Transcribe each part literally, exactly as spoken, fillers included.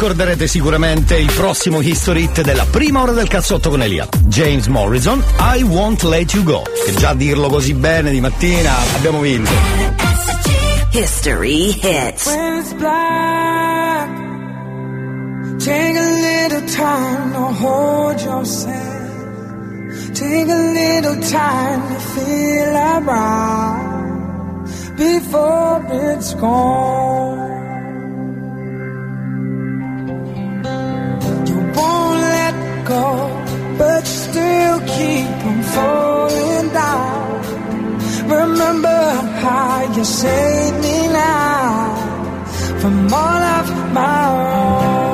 ricorderete sicuramente il prossimo history hit della prima ora del cazzotto con Elia. James Morrison, I Won't Let You Go. Che già dirlo così bene di mattina abbiamo vinto. History hits. When it's black, take a little time to hold yourself. Take a little time to feel around before it's gone. You won't let go, but you still keep on falling down. Remember how you saved me now from all of my own.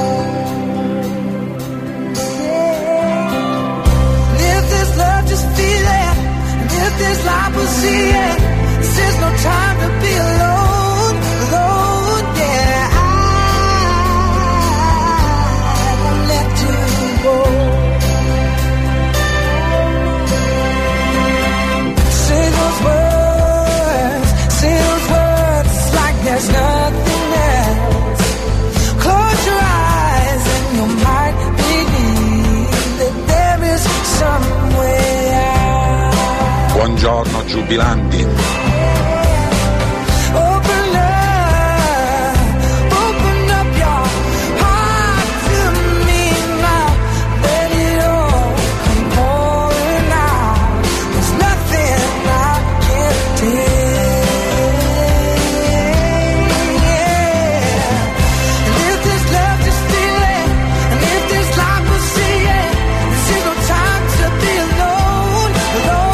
If this life will see it, this is no time to be alone, alone, yeah. I won't let you go. Say those words, say those words like there's nothing else. Close your eyes and you might believe that there is some way out. Buongiorno giubilanti. Open up, open up your heart to me now. Let it all come pouring out. There's nothing I can't take. And if this love just feel it, and if this life will see it, this is no time to be alone, alone.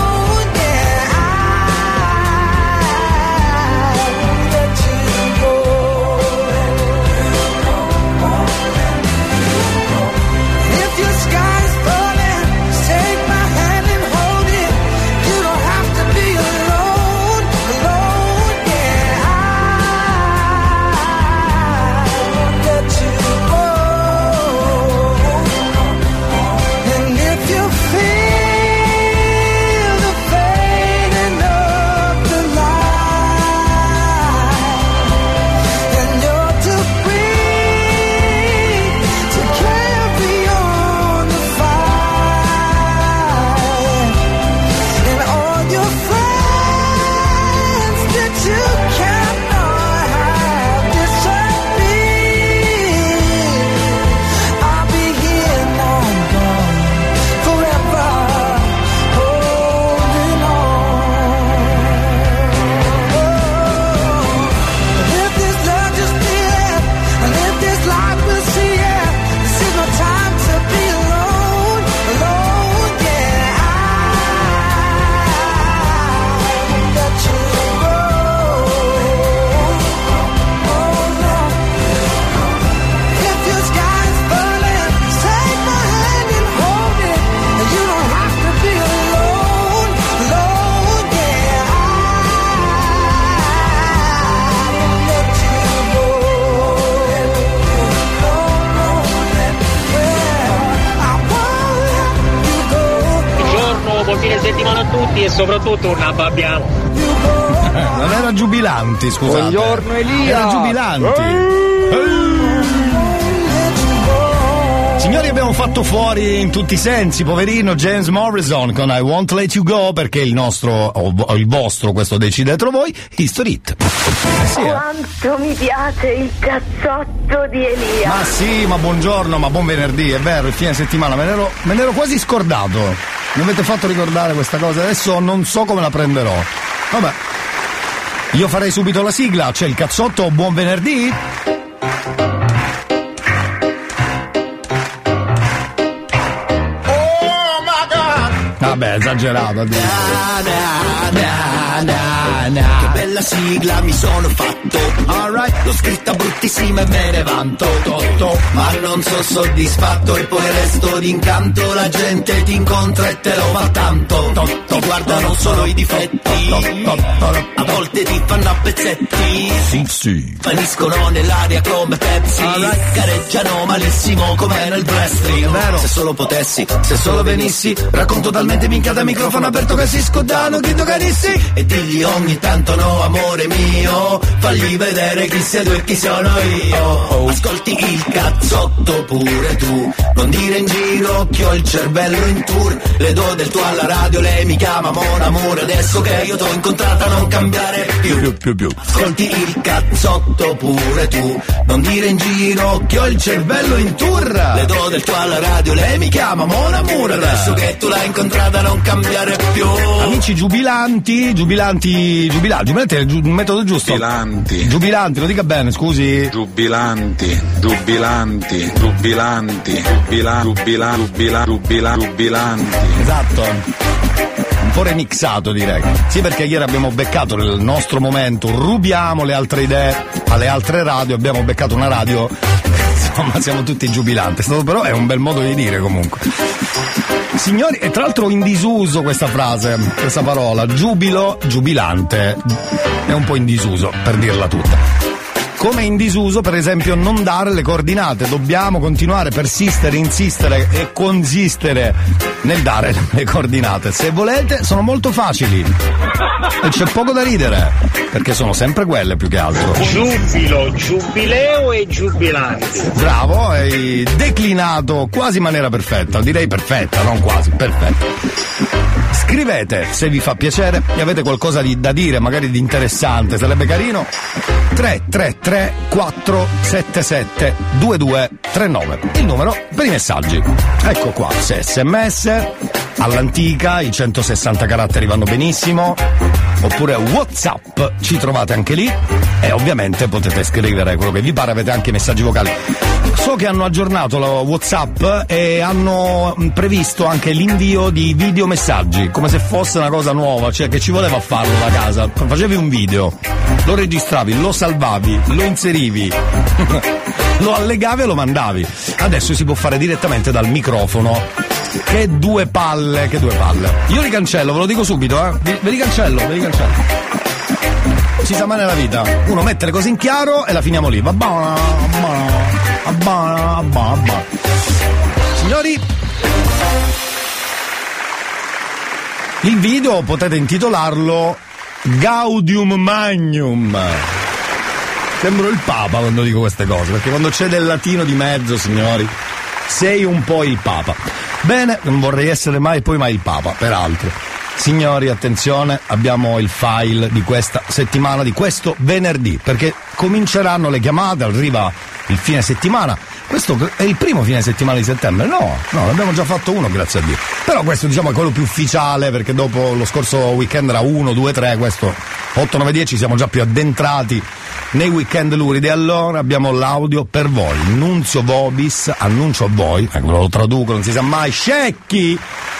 settimana a tutti e soprattutto non abbabbiamo. Non era Giubilanti, scusate. Buongiorno Elia. Era Giubilanti. Signori, abbiamo fatto fuori in tutti i sensi, poverino James Morrison con I Won't Let You Go, perché il nostro, o il vostro, questo decidetelo voi, History Hit. Eh sì, eh. Quanto mi piace il cazzotto di Elia. Ma sì, ma buongiorno, ma buon venerdì, è vero, il fine settimana, me ne ero, me ne ero quasi scordato. Mi avete fatto ricordare questa cosa, adesso non so come la prenderò. Vabbè, io farei subito la sigla, c'è il cazzotto, buon venerdì. Vabbè, esagerato addirittura. Na, na, na. Che bella sigla mi sono fatto. Alright, l'ho scritta bruttissima e me ne vanto. Totto, ma non sono soddisfatto e poi resto d'incanto. La gente ti incontra e te lo fa tanto. Totto, guardano solo i difetti. A volte ti fanno a pezzetti. Sì, sì. Vaniscono nell'aria come Pepsi. Alright. Gareggiano malissimo come nel wrestling. Se solo potessi, se solo venissi, racconto talmente Metti minchia da microfono aperto che si scordano, grido carissi. E digli ogni tanto no, amore mio, fagli vedere chi sei tu e chi sono io. Ascolti il cazzotto pure tu, non dire in giro che ho il cervello in tour. Le do del tuo alla radio, lei mi chiama mon amore. Adesso che io t'ho incontrata non cambiare più, più, più, più. Ascolti il cazzotto pure tu, non dire in giro che ho il cervello in tour. Le do del tuo alla radio, lei mi chiama mon amore. Adesso che tu l'hai incontrata non cambiare più. Amici giubilanti, giubilanti, giubilanti, giubilanti è il giu- metodo giusto. Giubilanti. Giubilanti, lo dica bene, scusi. Giubilanti, giubilanti, giubilanti, giubila, giubila, giubila, giubila, giubilanti. Esatto. Un po' remixato direi. Sì, perché ieri abbiamo beccato nel nostro momento, rubiamo le altre idee alle altre radio, abbiamo beccato una radio, insomma siamo tutti giubilanti. È stato, però è un bel modo di dire comunque. Signori, e tra l'altro in disuso questa frase, questa parola, giubilo, giubilante, è un po' in disuso per dirla tutta. Come in disuso, per esempio, non dare le coordinate. Dobbiamo continuare, persistere, insistere e consistere nel dare le coordinate. Se volete, sono molto facili e c'è poco da ridere, perché sono sempre quelle più che altro. Giubilo, giubileo e giubilanti. Bravo, hai declinato quasi in maniera perfetta, direi perfetta, non quasi, perfetta. Scrivete se vi fa piacere e avete qualcosa di, da dire, magari di interessante, sarebbe carino. tre tre tre quattro sette sette due due tre nove, il numero per i messaggi. Ecco qua, se sms all'antica, i centosessanta caratteri vanno benissimo, oppure WhatsApp, ci trovate anche lì e ovviamente potete scrivere quello che vi pare, avete anche i messaggi vocali. So che hanno aggiornato la WhatsApp e hanno previsto anche l'invio di videomessaggi, come se fosse una cosa nuova, cioè che ci voleva farlo da casa. Facevi un video, lo registravi, lo salvavi, lo inserivi, lo allegavi e lo mandavi. Adesso si può fare direttamente dal microfono. Che due palle, che due palle. Io li cancello, ve lo dico subito, eh. Ve li cancello, ve li cancello. Si sa mai nella vita. Uno mette le cose in chiaro e la finiamo lì. Va buona, buona, buona, buona. Signori, il video potete intitolarlo Gaudium Magnum. Sembro il Papa quando dico queste cose, perché quando c'è del latino di mezzo, signori, sei un po' il Papa. Bene, non vorrei essere mai poi mai il Papa, peraltro. Signori, attenzione, abbiamo il file di questa settimana, di questo venerdì, perché cominceranno le chiamate, arriva il fine settimana. Questo è il primo fine settimana di settembre? No, no, ne abbiamo già fatto uno, grazie a Dio. Però questo, diciamo, è quello più ufficiale, perché dopo lo scorso weekend era uno, due, tre, questo otto, nove, dieci, siamo già più addentrati nei weekend luridi. Allora abbiamo l'audio per voi. Nunzio Vobis, annuncio a voi, ecco, lo traduco, non si sa mai, scecchi!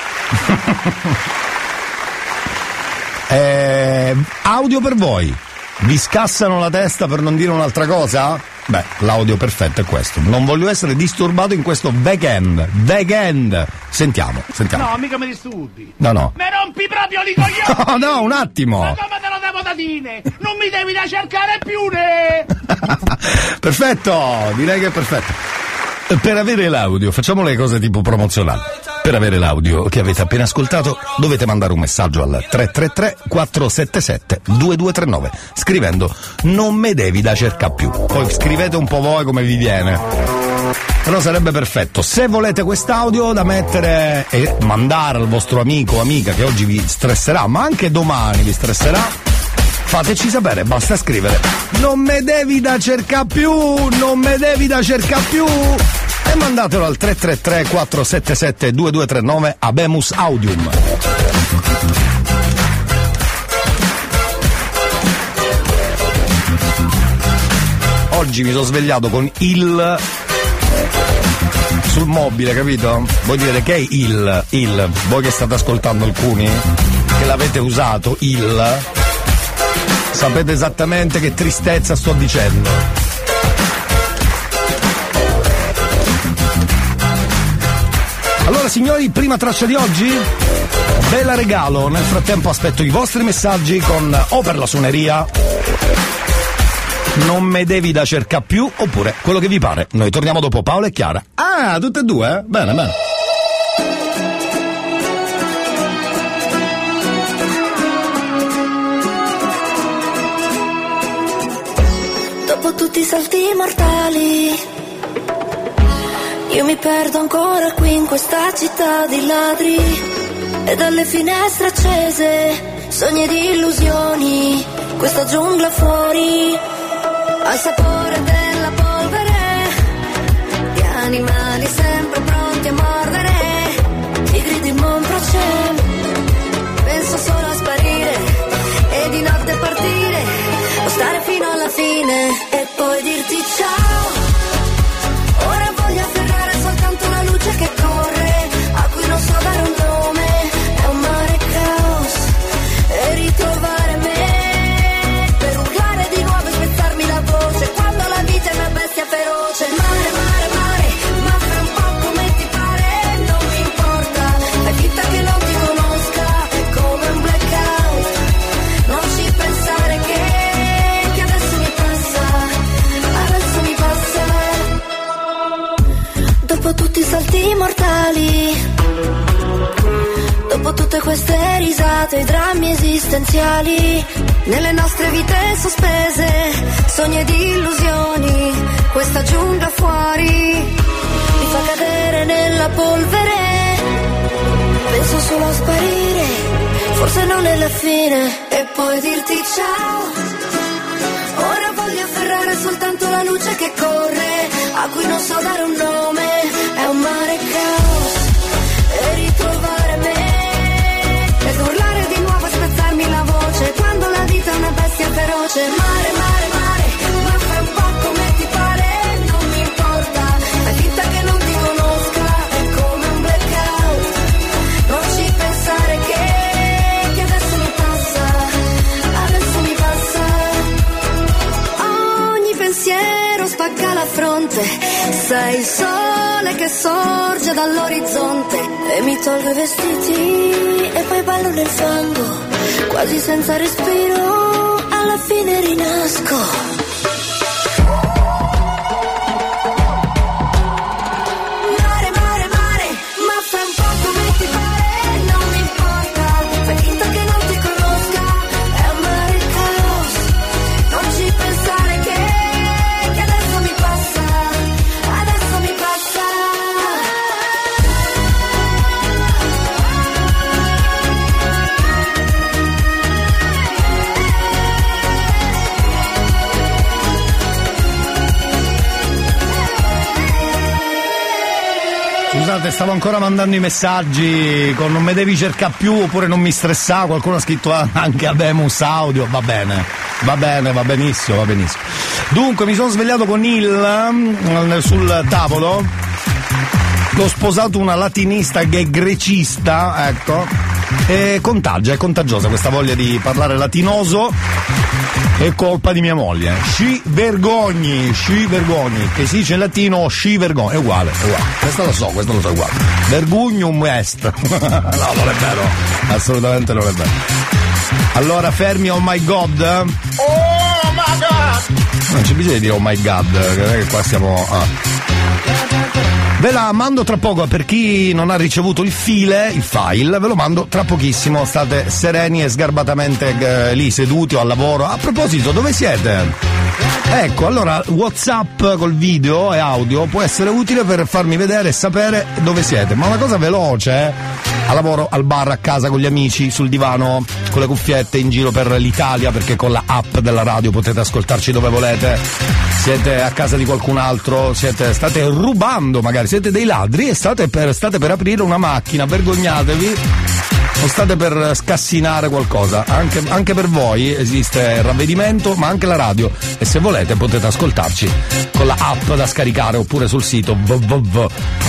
eh, audio per voi. Vi scassano la testa per non dire un'altra cosa? Beh, l'audio perfetto è questo. Non voglio essere disturbato in questo weekend. Weekend. Sentiamo, sentiamo. No, mica mi disturbi. No, no. Mi rompi proprio li coglioni. No, no, un attimo. Ma come te lo devo da dire? Non mi devi da cercare più, ne. Perfetto, direi che è perfetto. Per avere l'audio, facciamo le cose tipo promozionali. Per avere l'audio che avete appena ascoltato dovete mandare un messaggio al tre tre tre quattro sette sette due due tre nove scrivendo non me devi da cerca più. Poi scrivete un po' voi come vi viene. Però sarebbe perfetto. Se volete quest'audio da mettere e mandare al vostro amico o amica che oggi vi stresserà, ma anche domani vi stresserà, fateci sapere, basta scrivere non me devi da cerca più, non me devi da cerca più, e mandatelo al tre tre tre quattro sette sette due due tre nove Abemus Audium. Oggi mi sono svegliato con il sul mobile, capito? Voi direte che è il, il, voi che state ascoltando alcuni, che l'avete usato, il, sapete esattamente che tristezza sto dicendo. Allora signori, prima traccia di oggi, ve la regalo. Nel frattempo aspetto i vostri messaggi con o per la suoneria non me devi da cerca più, oppure quello che vi pare. Noi torniamo dopo Paolo e Chiara. Ah, tutte e due? Eh? Bene, bene. dopo tutti i salti mortali. Io mi perdo ancora qui in questa città di ladri, e dalle finestre accese sogni di illusioni, questa giungla fuori al sapore della polvere, di animali sempre pronti a mordere, tigri di Monprocè. Penso solo a sparire e di notte partire, o stare fino alla fine e poi dirti ciao. Ora voglio afferrare soltanto la luce che corre, a cui non so dare un nome, è un mare caos, e ritrovare me per urlare di nuovo e spezzarmi la voce quando la vita è una bestia feroce. Mare, mare, mare, ma fra un po' come ti pare, non mi importa, fai finta che non ti conosca, è come un blackout, non ci pensare che, che adesso mi passa, adesso mi passa. Dopo tutti i salti mortali, dopo tutte queste risate, i drammi esistenziali, nelle nostre vite sospese, sogni ed illusioni, questa giungla fuori mi fa cadere nella polvere. Penso solo a sparire, forse non è la fine, e poi dirti ciao. Ora voglio afferrare soltanto la luce che corre, a cui non so dare un nome, è un mare caos, e ritrovare me ed urlare di nuovo e spezzarmi la voce quando la vita è una bestia feroce. Mare, mare, mare, ma fai un po' come ti pare, non mi importa, fai finta che non ti conosca, è come un blackout, non ci pensare che, che adesso mi passa, adesso mi passa. Ogni pensiero spacca la fronte, sei il sole che sorge dall'orizzonte, e mi tolgo i vestiti e poi ballo nel fango, quasi senza respiro, alla fine rinasco. Scusate, stavo ancora mandando i messaggi con non mi devi cercare più oppure non mi stressare, qualcuno ha scritto anche Abemus Audio, va bene, va bene, va benissimo, va benissimo. Dunque mi sono svegliato con il sul tavolo, l'ho sposato una latinista che è grecista, ecco, e contagia, è contagiosa questa voglia di parlare latinoso. È colpa di mia moglie. Sci vergogni, sci vergogni. Che si dice in latino sci vergogni. È uguale, è uguale. Questo lo so, questo lo so, è uguale. Vergognum est. No, non è vero. Assolutamente non è vero. Allora fermi, oh my god. Oh my god! Non c'è bisogno di dire oh my god, che qua siamo. Ah. Ve la mando tra poco, per chi non ha ricevuto il file, il file, ve lo mando tra pochissimo, state sereni e sgarbatamente eh, lì seduti o al lavoro. A proposito, dove siete? Ecco, allora WhatsApp col video e audio può essere utile per farmi vedere e sapere dove siete, ma una cosa veloce, eh? A lavoro, al bar, a casa, con gli amici, sul divano, con le cuffiette, in giro per l'Italia, perché con la app della radio potete ascoltarci dove volete. Siete a casa di qualcun altro, siete, state rubando magari, siete dei ladri e state per, state per aprire una macchina, vergognatevi, o state per scassinare qualcosa. Anche, anche per voi esiste il ravvedimento, ma anche la radio, e se volete potete ascoltarci con la app da scaricare oppure sul sito www.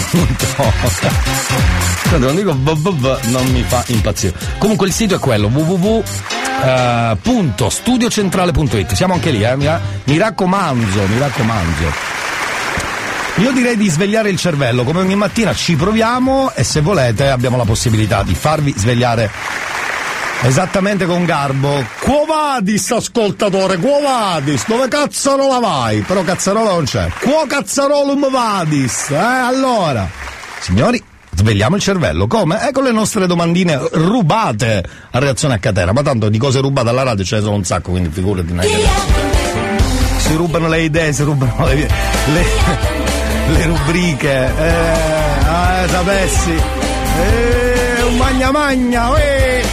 Non dico www, non mi fa impazzire. Comunque il sito è quello www punto studiocentrale punto it. Siamo anche lì, eh? mi, mi raccomando, mi raccomando. Io direi di svegliare il cervello, come ogni mattina ci proviamo, e se volete abbiamo la possibilità di farvi svegliare esattamente con garbo. Quo vadis, ascoltatore, quo vadis? Dove cazzarola vai? Però cazzarola non c'è. Quo cazzarolum vadis? Eh, allora, signori, svegliamo il cervello. Come? Ecco le nostre domandine rubate a Reazione a Catena, ma tanto di cose rubate alla radio ce ne sono un sacco, quindi figurati. si rubano le idee, si rubano le, le, le rubriche. Eh, ah, sapessi. Eh, un magna magna, eh.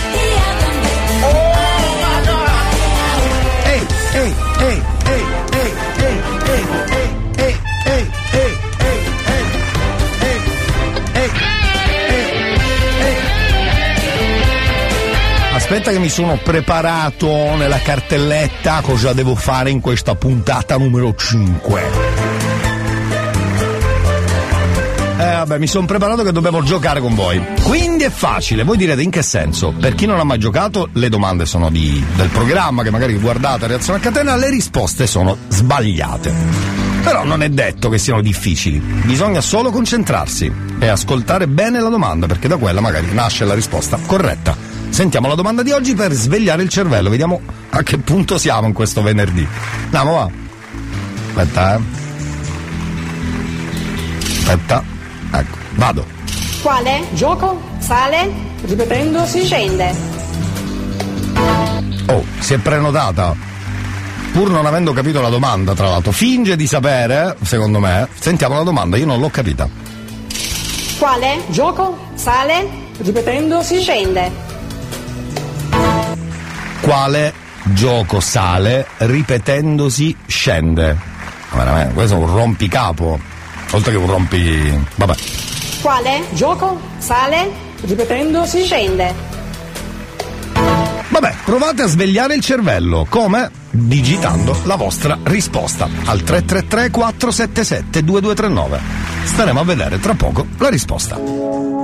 Ehi, ehi, ehi, ehi, ehi, ehi, ehi, ehi, ehi, ehi, ehi, ehi, ehi. Aspetta che mi sono preparato nella cartelletta cosa devo fare in questa puntata numero cinque. Eh vabbè, mi sono preparato che dovevo giocare con voi. Quindi è facile, voi direte in che senso? Per chi non ha mai giocato, le domande sono di, del programma che magari guardate a Reazione a Catena, le risposte sono sbagliate. Però non è detto che siano difficili, bisogna solo concentrarsi e ascoltare bene la domanda, perché da quella magari nasce la risposta corretta. Sentiamo la domanda di oggi per svegliare il cervello, vediamo a che punto siamo in questo venerdì. Andiamo, va. Aspetta, eh. Aspetta. Ecco, vado. Quale gioco sale ripetendo si scende? Oh, si è prenotata. Pur non avendo capito la domanda, tra l'altro. Finge di sapere, secondo me. Sentiamo la domanda, io non l'ho capita. Quale gioco sale ripetendo si scende? Quale gioco sale ripetendosi scende? Veramente, questo è un rompicapo. Oltre che un rompi... vabbè. Quale gioco sale ripetendo si scende? Vabbè, provate a svegliare il cervello. Come? Digitando la vostra risposta al tre tre tre quattro sette sette due due tre nove. Staremo a vedere tra poco la risposta.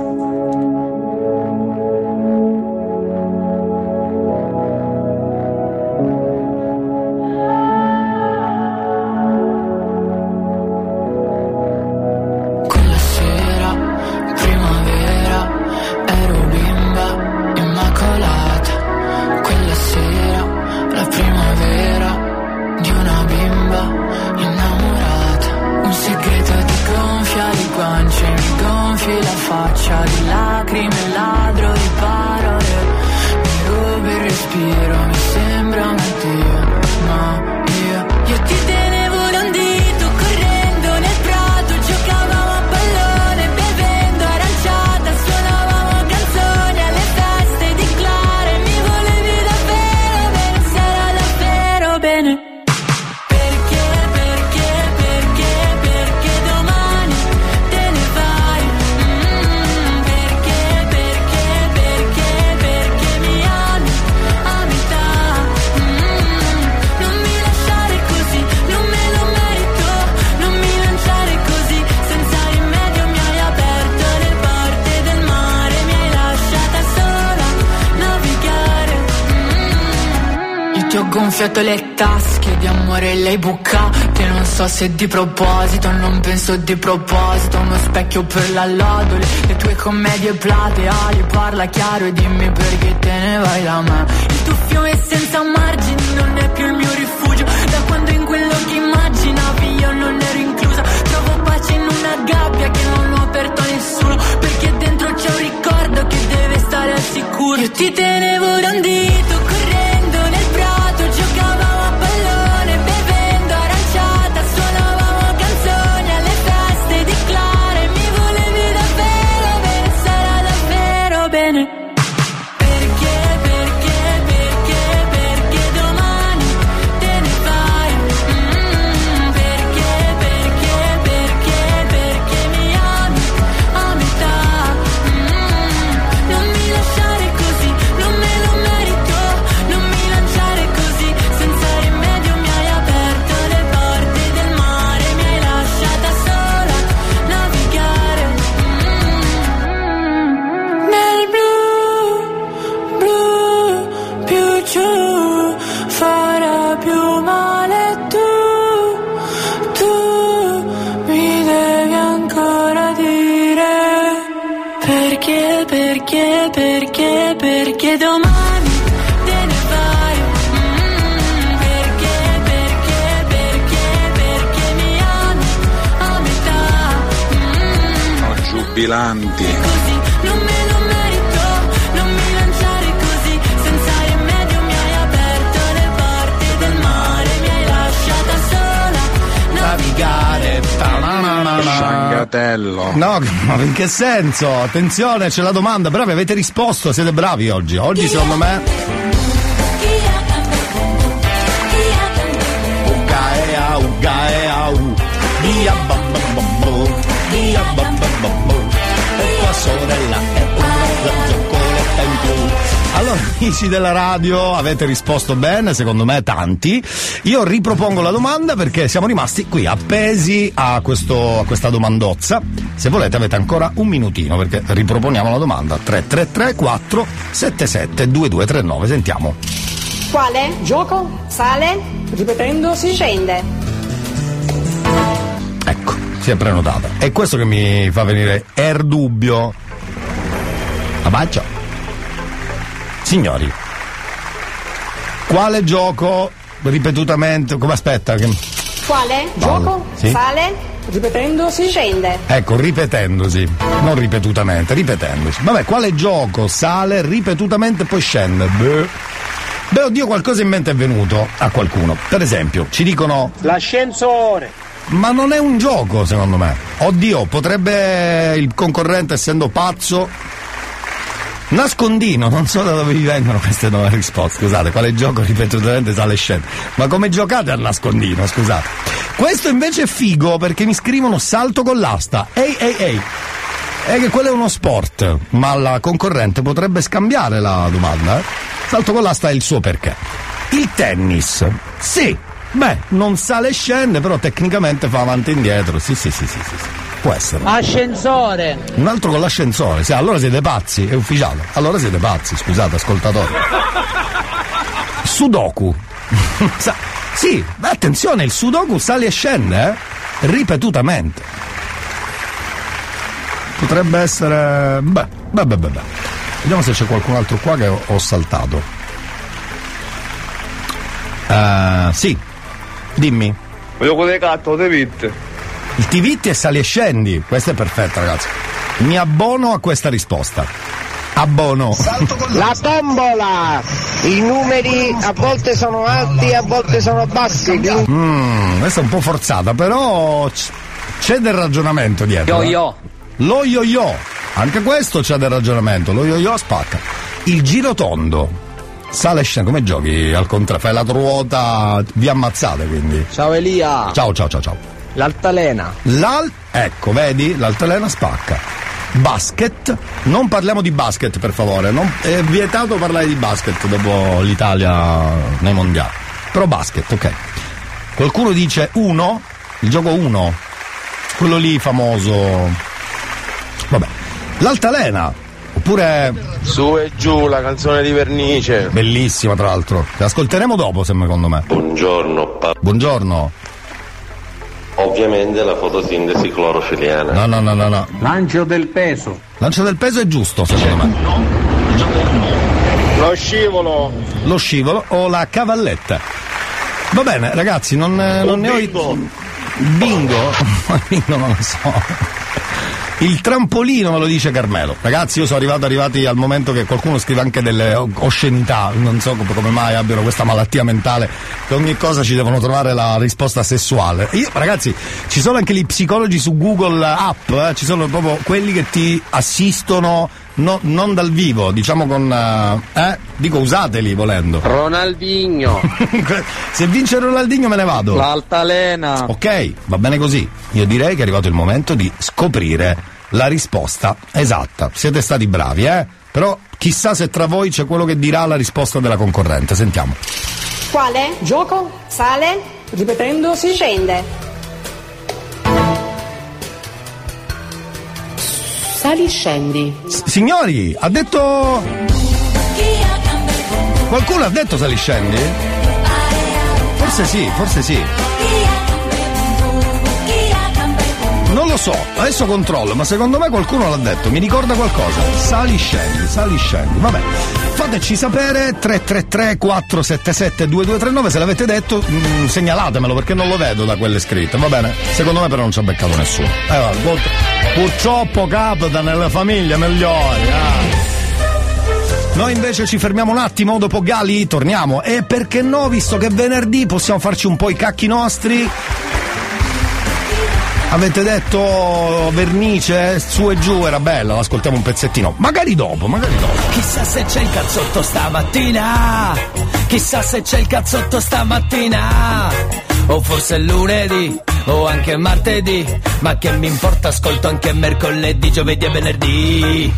Gonfiato le tasche di amore lei bucate, non so se di proposito, non penso di proposito, uno specchio per la lodole, le tue commedie plateali, parla chiaro e dimmi perché te ne vai da me. Il tuo fiume senza margini non è più il mio rifugio, da quando in quello che immaginavi io non ero inclusa, trovo pace in una gabbia che non ho aperto a nessuno, perché dentro c'è un ricordo che deve stare al sicuro. Io ti tenevo da un dito correndo nel prato, giocavamo a pallone bevendo aranciata, suonavamo canzoni alle feste di Clara e mi volevi davvero bene, sarà davvero bene. Perché, perché, perché, perché domani te ne vai? Mm, perché, perché, perché, perché mi ami a metà? Mm, non mi lasciare così, non me lo merito, non mi lanciare così, senza rimedio mi hai aperto le porte del mare, mi hai lasciata sola navigare mm, nel blu, blu, più giù, farà più male tu, tu mi devi ancora dire perché, perché, perché, perché domani te ne vai. Mm, perché, perché, perché, perché mi ami a metà. Mm, Giubilanti. così non me lo merito, non mi lanciare così, senza rimedio mi hai aperto le porte del mare, mi hai lasciata sola Sciangatello. No, ma in che senso? Attenzione, c'è la domanda, bravi, avete risposto, siete bravi oggi. Oggi secondo me Ugaea, ugaea, u. Via babababbo, via babababbo. E tua sorella è una zoccoletta in più. Allora, amici della radio, avete risposto bene, secondo me tanti. Io ripropongo la domanda perché siamo rimasti qui appesi a, questo, a questa domandozza. Se volete avete ancora un minutino perché riproponiamo la domanda. tre tre tre quattro sette sette due due tre nove, sentiamo. Quale? Gioco? Sale? Ripetendosi? Scende. Ecco, si è prenotata. È questo che mi fa venire er dubbio. Abbaccia. Signori, quale gioco ripetutamente, come aspetta? Che... Quale? Gioco? Sì? Sale? Ripetendosi? Scende. Ecco, ripetendosi, non ripetutamente, ripetendosi. Vabbè, quale gioco sale ripetutamente e poi scende? Beh. Beh, oddio, qualcosa in mente è venuto a qualcuno. Per esempio, ci dicono... L'ascensore. Ma non è un gioco, secondo me. Oddio, potrebbe il concorrente, essendo pazzo... Nascondino, non so da dove vi vengono queste nuove risposte. Scusate, quale gioco ripetutamente sale e scende? Ma come giocate al nascondino, scusate? Questo invece è figo perché mi scrivono salto con l'asta. Ehi, ehi, ehi. È che quello è uno sport, ma la concorrente potrebbe scambiare la domanda, eh? Salto con l'asta è il suo perché. Il tennis, sì, beh, non sale e scende, però tecnicamente fa avanti e indietro. Sì, sì, sì, sì, sì, sì. Può essere. Ascensore. Un altro con l'ascensore, sì, allora siete pazzi, è ufficiale. Allora siete pazzi, scusate, ascoltatori. Sudoku. Sì, beh, attenzione, il Sudoku sale e scende, eh? Ripetutamente. Potrebbe essere. Beh, beh, beh, beh. Vediamo se c'è qualcun altro qua che ho, ho saltato. Uh, sì, dimmi. Gioco dei gatto, te vitte. Il T V T e sali e scendi, questa è perfetta, ragazzi. Mi abbono a questa risposta. Abbono. La tombola. I numeri a volte sono alti, a volte sono bassi. Mm, questa è un po' forzata, però c'è del ragionamento dietro. Yo-yo. Lo yo-yo. Anche questo c'è del ragionamento. Lo yo-yo spacca. Il giro tondo. Sale e scende, come giochi? Al contrario, fai la ruota, vi ammazzate quindi. Ciao Elia. Ciao, ciao, ciao, ciao. L'altalena. L'al... Ecco, vedi? L'altalena spacca. Basket. Non parliamo di basket, per favore. Non... È vietato parlare di basket dopo l'Italia nei mondiali. Però basket, ok. Qualcuno dice uno? Il gioco uno? Quello lì famoso. Vabbè. L'altalena. Oppure... Su e giù, la canzone di Vernice. Bellissima, tra l'altro. La ascolteremo dopo, secondo me. Buongiorno, pa- Buongiorno. Ovviamente la fotosintesi clorofiliana. No, no, no, no, no. Lancio del peso. Lancio del peso è giusto, secondo me. Lo scivolo. Lo scivolo o la cavalletta. Va bene, ragazzi, non, non ne ho... Bingo. Bingo? Bingo non lo so. Il trampolino me lo dice Carmelo. Ragazzi, io sono arrivato arrivati al momento che qualcuno scrive anche delle oscenità. Non so come mai abbiano questa malattia mentale che ogni cosa ci devono trovare la risposta sessuale. Io, ragazzi, ci sono anche gli psicologi su Google App, eh? Ci sono proprio quelli che ti assistono no, non dal vivo, diciamo con eh, eh? dico usateli volendo. Ronaldinho. Se vince Ronaldinho me ne vado. L'altalena. Ok, va bene così. Io direi che è arrivato il momento di scoprire la risposta esatta. Siete stati bravi, eh? Però chissà se tra voi c'è quello che dirà la risposta della concorrente. Sentiamo. Quale? Gioco? Sale? Ripetendosi? Scende. Sali scendi. S- signori, ha detto... Qualcuno ha detto sali scendi? Forse sì, forse sì. Non lo so, adesso controllo, ma secondo me qualcuno l'ha detto, mi ricorda qualcosa. Sali scendi, sali scendi. Vabbè, fateci sapere. Tre tre tre quattro sette sette due due tre nove, se l'avete detto mh, segnalatemelo perché non lo vedo da quelle scritte, va bene? Secondo me però non ci ha beccato nessuno. Eh, va, purtroppo capita nelle famiglie migliori, ah. Noi invece ci fermiamo un attimo, dopo Gali torniamo. E perché no, visto che è venerdì possiamo farci un po' i cacchi nostri. Avete detto vernice, su e giù, era bello, ascoltiamo un pezzettino. Magari dopo, magari dopo. Chissà se c'è il cazzotto stamattina. Chissà se c'è il cazzotto stamattina. O forse è lunedì, o anche martedì. Ma che mi importa, ascolto anche mercoledì, giovedì e venerdì.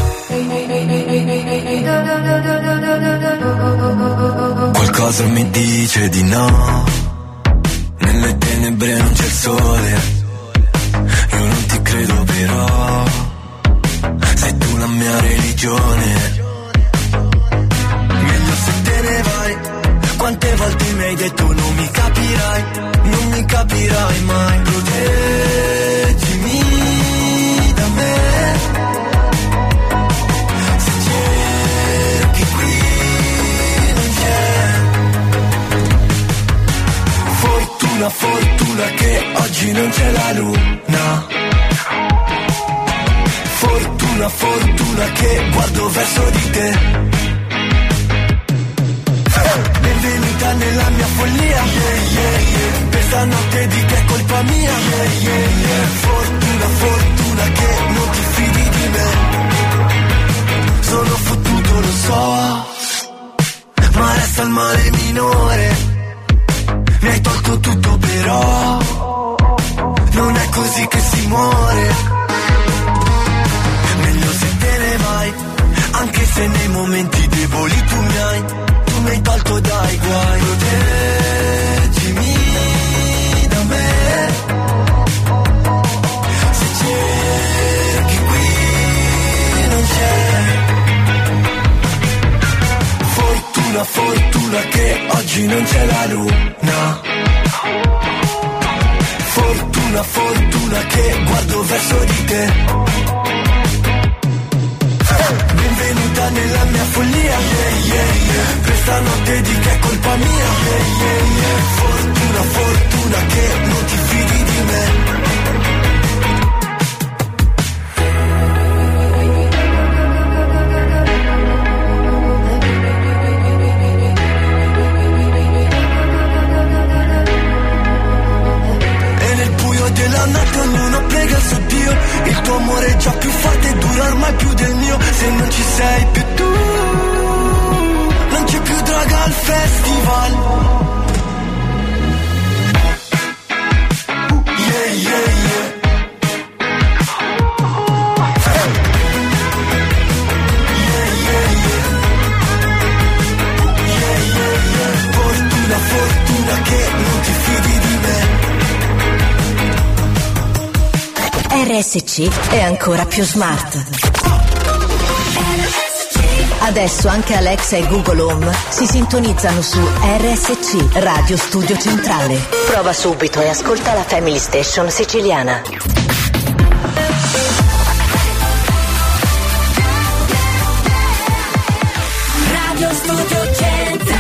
Qualcosa mi dice di no. Nelle tenebre non c'è il sole. Io non ti credo però. Sei tu la mia religione. Meglio se te ne vai. Quante volte mi hai detto non mi capirai. Non mi capirai mai. Proteggimi da me. Se cerchi qui non c'è. Fortuna, fortuna che oggi non c'è la luna. Fortuna, fortuna che guardo verso di te. Benvenuta nella mia follia, yeah, yeah, yeah. Questa notte di che è colpa mia, yeah, yeah, yeah. Fortuna, fortuna che non ti fidi di me. Sono fottuto, lo so, ma resta il male minore. Mi hai tolto tutto però non è così che si muore. Meglio se te ne vai, anche se nei momenti deboli tu mi hai, tu mi hai tolto dai guai. Proteggimi da me. Se cerchi qui non c'è. Fortuna, fortuna che oggi non c'è la luna. Fortuna, fortuna che guardo verso di te. Benvenuta nella mia follia, yeah, yeah, yeah. Questa notte di che è colpa mia, yeah, yeah, yeah. Fortuna, fortuna che non ti fidi di me. Della notte ognuno prega su Dio. Il tuo amore è già più forte e dura ormai più del mio. Se non ci sei più tu, non c'è più droga al festival. Yeah, yeah, yeah. Yeah, yeah, yeah. Yeah, yeah, yeah. Fortuna, fortuna che non ti fidi di me. R S C è ancora più smart. Adesso anche Alexa e Google Home si sintonizzano su R S C, Radio Studio Centrale. Prova subito e ascolta la Family Station siciliana. Radio Studio Centrale.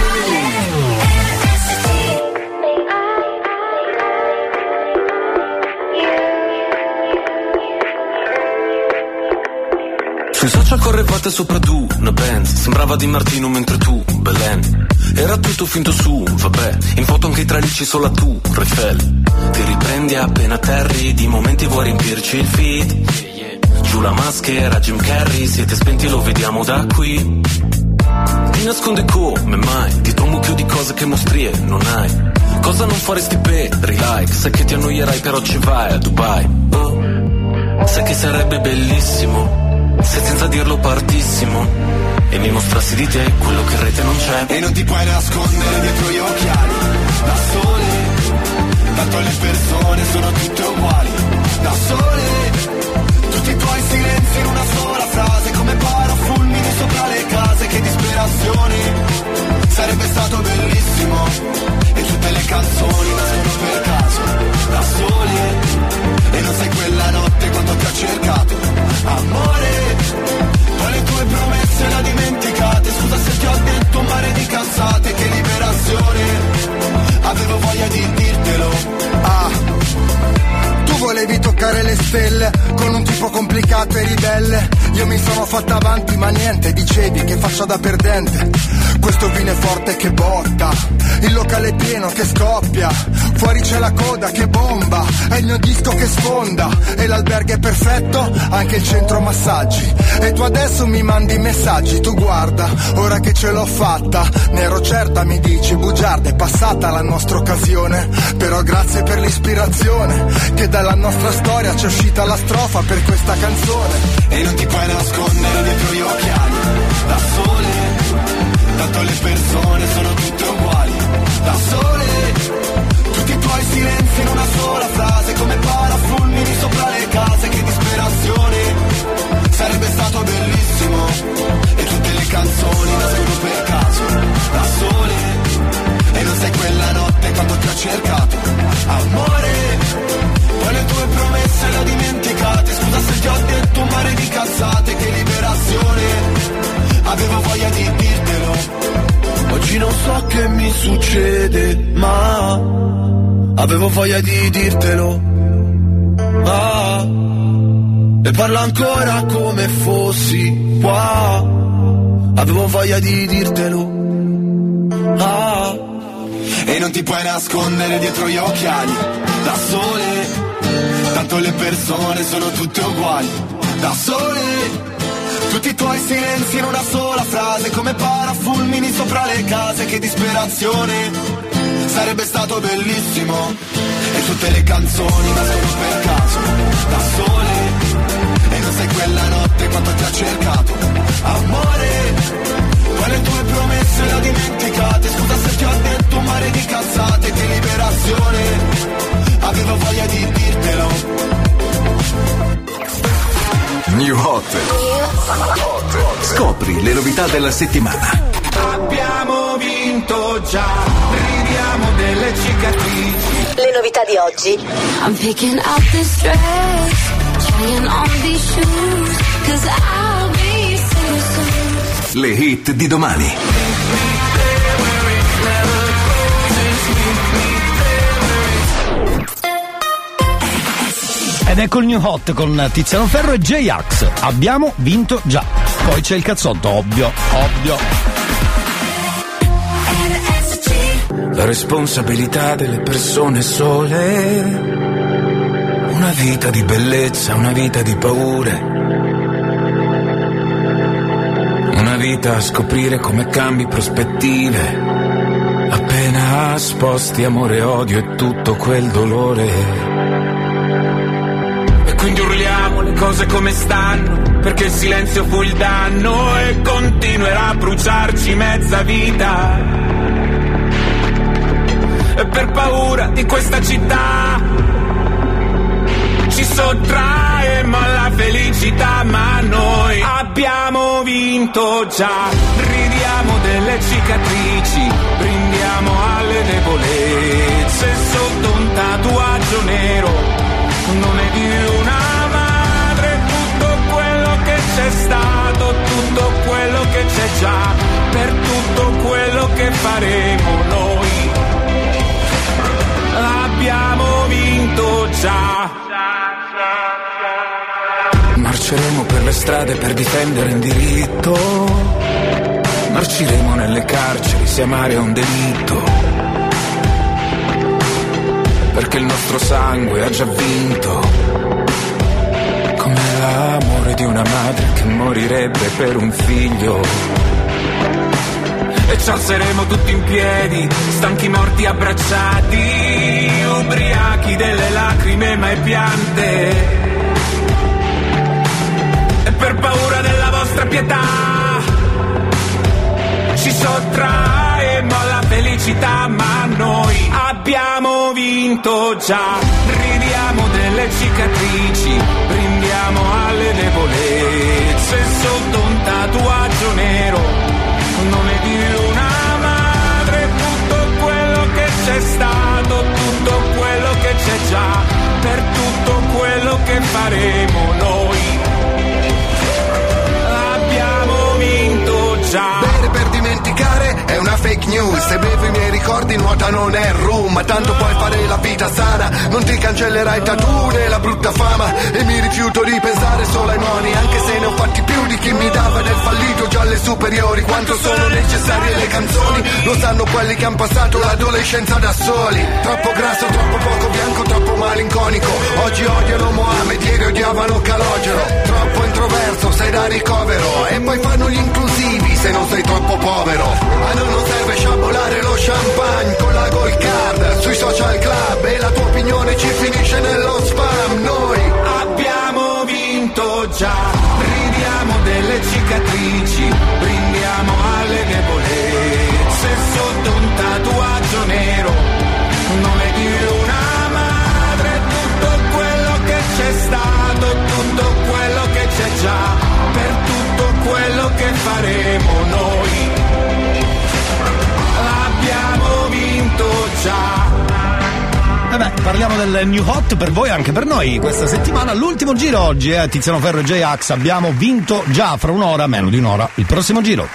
Sui social correvate sopra tu, una Benz. Sembrava Di Martino mentre tu, Belen. Era tutto finto su, vabbè. In foto anche i tralicci solo a tu, Refel. Ti riprendi appena atterri, di momenti vuoi riempirci il feed. Giù la maschera, Jim Carrey, siete spenti, lo vediamo da qui. Ti nasconde come mai, dietro un mucchio di cose che mostrie non hai. Cosa non faresti per like? Sai che ti annoierai però ci vai a Dubai. Oh, sai che sarebbe bellissimo se senza dirlo partissimo e mi mostrassi di te quello che in rete non c'è. E non ti puoi nascondere dietro gli occhiali, da sole, tanto le persone sono tutte uguali. Da sole, tutti i tuoi silenzi in una sola frase, come parafulmini sopra le case. Che disperazione, sarebbe stato bellissimo. E tutte le canzoni nascono per caso, da sole. E non sai quella notte quando ti ho cercato, amore. Poi le tue promesse le ho dimenticate. Scusa se ti ho detto un mare di cazzate. Che liberazione, avevo voglia di dirtelo. Ah, tu volevi toccare le stelle con un tipo troppo complicato e ribelle. Io mi sono fatta avanti ma niente, dicevi che faccia da perdente. Questo vino è forte che botta, il locale è pieno che scoppia, fuori c'è la coda che bomba, è il mio disco che sfonda, e l'albergo è perfetto, anche il centro massaggi. E tu adesso mi mandi messaggi, tu guarda, ora che ce l'ho fatta, ne ero certa mi dici, bugiarda, è passata la nostra occasione. Però grazie per l'ispirazione, che dalla nostra storia c'è uscita la strofa per questa canzone. E non ti puoi nascondere dietro gli occhiali, da sole, tanto le persone sono tutte uguali, da sole, tutti i tuoi silenzi in una sola frase, come parafulmini sopra le case, che disperazione, sarebbe stato bellissimo, e tutte le canzoni nascono per caso, da sole, e non sei quella notte quando ti ho cercato, amore, poi le tue promesse le ho dimenticate, scusa se ti ho detto un mare di cazzate, che liberazione, avevo voglia di dirtelo, oggi non so che mi succede, ma avevo voglia di dirtelo, ah, e parlo ancora come fossi qua, avevo voglia di dirtelo, ah, e non ti puoi nascondere dietro gli occhiali, da sole, tanto le persone sono tutte uguali, da sole, tutti i tuoi silenzi in una sola frase, come parafulmini sopra le case, che disperazione, sarebbe stato bellissimo, e tutte le canzoni nascono per caso, da sole, e non sei quella notte quando ti ho cercato, amore, poi le tue promesse le ho dimenticate, scusa se ti ho detto un mare di cazzate, che liberazione, avevo voglia di dirtelo. New Hot. Scopri le novità della settimana. Abbiamo vinto già, ridiamo delle cicatrici. Le novità di oggi. I'm picking up this dress, trying on these shoes, 'cause I'll be single soon. Le hit di domani. Ed ecco il New Hot con Tiziano Ferro e J-Ax. Abbiamo vinto già. Poi c'è il cazzotto, ovvio, ovvio. La responsabilità delle persone sole, una vita di bellezza, una vita di paure, una vita a scoprire come cambi prospettive, appena sposti amore, odio e tutto quel dolore. Quindi urliamo le cose come stanno, perché il silenzio fu il danno e continuerà a bruciarci mezza vita. E per paura di questa città ci sottraemo alla felicità, ma noi abbiamo vinto già. Ridiamo delle cicatrici, brindiamo alle debolezze, sotto un tatuaggio nero non è di una madre, tutto quello che c'è stato, tutto quello che c'è già, per tutto quello che faremo noi abbiamo vinto già. Marceremo per le strade per difendere il diritto, marciremo nelle carceri se amare è un delitto, perché il nostro sangue ha già vinto, come l'amore di una madre che morirebbe per un figlio. E ci alzeremo tutti in piedi, stanchi morti abbracciati, ubriachi delle lacrime mai piante, e per paura della vostra pietà ci sottraemo alla felicità, ma noi abbiamo vinto già. Ridiamo delle cicatrici, brindiamo alle debolezze, sotto un tatuaggio nero non è di una madre, tutto quello che c'è stato, tutto quello che c'è già, per tutto quello che faremo noi abbiamo vinto già. Bere per dimenticare è una fake news, se bevo i miei ricordi ricordi nuotano nel rum, ma tanto puoi fare la vita sana, non ti cancellerai tatu né la brutta fama, e mi rifiuto di pensare solo ai moni, anche se ne ho fatti più di chi mi dava del fallito già alle superiori. Quanto sono necessarie le canzoni, lo sanno quelli che han passato l'adolescenza da soli. Troppo grasso, troppo poco bianco, troppo malinconico, oggi odiano Mohamed, ieri odiavano Calogero. Troppo introverso, sei da ricovero, e poi fanno gli inclusivi se non sei troppo povero. A noi non serve sciabolare lo champagne con la gold card sui social club, e la tua opinione ci finisce nello spam. Noi abbiamo vinto già, ridiamo delle cicatrici, brindiamo alle debolezze sotto un tatuaggio nero. Nome di una madre, tutto quello che c'è stato, tutto quello che c'è già, per tutto quello che faremo noi. L'abbiamo vinto già. Eh beh, parliamo del New Hot per voi, anche per noi questa settimana. L'ultimo giro oggi, eh, Tiziano Ferro e J-Ax, abbiamo vinto già fra un'ora, meno di un'ora, il prossimo giro.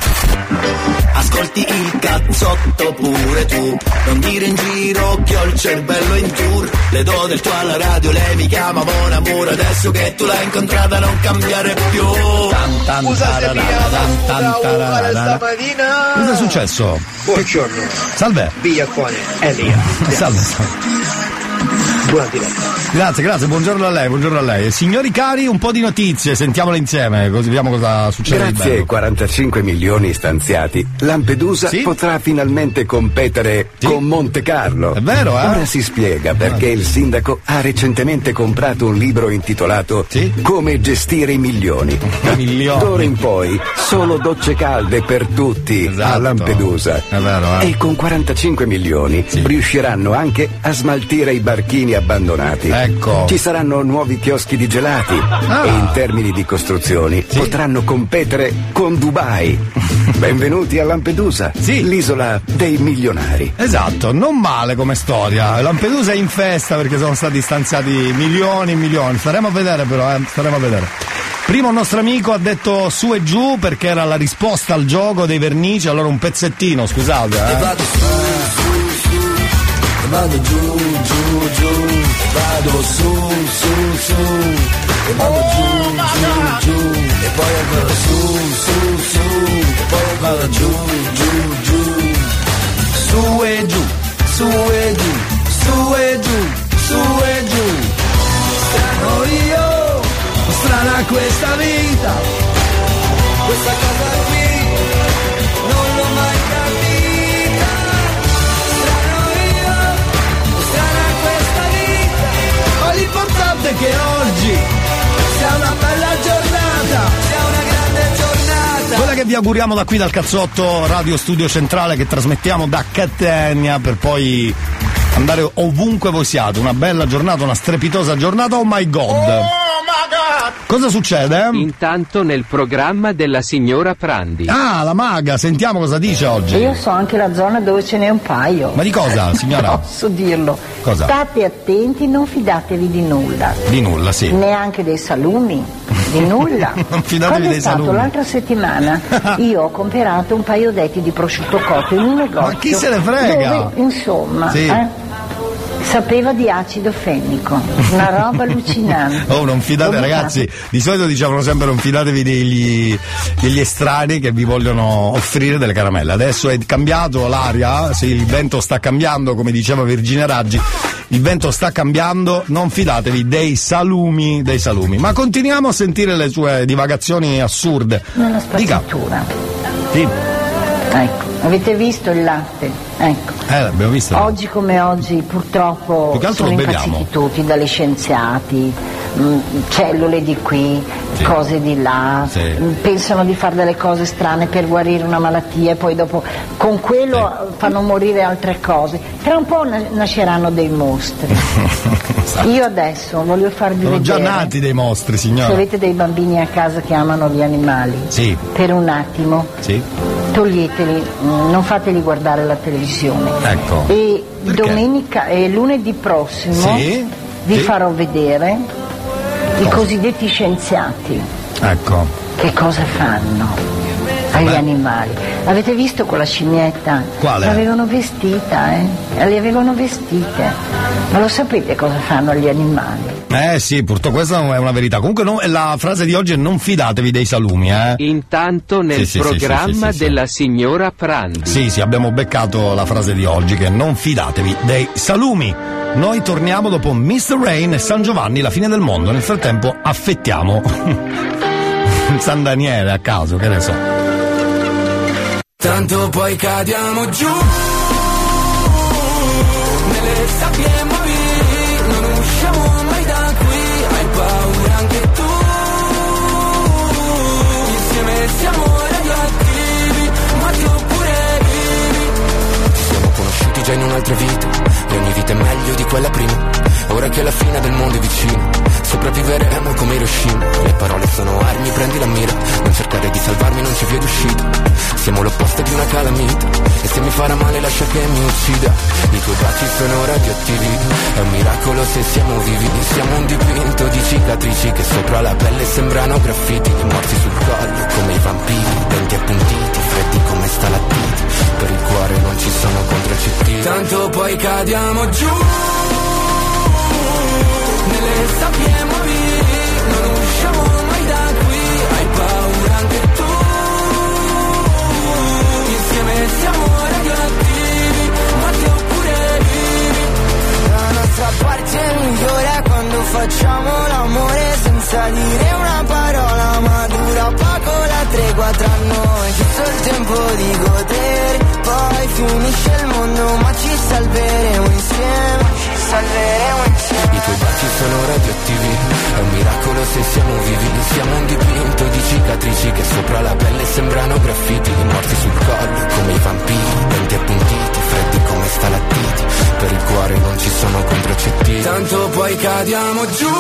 Ascolti il cazzotto pure tu, non dire in giro che ho il cervello in tour. Le do del tuo alla radio, lei mi chiama Mon Amour, adesso che tu l'hai incontrata non cambiare più. Tan, tan, Scusa se tarara, mi tan, tan, tarara. stamattina. Cosa è successo? Buongiorno. Salve. Bigliaccone, Elia. Salve, salve. Buona diretta. Grazie, grazie, buongiorno a lei, buongiorno a lei. Signori cari, un po' di notizie, sentiamole insieme, così vediamo cosa succede. Grazie ai quarantacinque milioni stanziati, Lampedusa sì? potrà finalmente competere sì? con Monte Carlo. È vero, eh? Ora si spiega perché il sindaco ha recentemente comprato un libro intitolato sì? Come gestire i milioni. milioni. D'ora in poi, solo docce calde per tutti esatto. a Lampedusa. È vero, eh? E con quarantacinque milioni sì. riusciranno anche a smaltire i barchini abbandonati. Ecco. Ci saranno nuovi chioschi di gelati ah. e in termini di costruzioni sì. potranno competere con Dubai. Benvenuti a Lampedusa, sì. l'isola dei milionari. Esatto, non male come storia. Lampedusa è in festa perché sono stati stanziati milioni e milioni. Staremo a vedere però, eh, staremo a vedere. Prima un nostro amico ha detto su e giù perché era la risposta al gioco dei vernici, allora un pezzettino, scusate. Eh. Vado su, su, su, vado giù, giù, giù, vado su, su, su, e vado giù, giù, giù, e poi ancora su, su, su, e poi vado giù, giù, giù, su e giù, su e giù, su e giù, su e giù. Strano io, strana questa vita, questa cosa qui non l'ho mai capita. Strano io, strana questa vita, ma l'importante è che oggi sia una bella giornata, sia una grande giornata. Quella che vi auguriamo da qui dal cazzotto Radio Studio Centrale, che trasmettiamo da Catania per poi andare ovunque voi siate. Una bella giornata, una strepitosa giornata. Oh my god! Oh! Cosa succede? Intanto nel programma della signora Prandi. Ah, la maga, sentiamo cosa dice oggi. Io so anche la zona dove ce n'è un paio. Ma di cosa, signora? Posso dirlo. Cosa? State attenti, non fidatevi di nulla. Di nulla, sì. Neanche dei salumi. Di nulla. Non fidatevi Quando dei è stato salumi. l'altra settimana io ho comprato un paio d'etti di prosciutto cotto in un negozio. Ma chi se ne frega? Dove, insomma, sì. eh, sapeva di acido fennico, una roba allucinante. Oh, non fidate, Come ragazzi, di solito dicevano sempre non fidatevi degli, degli estranei che vi vogliono offrire delle caramelle. Adesso è cambiato l'aria, se il vento sta cambiando, come diceva Virginia Raggi, il vento sta cambiando, non fidatevi dei salumi, dei salumi. Ma continuiamo a sentire le sue divagazioni assurde. Nella spazzatura. Sì. Ecco, avete visto il latte? Ecco. Eh, l'abbiamo visto. Oggi come oggi purtroppo Più che altro sono lo impazziti beviamo. tutti, dagli scienziati, mh, cellule di qui, sì. cose di là, sì. mh, pensano di fare delle cose strane per guarire una malattia e poi dopo con quello sì. fanno morire altre cose. Tra un po' nasceranno dei mostri. Esatto. Io adesso voglio farvi Sono vedere. già nati dei mostri, signora. Se avete dei bambini a casa che amano gli animali, sì. per un attimo sì. toglieteli, non fateli guardare la televisione. Ecco. E perché? domenica e lunedì prossimo sì. vi sì. farò vedere cosa? i cosiddetti scienziati. Ecco. Che cosa fanno? agli Beh. animali. Avete visto quella scimmietta? Quale? L'avevano vestita, eh? Le avevano vestite. Ma lo sapete cosa fanno gli animali? Eh sì, purtroppo questa è una verità. Comunque no, la frase di oggi è non fidatevi dei salumi, eh. Intanto nel Sì, sì, sì, programma sì, sì, sì, sì. della signora Prandi. Sì, sì, abbiamo beccato la frase di oggi, che è non fidatevi dei salumi. Noi torniamo dopo mister Rain e San Giovanni, la fine del mondo. Nel frattempo affettiamo San Daniele a caso, che ne so. Tanto poi cadiamo giù nelle sabbie mobili, non usciamo mai da qui, hai paura anche tu, insieme siamo radioattivi, morti oppure vivi. Ci siamo conosciuti già in un'altra vita e ogni vita è meglio di quella prima. Ora che la fine del mondo è vicino, sopravviveremo come Hiroshima. Le parole sono armi, prendi la mira, non cercare di salvarmi, non c'è via d'uscita. Siamo l'opposto di una calamita, e se mi farà male lascia che mi uccida. I tuoi baci sono radioattivi, è un miracolo se siamo vivi. Siamo un dipinto di cicatrici che sopra la pelle sembrano graffiti. Morti sul collo come i vampiri, denti appuntiti, freddi come stalattiti. Per il cuore non ci sono contraccettivi. Tanto poi cadiamo giù nelle sabbie mobili, non usciamo mai da qui, hai paura anche tu, insieme siamo radioattivi, morti oppure vivi. La nostra parte migliore è quando facciamo l'amore senza dire una parola, ma dura poco la tregua tra noi, giusto il tempo di godere, poi finisce il mondo ma ci salveremo insieme, ci salveremo insieme. I tuoi baci sono radioattivi, è un miracolo se siamo vivi. Siamo un dipinto di cicatrici che sopra la pelle sembrano graffiti. Morti sul collo come i vampiri, denti appuntiti, freddi come stalattiti. Per il cuore non ci sono contraccettivi. Tanto poi cadiamo giù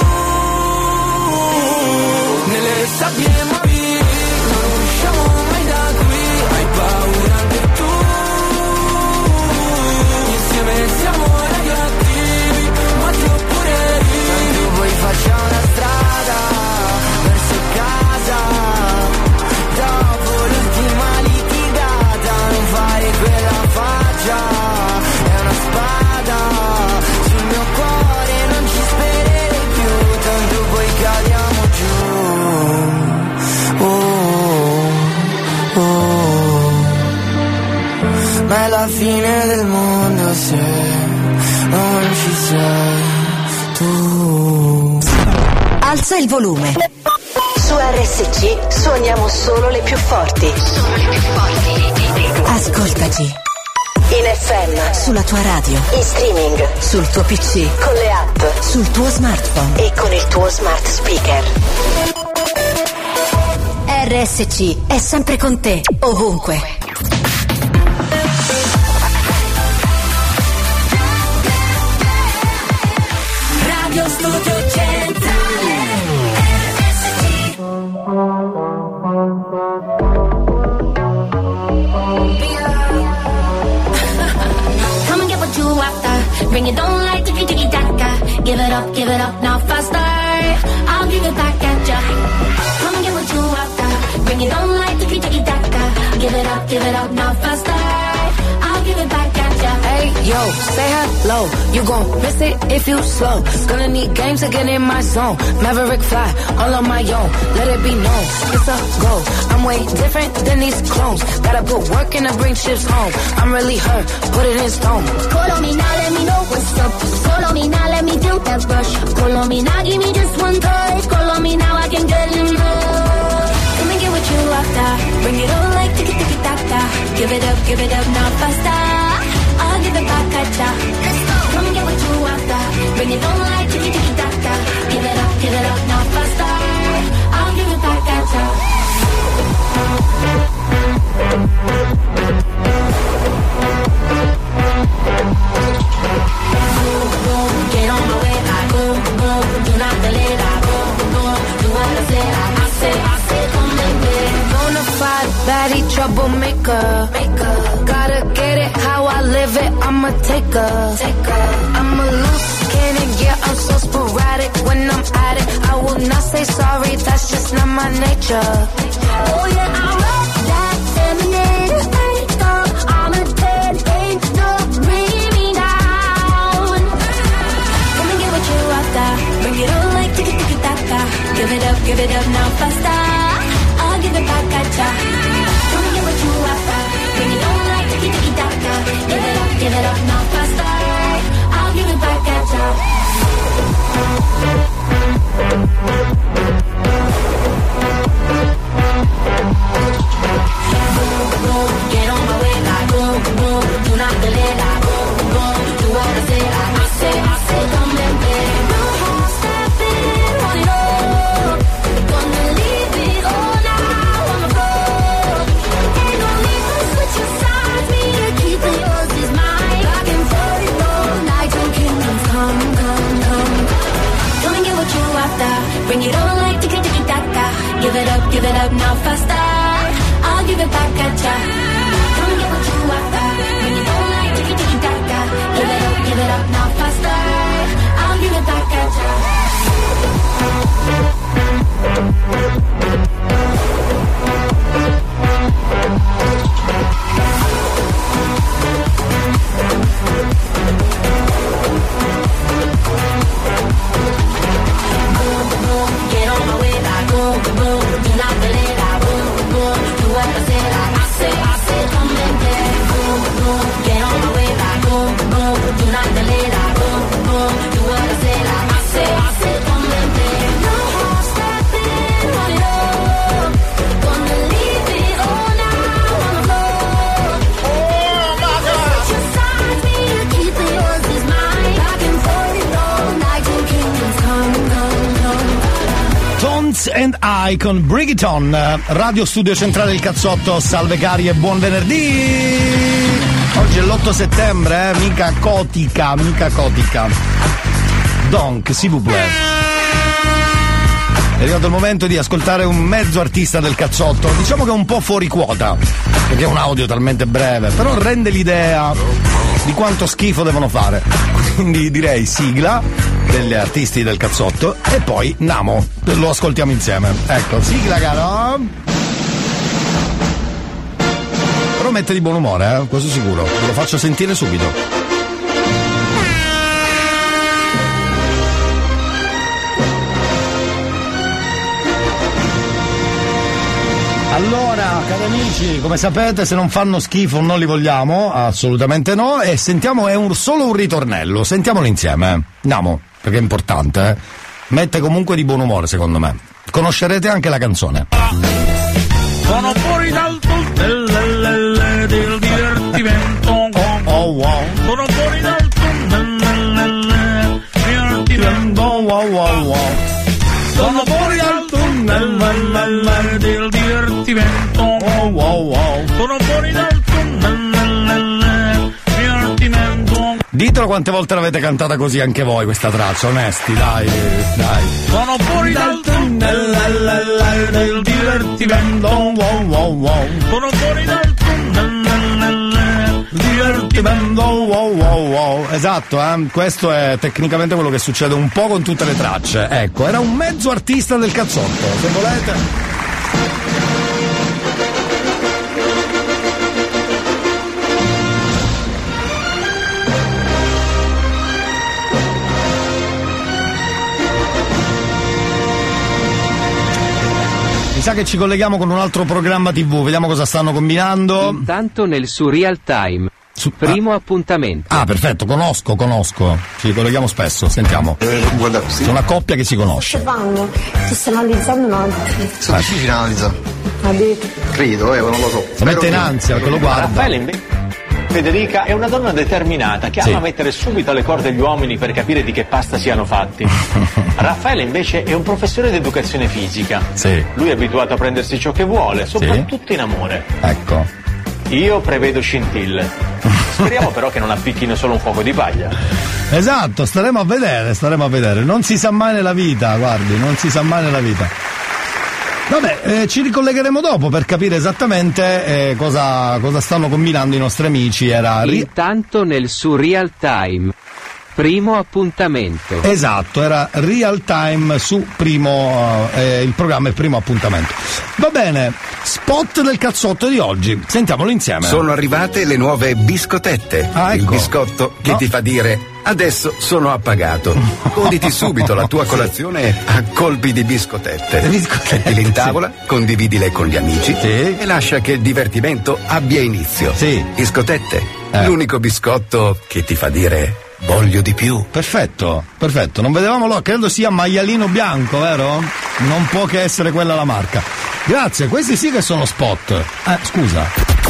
nelle sabbie mobili, non usciamo mai da qui, hai paura anche tu, insieme siamo radioattivi, morti oppure vivi. Tanto poi facciamo una strada verso casa, dopo l'ultima litigata, non fare quella faccia, è una spada sul mio cuore, non ci spererei più, tanto poi cadiamo giù. Oh, oh. Ma è la fine del mondo se non ci sei tu. Alza il volume. Su R S C suoniamo solo le più forti. Solo le più forti. Ascoltaci. In F M, sulla tua radio, in streaming, sul tuo P C, con le app, sul tuo smartphone e con il tuo smart speaker. R S C è sempre con te, ovunque. Radio Studio Centrale R S C. Come and get what you after. Bring it on like tiki tiki taka. Give it up, give it up now faster. I'll give it back at ya. Come and get what you after. Bring it on like tiki tiki taka. Give it up, give it up now faster. I'll give it back at ya. Hey yo, say hello. You gon' miss it if you slow. Gonna need games to get in my zone. Maverick fly, all on my own. Let it be known, it's a go. I'm way different than these clones. Gotta put work in to bring ships home. I'm really hurt, put it in stone. Call on me now, let me know what's up. Call on me now, let me do that brush. Call on me now, give me just one touch. Call on me now, I can get in love. Come and get what you after. Bring it on like tiki tiki taka. Give it up, give it up now faster. I'll give it back at ya. Let's go. Come and get what you after. Bring it on like tiki tiki taka. Give it up, give it up now faster. I'll give it back at ya. Get on my way, I go, go. Do not delay, I go, go. Do what I say, I, I say, I say, come and get it. Bonafide baddie troublemaker. Maker. Gotta get it how I live it. I'ma take her. Take her. I'm a loose cannon, yeah. I'm so sporadic when I'm at it. I will not say sorry. That's just not my nature. Oh yeah, I rock that and I con Bring It On. Radio Studio Centrale del Cazzotto, salve cari e buon venerdì. Oggi è l'otto settembre, eh? mica cotica, mica cotica. Donc, s'il vous plaît. È arrivato il momento di ascoltare un mezzo artista del cazzotto, diciamo che è un po' fuori quota, perché è un audio talmente breve, però rende l'idea di quanto schifo devono fare. Quindi direi sigla degli artisti del cazzotto e poi Namo, lo ascoltiamo insieme. Ecco, sigla caro. Però mette di buon umore, eh? Questo sicuro, ve lo faccio sentire subito. Allora, cari amici, come sapete, se non fanno schifo non li vogliamo, assolutamente no, e sentiamo, è un, solo un ritornello, sentiamolo insieme. Andiamo, perché è importante, eh. Mette comunque di buon umore, secondo me. Conoscerete anche la canzone. Sono fuori dal tunnel del divertimento. Oh, oh, wow. Sono fuori dal tunnel del divertimento. Wow, wow, wow. Sono fuori dal tunnel del divertimento. Oh, wow, wow. Sono fuori dal tunnel del divertimento. Ditelo quante volte l'avete cantata così anche voi questa traccia, onesti, dai, dai. Sono fuori dal tunnel del divertimento. Wow, wow, wow. Sono fuori dal tunnel del divertimento. Wow, wow, wow. Esatto, eh? Questo è tecnicamente quello che succede un po' con tutte le tracce. Ecco, era un mezzo artista del cazzotto, se volete. Mi sa che ci colleghiamo con un altro programma tivù, vediamo cosa stanno combinando. Intanto nel Surreal Time, su, primo ah. appuntamento. Ah, perfetto, conosco, conosco. Ci colleghiamo spesso, sentiamo. Eh, guarda, sì. C'è una coppia che si conosce. Che fanno? Ti stanno analizzando un altro. Sono difficili da analizzare. Addirittura. Credo, eh, non lo so. Si mette in ansia perché lo guarda. Raffaele invece. Federica è una donna determinata che ama sì. mettere subito alle corde gli uomini per capire di che pasta siano fatti. Raffaele invece è un professore di educazione fisica. Sì. Lui è abituato a prendersi ciò che vuole, soprattutto sì. in amore. Ecco. Io prevedo scintille. Speriamo però che non appicchino solo un fuoco di paglia. Esatto, staremo a vedere, staremo a vedere. Non si sa mai nella vita, guardi, non si sa mai nella vita. Vabbè, eh, ci ricollegheremo dopo per capire esattamente eh, cosa, cosa stanno combinando i nostri amici. Era ri- Intanto nel Surreal Time, primo appuntamento. Esatto, era Real Time su primo, eh, il programma il primo appuntamento. Va bene, spot del cazzotto di oggi, sentiamolo insieme. Sono arrivate le nuove biscotette. Ah, ecco. Il biscotto che no. ti fa dire adesso sono appagato. Goditi subito la tua colazione a colpi di biscotette. biscotette. Mettili in tavola, sì. condividile con gli amici sì. e lascia che il divertimento abbia inizio. Sì. Biscotette, eh. l'unico biscotto che ti fa dire voglio di più. Perfetto, perfetto. Non vedevamo l'ora, credo sia maialino bianco, vero? Non può che essere quella la marca. Grazie, questi sì che sono spot. Eh, scusa.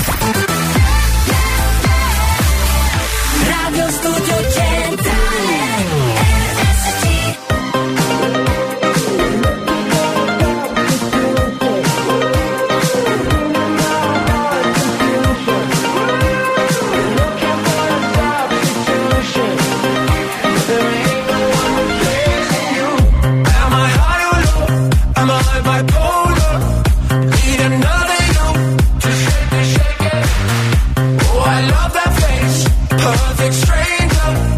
Radio Studio Centrale R S C. Am I high or low? Am I bipolar? Need another you to shake it, shake it. Oh, I love that face, perfect stranger.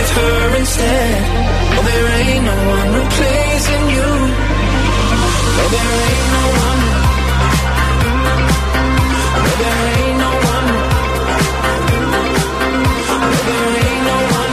her instead. Oh, there ain't no one replacing you. Oh, there ain't no one. Oh, there ain't no one. Oh, there ain't no one.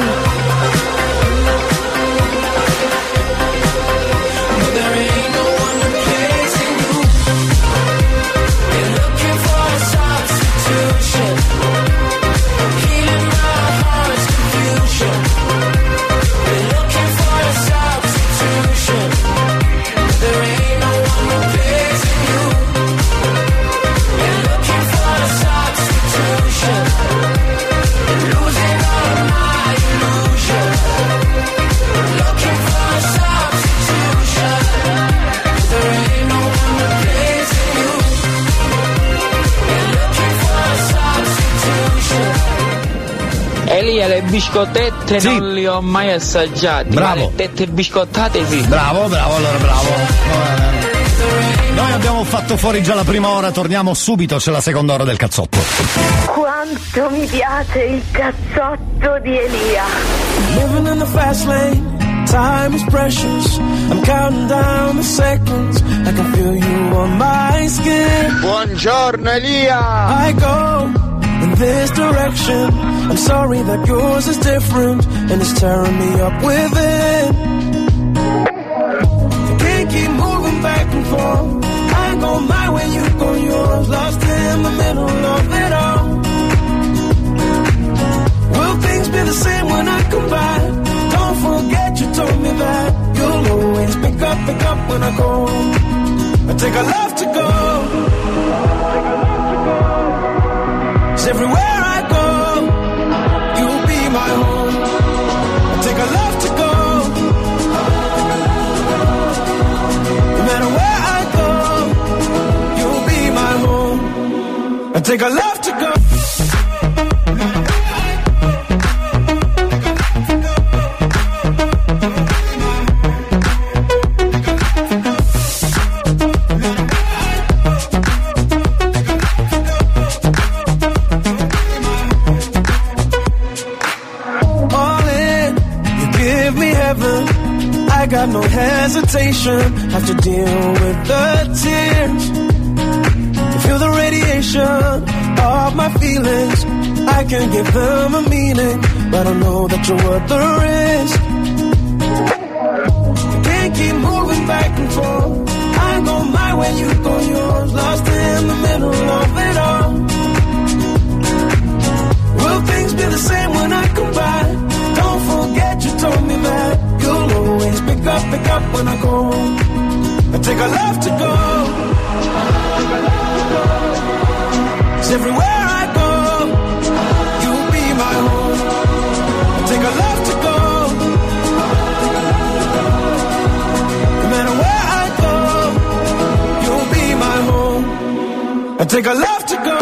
Oh, there ain't no one replacing you. You're looking for a substitution. Healing my heart's confusion. You're looking for a substitution. There ain't no one replacing you. You're looking for a substitution. Losing all my illusion. Looking for a substitution. There ain't no one replacing you. You're looking for a substitution. Elia, le biscottette Sì. non le ho mai assaggiate. Bravo. Ma le tette biscottate sì. Bravo, bravo, allora bravo. Noi abbiamo fatto fuori già la prima ora, torniamo subito, c'è la seconda ora del cazzotto. Quanto mi piace il cazzotto di Elia. Living in the fast lane, time is precious. I'm counting down the seconds. I can feel you on my skin. Buongiorno Elia. I go in this direction. I'm sorry that yours is different and it's tearing me up within. I can't keep moving back and forth. I go my way, you go yours. Lost in the middle of it all. Will things be the same when I come back? Don't forget you told me that you'll always pick up, pick up when I go. I take a love to go. 'Cause everywhere I go, you'll be my home. I take a love to go. No matter where I go, you'll be my home. I take a love to go. I got no hesitation, have to deal with the tears. To feel the radiation of my feelings, I can give them a meaning, but I know that you're worth the risk. I can't keep moving back and forth. I go my way, you go yours, lost in the middle of it all. Will things be the same when I come back? Don't forget you told me that you'll always pick up, pick up when I go. I take a love to go. 'Cause everywhere I go, you'll be my home. I take a love to go. No matter where I go, you'll be my home. I take a love to go.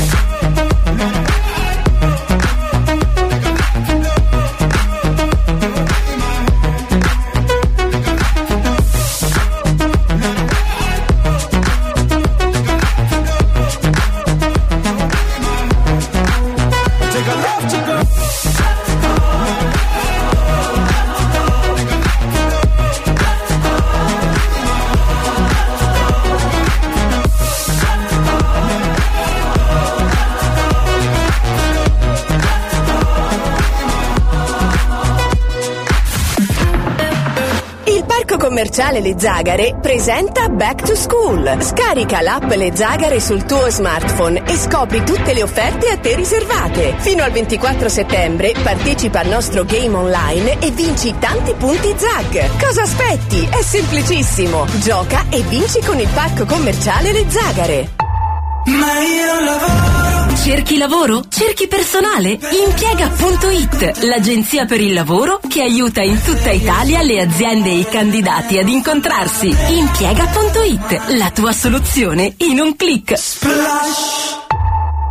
Commerciale Le Zagare presenta Back to School. Scarica l'app Le Zagare sul tuo smartphone e scopri tutte le offerte a te riservate. Fino al ventiquattro settembre partecipa al nostro game online e vinci tanti punti Zag. Cosa aspetti? È semplicissimo. Gioca e vinci con il pacco commerciale Le Zagare. Ma io lavoro. Cerchi lavoro? Cerchi personale? Impiega punto it, l'agenzia per il lavoro che aiuta in tutta Italia le aziende e i candidati ad incontrarsi. Impiega punto it, la tua soluzione in un click. Splash.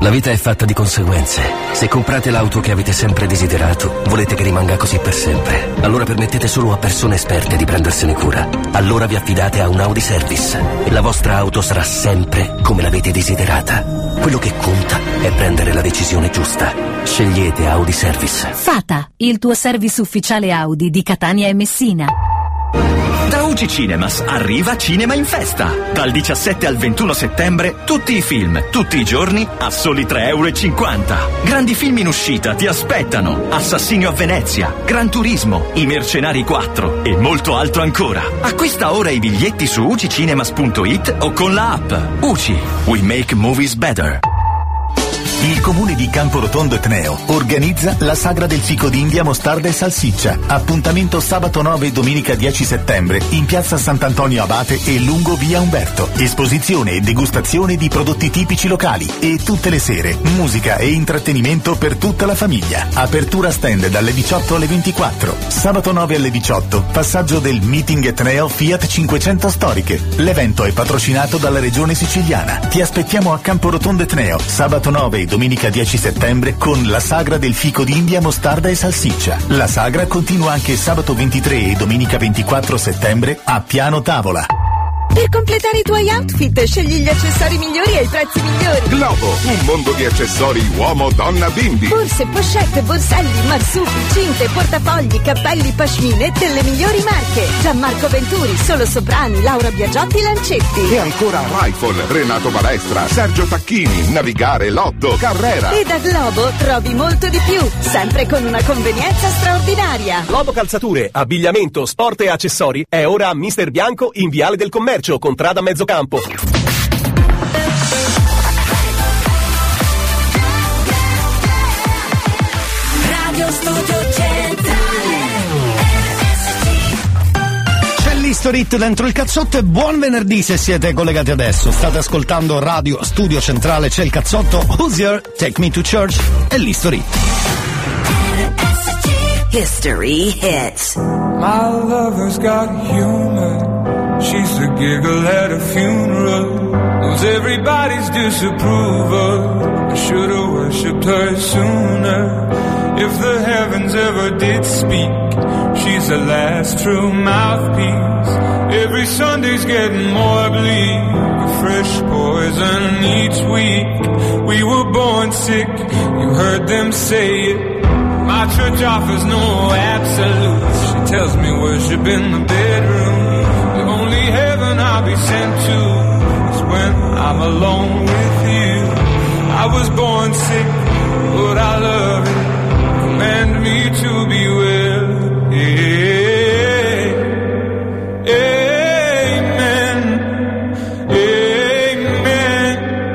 La vita è fatta di conseguenze. Se comprate l'auto che avete sempre desiderato, volete che rimanga così per sempre. Allora permettete solo a persone esperte di prendersene cura. Allora vi affidate a un Audi Service e la vostra auto sarà sempre come l'avete desiderata. Quello che conta è prendere la decisione giusta. Scegliete Audi Service. Fata, il tuo service ufficiale Audi di Catania e Messina. Da U C Cinemas arriva Cinema in Festa. Dal diciassette al ventuno settembre tutti i film, tutti i giorni a soli tre euro e cinquanta. Grandi film in uscita ti aspettano. Assassinio a Venezia, Gran Turismo, I Mercenari quattro e molto altro ancora. Acquista ora i biglietti su u c cinemas punto i t o con la app. U C I, we make movies better. Il comune di Camporotondo Etneo organizza la Sagra del Fico d'India Mostarda e Salsiccia. Appuntamento sabato nove e domenica dieci settembre in piazza Sant'Antonio Abate e lungo via Umberto. Esposizione e degustazione di prodotti tipici locali e tutte le sere musica e intrattenimento per tutta la famiglia. Apertura stand dalle diciotto alle ventiquattro. Sabato nove alle diciotto passaggio del Meeting Etneo Fiat cinquecento Storiche. L'evento è patrocinato dalla Regione Siciliana. Ti aspettiamo a Camporotondo Etneo sabato nove e domenica dieci settembre con la Sagra del Fico d'India Mostarda e Salsiccia. La sagra continua anche sabato ventitré e domenica ventiquattro settembre a Piano Tavola. Per completare i tuoi outfit, scegli gli accessori migliori ai prezzi migliori. Globo, un mondo di accessori uomo, donna, bimbi. Borse, pochette, borselli, marsupi, cinte, portafogli, cappelli, pashmine delle migliori marche. Gianmarco Venturi, Solo Soprani, Laura Biagiotti, Lancetti. E ancora Rifle, Renato Balestra, Sergio Tacchini, Navigare, Lotto, Carrera. E da Globo trovi molto di più, sempre con una convenienza straordinaria. Globo Calzature, abbigliamento, sport e accessori è ora a Mister Bianco in Viale del Commercio. Contrada Mezzocampo. Radio Studio Centrale. C'è l'Historit dentro il cazzotto e buon venerdì se siete collegati adesso. State ascoltando Radio Studio Centrale, c'è il cazzotto, Who's Here, Take Me to Church e l'Historit. History hits. My lover's got humor. She's the giggle at a funeral. Knows everybody's disapproval. I should've worshipped her sooner. If the heavens ever did speak, she's the last true mouthpiece. Every Sunday's getting more bleak. A fresh poison each week. We were born sick, you heard them say it. My church offers no absolutes. She tells me worship in the bedroom. The only heaven I'll be sent to is when I'm alone with you. I was born sick, but I love it. Command me to be well. Yeah. Amen. Amen.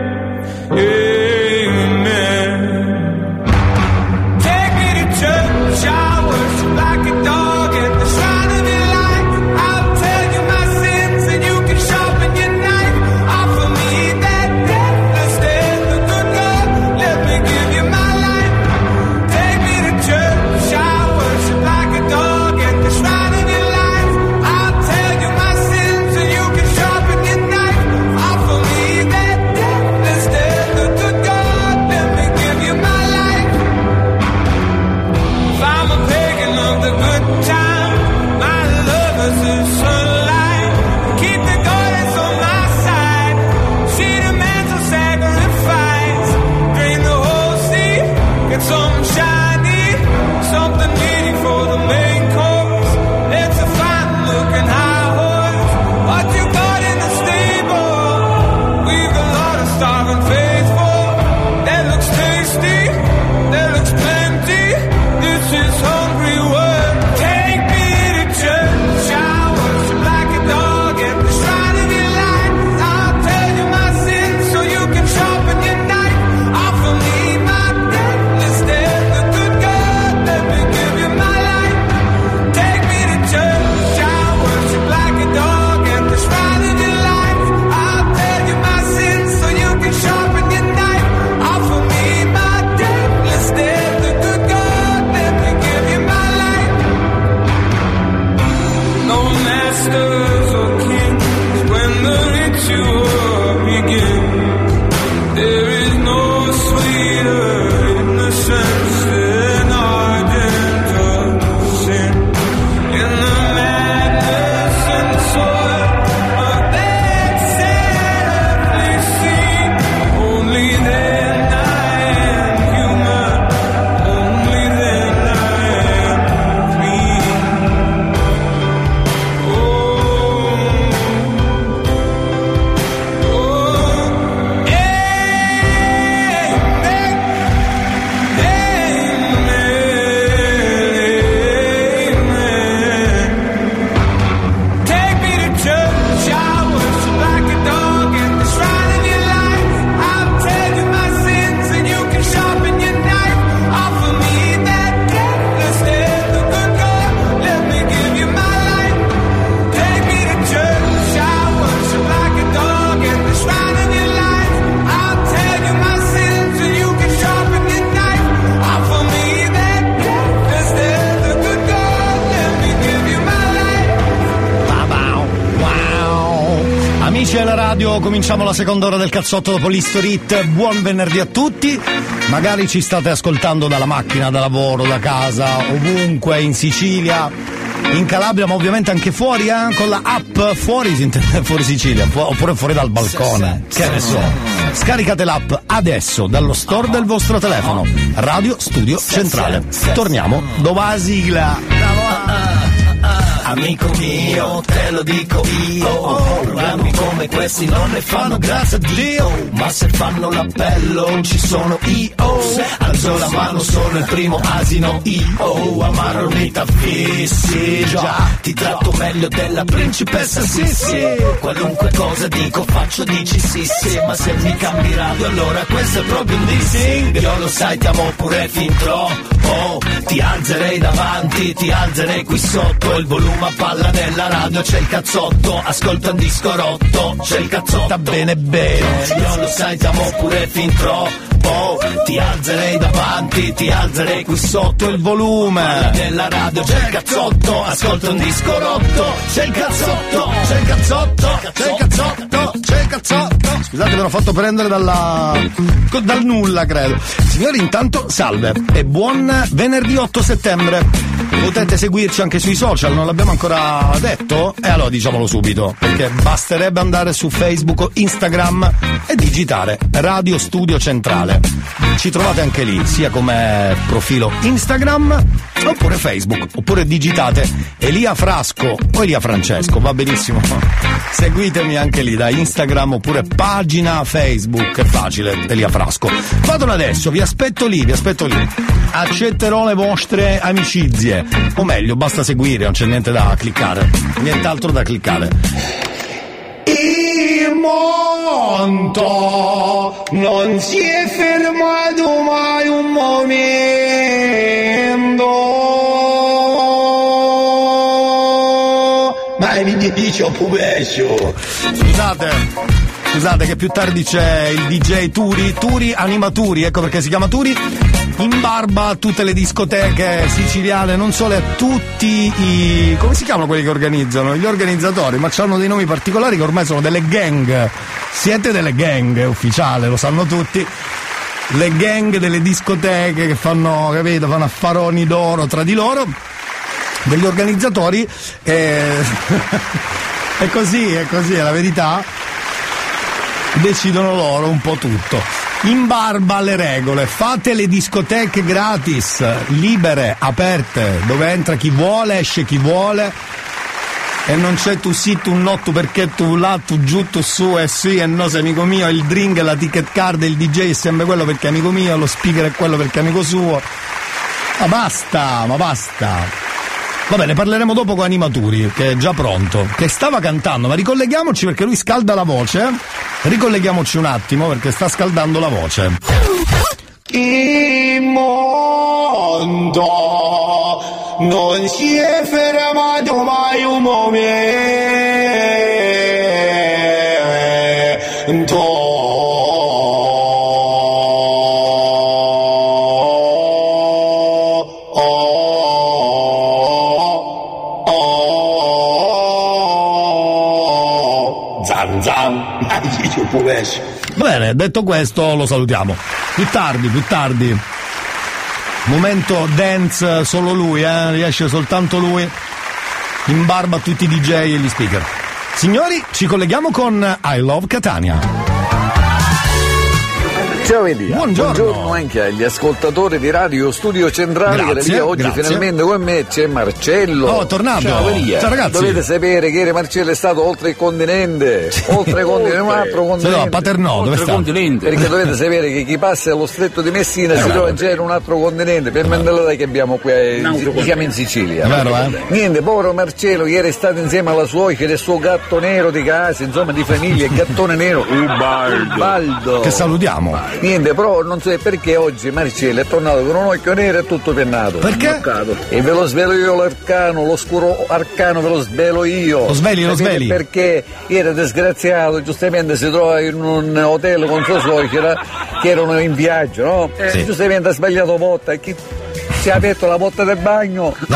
Amen. Take me to church, I worship like a dog at the shrine of your light. I'll tell you my sins and you can sharpen your knife. Offer me that deathless death, the good God, let me give you my life. Take me to church, I worship like a dog at the shrine of your life. I'll tell you my sins and you can sharpen your knife. Offer me that deathless death, the good God, let me give you my life. If I'm a pagan of the good time, my lover's the sunlight. Keep the goddess on my side. She demands a sacrifice. Drain the whole sea, get some shiny, something needy for the main course. It's a fine looking high horse. What you got in the stable? We've a lot of starving faithful. That looks tasty, that looks plenty. This is hungry work. Take me to church, I worship like a dog at the shrine of your light. I'll tell you my sins so you can sharpen your knife. Offer me my deathless death, the good God, let me give you my life. Take me to church, I worship like a dog at the shrine of your light. I'll tell you my sins so you can sharpen your knife. Offer me my deathless death, the good God, let me give you my life. No masters or kings when the ritual begins. There is no sway Amici della radio, cominciamo la seconda ora del cazzotto dopo l'History Hit. Buon venerdì a tutti. Magari ci state ascoltando dalla macchina, da lavoro, da casa, ovunque, in Sicilia, in Calabria, ma ovviamente anche fuori, eh? Con la app fuori, si intende fuori Sicilia, fu- oppure fuori dal balcone. Che ne so. Scaricate l'app adesso dallo store del vostro telefono. Radio Studio Centrale. Torniamo dopo la sigla. Amico mio, te lo dico io, programmi come questi non ne fanno grazie a Dio, ma se fanno l'appello ci sono io, alzo la mano, sono il primo asino io, amaro vita fissi, già, ti tratto meglio della principessa Sissi, qualunque cosa dico faccio dici sì sì, ma se mi cambi radio allora questo è proprio un dissing, io lo sai ti amo pure fin troppo, ti alzerei davanti, ti alzerei qui sotto, il volume a palla nella radio, c'è il cazzotto, ascolta un disco rotto, c'è il cazzotto, sta bene bene, io lo sai ti amo pure fin troppo, ti alzerei davanti, ti alzerei qui sotto, il volume nella radio, c'è il cazzotto, ascolta un disco rotto, c'è il cazzotto, c'è il cazzotto, c'è il cazzotto, c'è il cazzotto. Scusate, mi hanno fatto prendere dalla dal nulla, credo. Signori, intanto salve e buon venerdì otto settembre. Potete seguirci anche sui social, non l'abbiamo ancora detto? E allora diciamolo subito, perché basterebbe andare su Facebook o Instagram e digitare Radio Studio Centrale. Ci trovate anche lì, sia come profilo Instagram oppure Facebook, oppure digitate Elia Frasco o Elia Francesco, va benissimo. Seguitemi anche lì da Instagram oppure pagina Facebook, è facile, Elia Frasco. Fatelo adesso, vi aspetto lì, vi aspetto lì. Accetterò le vostre amicizie, o meglio, basta seguire, non c'è niente da cliccare, nient'altro da cliccare. Il mondo non si è fermato mai un momento, ma mi dice un po' peggio. Scusate. Scusate che più tardi c'è il D J Turi, Turi Animaturi, ecco perché si chiama Turi, in barba a tutte le discoteche siciliane, non solo a tutti i... come si chiamano quelli che organizzano? Gli organizzatori, ma hanno dei nomi particolari che ormai sono delle gang. Siete delle gang, è ufficiale, lo sanno tutti. Le gang delle discoteche che fanno, capito, fanno affaroni d'oro tra di loro, degli organizzatori, e... è così, è così, è la verità. Decidono loro un po' tutto, in barba alle regole. Fate le discoteche gratis, libere, aperte, dove entra chi vuole, esce chi vuole, e non c'è tu sì, tu no, tu perché, tu là, tu giù, tu su, e sì e no, sei amico mio, il drink, la ticket card, il D J è sempre quello perché è amico mio, lo speaker è quello perché è amico suo. Ma basta, ma basta. Vabbè, ne parleremo dopo con Animaturi, che è già pronto, che stava cantando, ma ricolleghiamoci perché lui scalda la voce. Ricolleghiamoci un attimo perché sta scaldando la voce. Il mondo non si è fermato mai un momento. Va bene, detto questo lo salutiamo. Più tardi, più tardi. Momento dance, solo lui, eh? Riesce soltanto lui. In barba a tutti i D J e gli speaker. Signori, ci colleghiamo con I Love Catania. Ciao Elia, buongiorno. buongiorno anche agli ascoltatori di Radio Studio Centrale. Grazie, che Elia, oggi grazie. finalmente con me c'è Marcello. Oh, tornato. Ciao Elia. Ciao ragazzi. Dovete sapere che ieri Marcello è stato oltre il continente. Oltre il continente, un altro continente. No, a Paternò, dove sta? Perché dovete sapere che chi passa allo stretto di Messina eh, si vero. trova già in un altro continente. Per Mandela che abbiamo qui, eh, siamo in Sicilia. È vero, eh? Niente, povero Marcello, ieri è stato insieme alla suocera e il suo gatto nero di casa, insomma di famiglia, il gattone nero, Ubaldo. Baldo. Che salutiamo. Niente, però non so perché oggi Marcello è tornato con un occhio nero e tutto pennato. Perché? E ve lo svelo io l'arcano, l'oscuro arcano ve lo svelo io. Lo sveli, lo Sapete sveli. Perché era disgraziato, giustamente si trova in un hotel con sua suocera che erano in viaggio, no? Sì. Giustamente ha sbagliato botta e chi si è aperto la porta del bagno. No.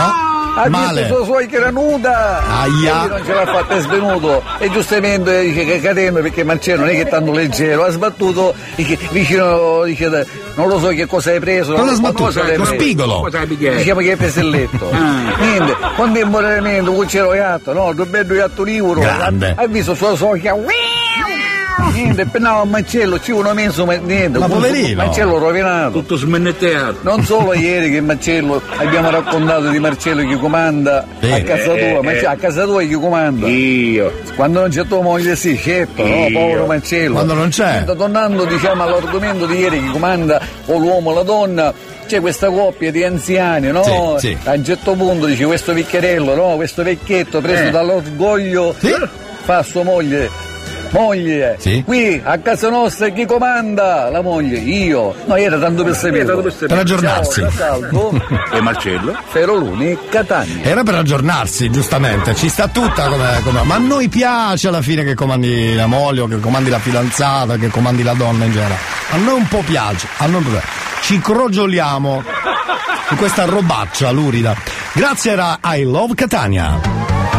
ha Male. visto sua suocera che era nuda. Aia. E non ce l'ha fatta, è svenuto. E giustamente dice che cadendo, perché Marcello non è che è tanto leggero, ha sbattuto dice, vicino, dice, non lo so che cosa hai preso. Cosa ha sbattuto? Cosa l'hai Lo preso? spigolo. Diciamo che è preso il letto. Niente, contemporaneamente un c'era gatto, no, due bello gatto livoro. Grande. Ha visto sua suocera. Niente, pennava Marcello, ci uno messo, ma niente. Ma poverino. Marcello rovinato. Tutto smennettato. Non solo ieri che Marcello, abbiamo raccontato di Marcello che comanda sì. a casa tua, Eh, ma eh. a casa tua chi comanda? Io. Quando non c'è tua moglie sì, certo, no, Io. povero Marcello. Quando non c'è. Tornando diciamo all'argomento di ieri che comanda o l'uomo o la donna, c'è questa coppia di anziani, no? Sì, sì. A un certo punto dice questo vecchierello, no? Questo vecchietto preso Eh. dall'orgoglio Sì. fa a sua moglie. Moglie, Sì. qui a casa nostra chi comanda? La moglie, io. No, era tanto per sapere. Per aggiornarsi. Ciao, Salvo. E Marcello? Feroluni, Catania. Era per aggiornarsi, giustamente, ci sta tutta come, come- ma a noi piace alla fine che comandi la moglie o che comandi la fidanzata, che comandi la donna in genere. A noi un po' piace, a noi un po' piace. Ci crogioliamo in questa robaccia lurida. Grazie era I Love Catania.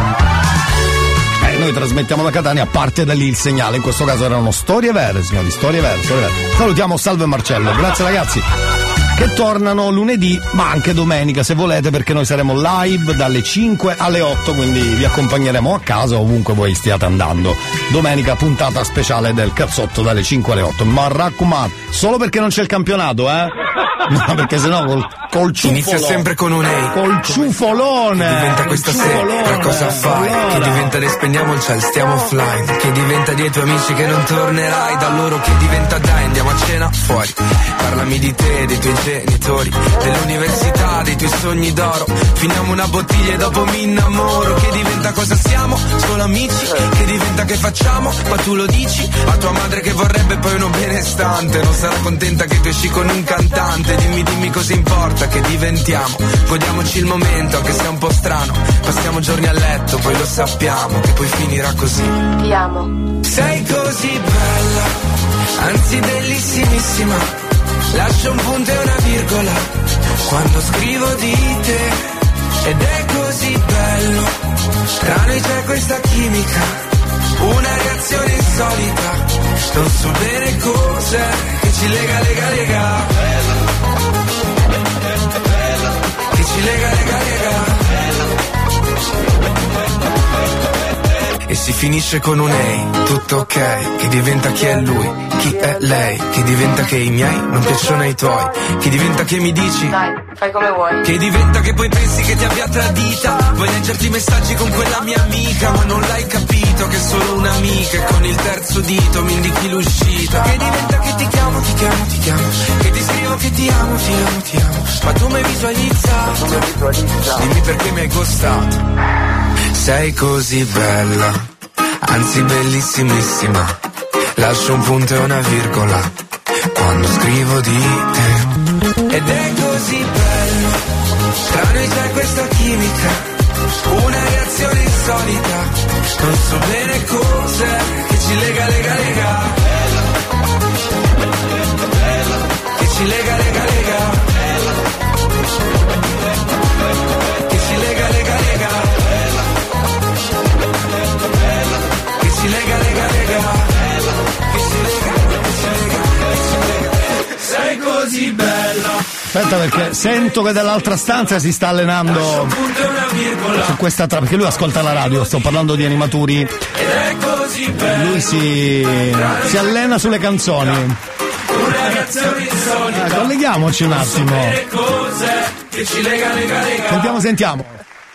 Eh, noi trasmettiamo da Catania, parte da lì il segnale, in questo caso erano storie vere, signori, storie vere, storie vere. Salutiamo Salvo e Marcello, grazie ragazzi. Che tornano lunedì, ma anche domenica se volete, perché noi saremo live dalle cinque alle otto, quindi vi accompagneremo a casa ovunque voi stiate andando. Domenica puntata speciale del cazzotto dalle cinque alle otto. Ma raccomando, solo perché non c'è il campionato, eh? No, perché sennò col, col ciuffolo. Inizia sempre con un ehi. Col ciuffolone. Che diventa questa Il sera, ciuffolone. cosa fai? Allora. Che diventa ne spegniamo il ciel, stiamo offline. Che diventa dei tuoi amici che non tornerai. Da loro che diventa dai, andiamo a cena fuori. Parlami di te, dei tuoi genitori, dell'università, dei tuoi sogni d'oro. Finiamo una bottiglia e dopo mi innamoro. Che diventa cosa siamo? Solo amici. Che diventa che facciamo? Ma tu lo dici a tua madre che vorrebbe poi uno benestante. Non sarà contenta che tu esci con un cantante. Dimmi, dimmi cosa importa che diventiamo. Godiamoci il momento anche se è un po' strano. Passiamo giorni a letto, poi lo sappiamo che poi finirà così. Ti amo. Sei così bella, anzi bellissimissima. Lascio un punto e una virgola quando scrivo di te. Ed è così bello, tra noi c'è questa chimica, una reazione insolita. Non so bene cos'è che ci lega, lega, lega. Che ci lega, lega, lega. E si finisce con un ehi, tutto ok. Che diventa chi è lui, chi è lei. Che diventa che i miei non piacciono ai tuoi. Che diventa che mi dici Dai, fai come vuoi. che diventa che poi pensi che ti abbia tradita. Vuoi leggerti i messaggi con quella mia amica, ma non l'hai capito che è solo un'amica. E con il terzo dito mi indichi l'uscita. Che diventa che ti chiamo, ti chiamo, ti chiamo. Che ti scrivo che ti amo, ti amo, ti amo. Ma tu mi hai visualizzato. Dimmi perché mi hai costato. Sei così bella, anzi bellissimissima. Lascio un punto e una virgola quando scrivo di te. Ed è così bello, tra noi c'è questa chimica, una reazione insolita. Non so bene cos'è che ci lega, lega, lega. Che ci lega, lega, lega. Che ci lega, lega, lega. Che ci lega, lega, lega. Che ci lega, che ci lega, che ci lega. Sei così bella. Aspetta perché sento che dall'altra stanza si sta allenando su questa trappola, perché lui ascolta la radio, sto parlando di animaturi. Ed è così bella. Lui si, si allena sulle canzoni. Una reazione insolita. Eh, colleghiamoci un attimo. Sapere cos'è che ci lega, lega, lega. Sentiamo, sentiamo.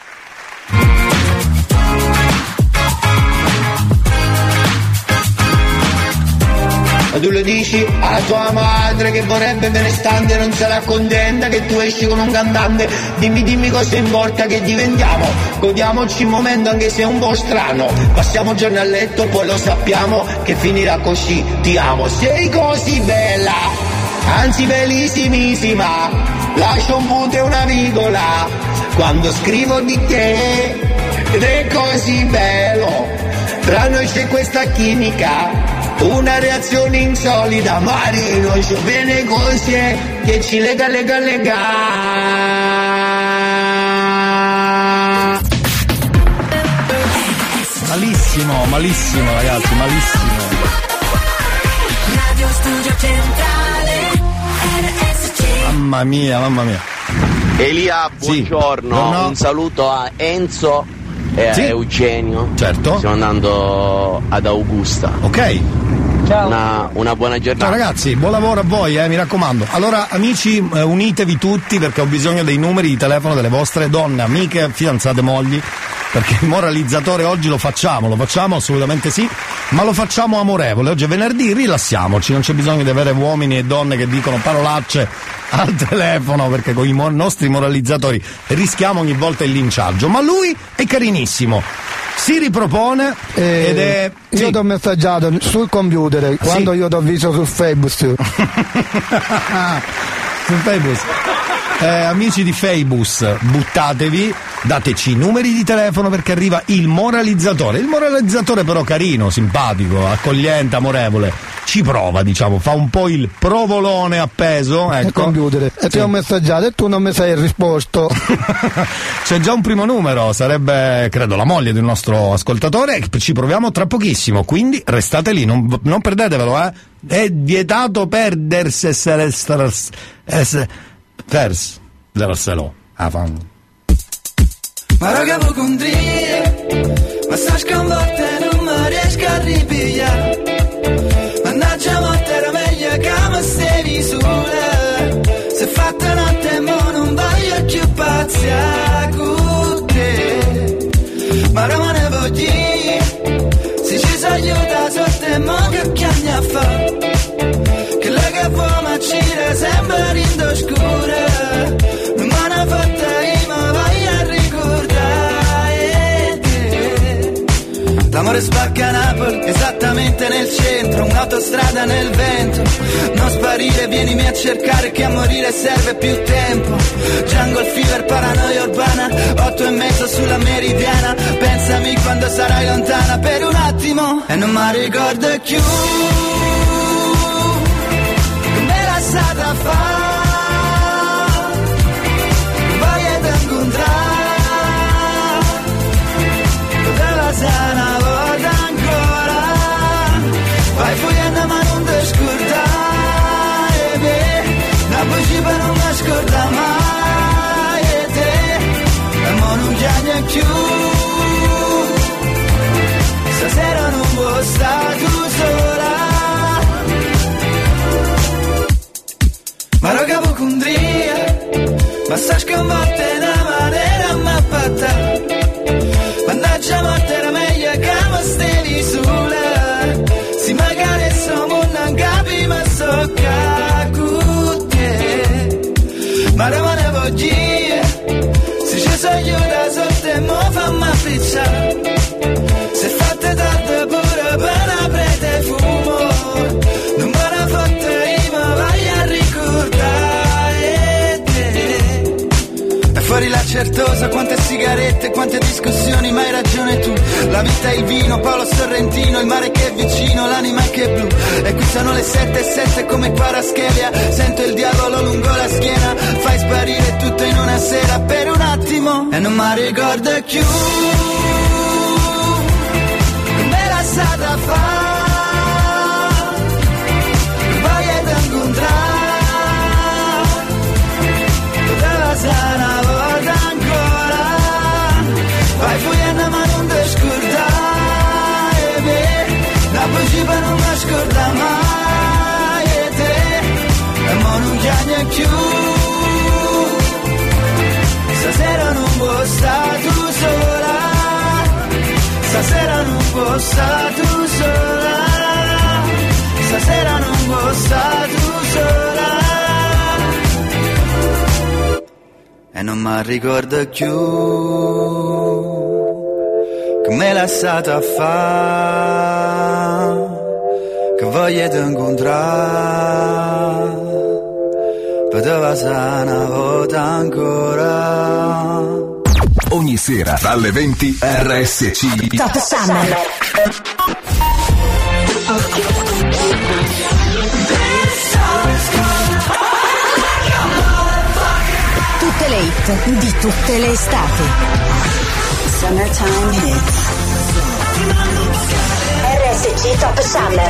Ma tu lo dici a tua madre che vorrebbe benestante e non sarà contenta che tu esci con un cantante. Dimmi, dimmi cosa importa che diventiamo. Godiamoci il momento anche se è un po' strano. Passiamo giorni a letto poi lo sappiamo che finirà così. Ti amo, sei così bella, anzi bellissimissima. Lascio un punto e una virgola quando scrivo di te. Ed è così bello, tra noi c'è questa chimica, una reazione insolita. Mari, non so bene cos'è che ci lega, lega, lega. malissimo, malissimo ragazzi, malissimo. Radio Studio Centrale R S C. Mamma mia, mamma mia. Elia, buongiorno, Sì. un saluto a Enzo e Sì. a Eugenio. Certo. Stiamo andando ad Augusta. Ok. Ciao. Una, una buona giornata. Ciao ragazzi, buon lavoro a voi, eh, mi raccomando. Allora amici, eh, unitevi tutti perché ho bisogno dei numeri di telefono delle vostre donne, amiche, fidanzate, mogli, perché il moralizzatore oggi lo facciamo, lo facciamo assolutamente sì, ma lo facciamo amorevole. Oggi è venerdì, rilassiamoci, non c'è bisogno di avere uomini e donne che dicono parolacce al telefono, perché con i mo- nostri moralizzatori rischiamo ogni volta il linciaggio. Ma lui è carinissimo, si ripropone Eh, ed è... Io sì. ti ho messaggiato sul computer quando io ti ho visto su Facebook. Su Facebook. Eh, amici di Facebook, buttatevi, dateci i numeri di telefono perché arriva il moralizzatore. Il moralizzatore però carino, simpatico, accogliente, amorevole. Ci prova, diciamo, fa un po' il provolone appeso, ecco. Il computer. E Sì. ti ho messaggiato e tu non mi sei risposto. C'è già un primo numero, sarebbe credo la moglie del nostro ascoltatore, ci proviamo tra pochissimo, quindi restate lì, non, non perdetevelo, eh. È vietato perdersi verselo. Ah, fan. Ma raga vuoi condire, ma sta sconvolta e non mi riesco a ripigliare. Mannaggia morte era meglio che mi stavi sola. Se fatta notte e mo non voglio più pazzia con te. Ma non me ne voglio, se ci si aiuta sotto e mo che chiami a fa. Che la che può ma ci sembra rindo scura. Non me ne fatta io ma voglio a ricordare te. L'amore spacca Napoli, esattamente nel centro, un'autostrada nel vento. Non sparire, vienimi a cercare che a morire serve più tempo. Jungle fever, paranoia urbana, otto e mezzo sulla meridiana. Pensami quando sarai lontana per un attimo e non mi ricordo più. Come la stata fa? Voglio te incontrare. Poteva essere una volta ancora. Vai fuggendo ma non ti scordare me. La voce per non mi scorda mai e te. E mo non chiami più. Stasera non vuoi stare tu sola. Ma raga vuoi condria, ma sta sconvolta in una maniera mappata. Mannaggia morte era meglio che mi stavi sola. Si magari siamo non capi ma so con te. Ma non me ne voglio, se ci sono io da sotto e mo fammi appicciare. Se fate tardi pure per aprire fumo. Non me ne fotte io ma vai a ricordare te. E fuori la certosa, quante sigarette, quante discussioni, ma hai ragione tu. La vita è il vino, Paolo Sorrentino, il mare che è vicino, l'anima che è blu. E qui sono le sette e sette come Paraschelia. Sento il diavolo lungo la schiena. Fai sparire tutto in una sera per un attimo e non mi ricordo più. Come la stata fa? Voglio te incontrare. Poteva essere una volta ancora. Vai fuggendo ma non ti scordare me. La voce per non mi scorda mai e te. E mo non chiami più. Stasera non vuoi stare tu sola. Stasera non vuoi stare tu sola. Stasera non vuoi stare tu sola. E non mi ricordo più come la stata a fa. Che voglio te incontrare. Poteva essere una volta ancora. Ogni sera dalle venti R S C Top Summer. Tutte le hit di tutte le estati. Summertime Hits. R S C Top Summer.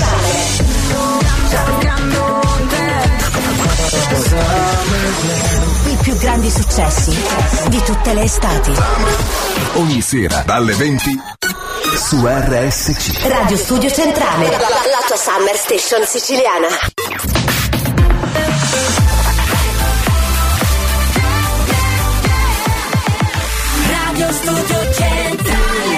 I più grandi successi di tutte le estati. Ogni sera dalle venti su R S C. Radio Studio Centrale, la, la, la tua Summer Station siciliana. Radio Studio Centrale.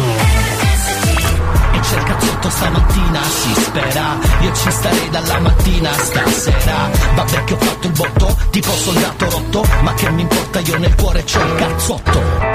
E c'è il cazzotto stamattina, si spera. Io ci starei dalla mattina stasera. Vabbè che ho fatto il botto, tipo soldato rotto. Ma che mi importa, io nel cuore c'ho il cazzotto.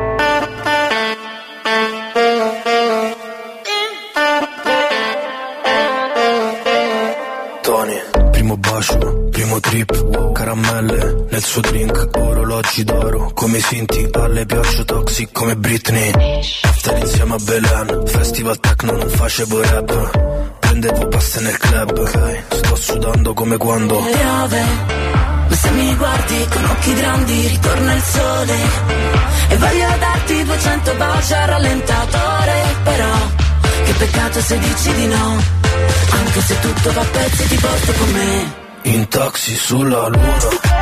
Primo bacio, primo trip, caramelle nel suo drink, orologi d'oro, come Sinti, alle piaccio toxic come Britney. After insieme a Belen, festival techno non facevo rap, prendevo paste nel club, okay. Sto sudando come quando piove, ma se mi guardi con occhi grandi ritorna il sole. E voglio darti duecento baci al rallentatore, però che peccato se dici di no. Anche se tutto va a pezzi ti porto con me. In taxi sulla luna,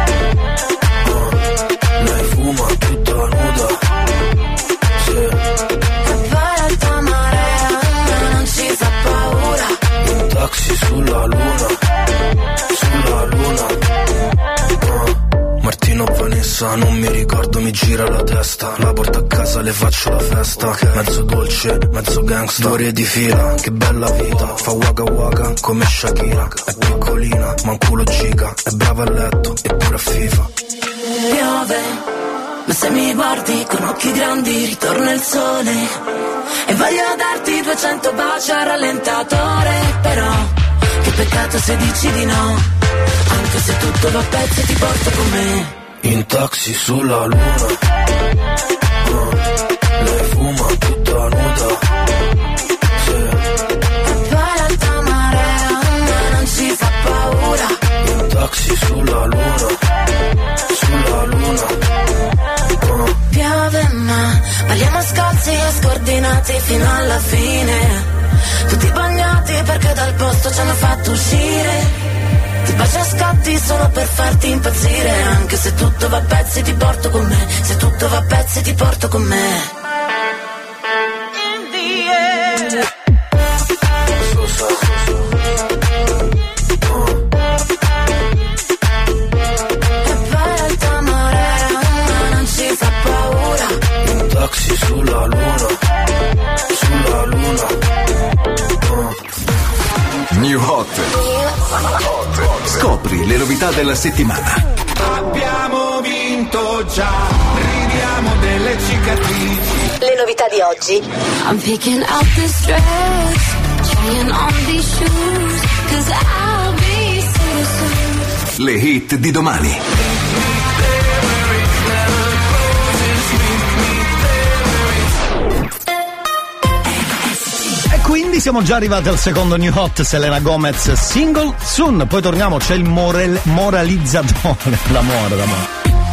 uh, lei fuma tutta nuda, sì. E poi alta marea, non ci fa paura. In taxi sulla luna, sulla luna, uh. Martino Vanessa, non mi ricordo, mi gira la testa. La porto a casa, le faccio la festa, okay. Mezzo dolce, mezzo gangsta, due ore di fila, che bella vita. Fa waka waka come Shakira. È piccolina, ma un culo giga. È brava a letto, eppure a FIFA. Piove, ma se mi guardi con occhi grandi ritorna il sole. E voglio darti duecento baci al rallentatore, però che peccato se dici di no. Anche se tutto va a pezzi ti porto con me. In taxi sulla luna, uh, lei fuma tutta nuda, sì. E poi alta marea, non ci fa paura. In taxi sulla luna, sulla luna, uh. Piove ma balliamo scalzi e scordinati fino alla fine. Tutti bagnati perché dal posto ci hanno fatto uscire. Ti bacio a scatti solo per farti impazzire. Anche se tutto va a pezzi ti porto con me. Se tutto va a pezzi ti porto con me. In the end. So, so, so, so. Uh. E poi alta marea, non ci fa paura. In taxi sulla luna, sulla luna, uh. New Hot. Scopri le novità della settimana. Abbiamo vinto già, ridiamo delle cicatrici. Le novità di oggi. I'm picking out this dress, trying on these shoes, cause I'll be single soon. Le hit di domani. Quindi siamo già arrivati al secondo New Hot, Selena Gomez, Single Soon. Poi torniamo, c'è il moral, moralizzatore. L'amore, l'amore.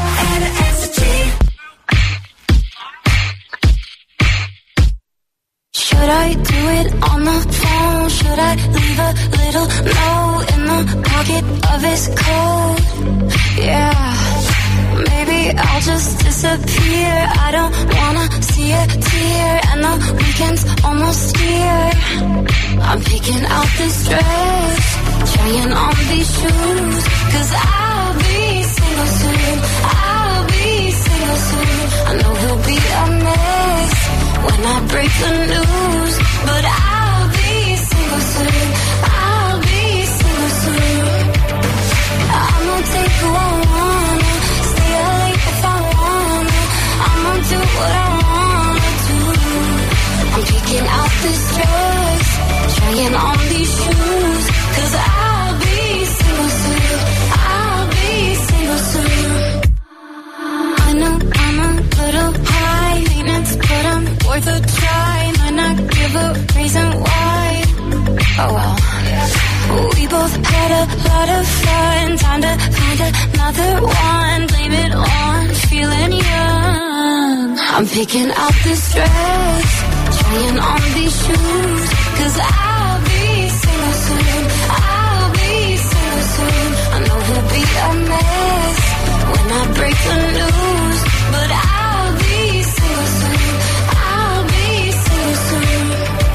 Should I do it on the phone? Should I leave a little note in the pocket of his coat? Yeah. Maybe I'll just disappear. I don't wanna see a tear, and the weekend's almost here. I'm picking out this dress, trying on these shoes, cause I'll be single soon. I'll be single soon. I know he'll be a mess when I break the news, but I'll be single soon. I'll be single soon. I'm gonna take who I wanna. If I wanna, I'ma do what I wanna do. I'm picking out this dress, trying on these shoes, cause I'll be single soon. I'll be single soon. I know I'm a little high maintenance, but I'm worth a try. Might not give a reason why. Oh well. We both had a lot of fun. Time to find another one. Blame it on feeling young. I'm picking out this dress, trying on these shoes, 'cause I'll be single soon, I'll be single soon. I know he'll be a mess when I break the news, but I'll be single soon, I'll be single soon.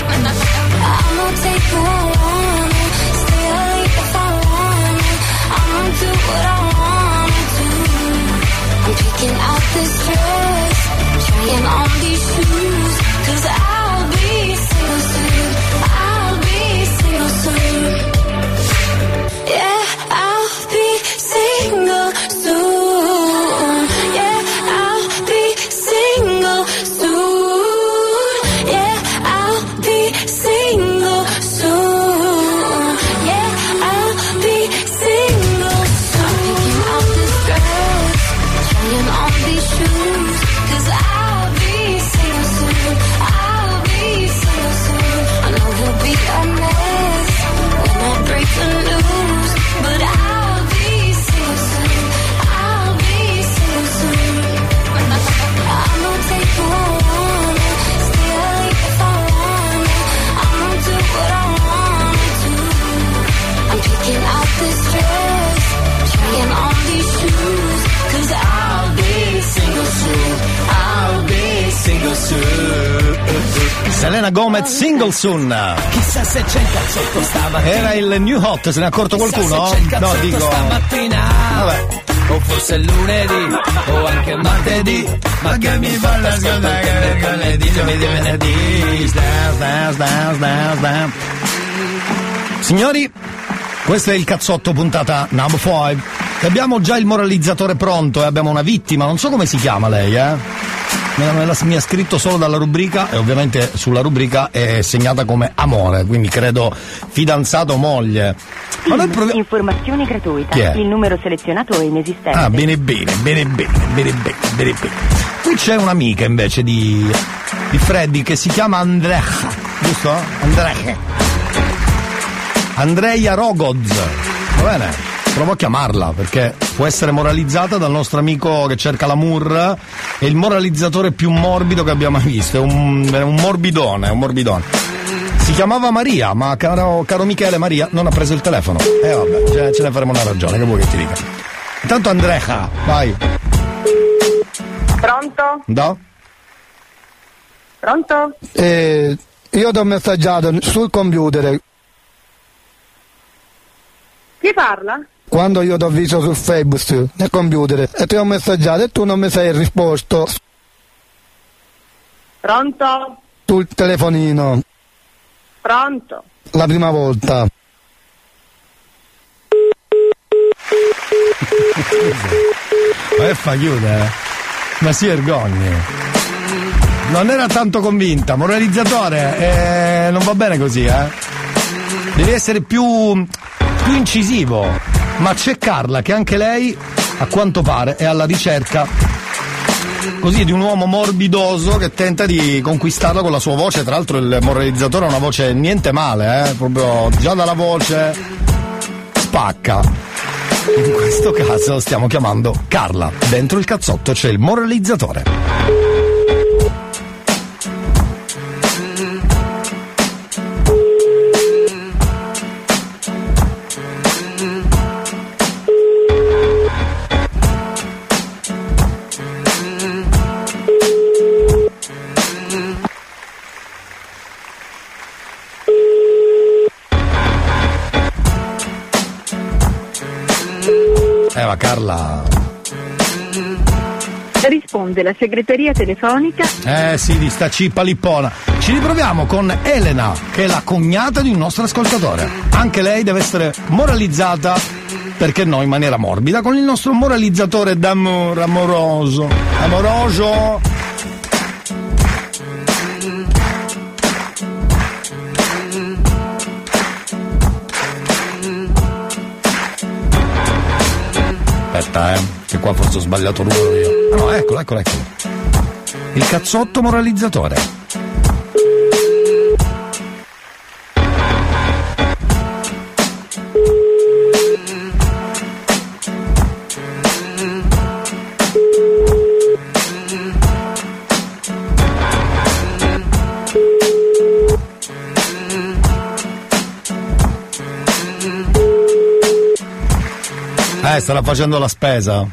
I'm gonna take who I want, stay late if I want, I'm gonna do what I wanna do. I'm picking out this dress, trying on these shoes, 'cause I'll be single soon, I'll be single soon. Yeah, I'll be single soon. Yeah, I'll be single soon. Yeah, I'll be single soon. Yeah, I'll be single soon. Picking out this dress, trying on these shoes, 'cause I'll be single soon, I'll be single soon. I know he'll be a mess when I break the news, but I'll be single soon, I'll be single soon. I'm gonna take who I want, stay late if I want, I'm gonna do what I wanna do. I'm picking out this dress, trying on these shoes, 'cause I'll be single soon, I'll be single soon. Selena Gomez, Single Soon. Chissà se c'è il cazzotto stamattina. Era il new hot, se ne è accorto qualcuno? Chissà se c'è il No, cazzotto dico. stamattina. Vabbè. O forse lunedì, o anche martedì. Ma che mi fa la scorda che mercoledì, giovedì, venerdì. Stas, stas, stas, stas, stas. Signori, questo è il cazzotto puntata number five. Abbiamo già il moralizzatore pronto e abbiamo una vittima, non so come si chiama lei, eh? Me la- me la- mi ha scritto solo dalla rubrica e ovviamente sulla rubrica è segnata come amore, quindi credo fidanzato o moglie. Ma noi provi- Informazione gratuita. Chi è? Il numero selezionato è inesistente. Ah, bene bene, bene bene, bene bene, bene bene. Qui c'è un'amica invece di, di Freddy che si chiama Andrea, giusto? Andrea. Andreia Rogoz. Va bene? Provo a chiamarla perché può essere moralizzata dal nostro amico che cerca l'amour. È il moralizzatore più morbido che abbiamo mai visto. È un, è un morbidone, è un morbidone. Si chiamava Maria, ma caro, caro Michele, Maria non ha preso il telefono. E eh, vabbè, ce, ce ne faremo una ragione, che vuoi che ti dica. Intanto Andrea, vai. Pronto? Da? Pronto? Eh, io ti ho messaggiato sul computer Chi parla? quando io ti ho visto su Facebook nel computer e ti ho messaggiato e tu non mi sei risposto Pronto? sul telefonino Pronto? la prima volta. Ma è fa chiude, eh? Ma si vergogni. Non era tanto convinta, moralizzatore, eh, non va bene così, eh? Devi essere più, più incisivo. Ma c'è Carla che anche lei, a quanto pare, è alla ricerca così di un uomo morbidoso che tenta di conquistarla con la sua voce. Tra l'altro il moralizzatore ha una voce niente male, eh? Proprio già dalla voce spacca. In questo caso stiamo chiamando Carla. Dentro il cazzotto c'è il moralizzatore. Eh, ma Carla. Risponde la segreteria telefonica. Eh sì, di sta cippa lippona. Ci riproviamo con Elena, che è la cognata di un nostro ascoltatore. Anche lei deve essere moralizzata, perché no, in maniera morbida, con il nostro moralizzatore d'amore, amoroso. Amoroso. Aspetta, eh, che qua forse ho sbagliato il numero io. Ah, no, eccolo, eccolo, eccolo. Il cazzotto moralizzatore. Eh, starà facendo la spesa.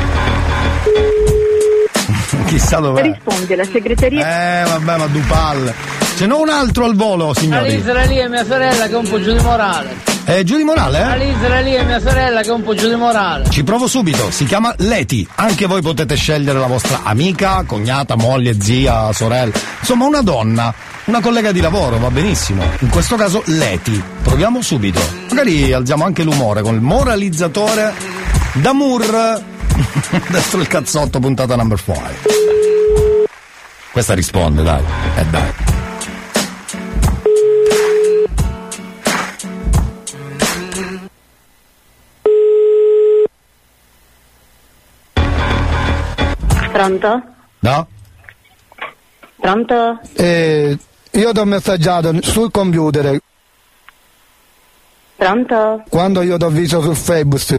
Chissà dov'è. Risponde la segreteria. Eh, vabbè, ma Dupal. Ce n'ho un altro al volo, signori. Alisera lì è mia sorella che è un po' giù di morale. Eh, giù di morale, eh? Alisera lì è mia sorella che è un po' giù di morale. Ci provo subito, si chiama Leti. Anche voi potete scegliere la vostra amica, cognata, moglie, zia, sorella. Insomma, una donna, una collega di lavoro, va benissimo. In questo caso Leti. Proviamo subito. Magari alziamo anche l'umore con il moralizzatore D'Amour. Destro il cazzotto, puntata number five. Questa risponde, dai. Eh dai. Pronto? No? Pronto? Eh, io ti ho messaggiato sul computer. Pronto? Quando io ti ho visto su Facebook.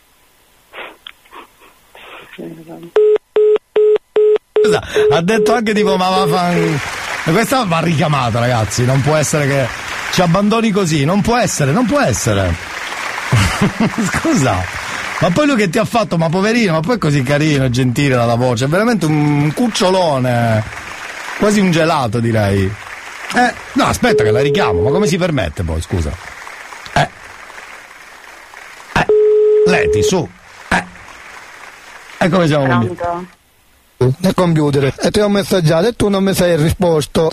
Ha detto anche tipo ma va fan... Questa va richiamata, ragazzi. Non può essere che ci abbandoni così. Non può essere, non può essere. Scusa. Ma poi lui che ti ha fatto, ma poverino, ma poi è così carino, gentile dalla voce, è veramente un cucciolone, quasi un gelato direi. Eh, no, aspetta che la richiamo, ma come si permette poi, scusa? Eh. Eh. Leti, su. Eh. E come siamo convinti? Nel computer. E ti ho messaggiato e tu non mi sei risposto.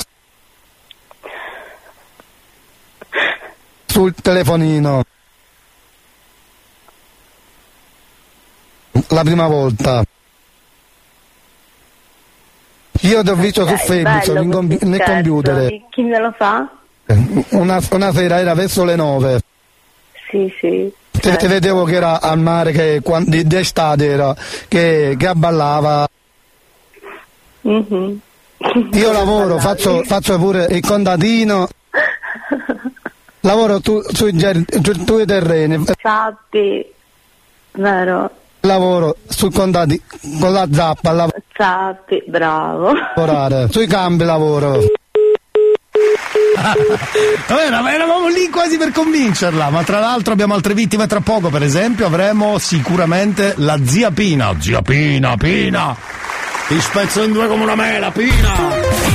Sul telefonino. La prima volta. Io ti ho visto okay, su Facebook bello, in compi- nel scherzo. computer. Chi me lo fa? Una, una sera era verso le nove. Sì, sì. Te, certo. Te vedevo che era al mare, che quando, d'estate era, che, che abballava. Mm-hmm. Io lavoro, faccio, faccio pure il contadino. Lavoro tu, sui su, sui terreni. Sappi, vero? Lavoro sul contadino con la zappa. Lav- Sappi, bravo. Lavorare sui campi lavoro. Vabbè, eravamo lì quasi per convincerla, ma tra l'altro abbiamo altre vittime tra poco. Per esempio avremo sicuramente la zia Pina. Zia Pina, Pina, ti spezzo in due come una mela, Pina.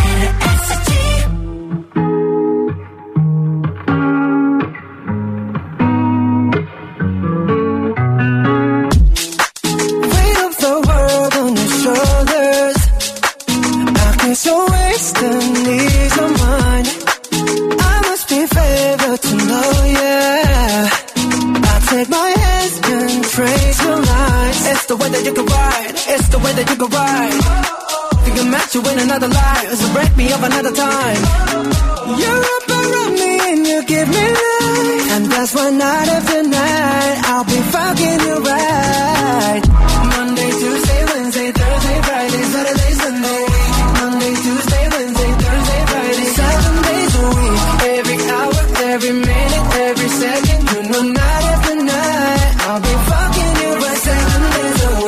So wasting these of mine. I must be favored to know, yeah. I take my hands and trace your lines. It's the way that you can ride. It's the way that you can ride. Think I met you in another life, so break me up another time. You're up around me and you give me life, and that's why night after night I'll be fucking you right. Monday, Tuesday, Wednesday, Thursday, Friday, Saturday, Sunday. Monday, Tuesday, Wednesday, Thursday, Friday, seven days a week. Every hour, every minute, every second. You know, night after night, I'll be fucking you right seven days a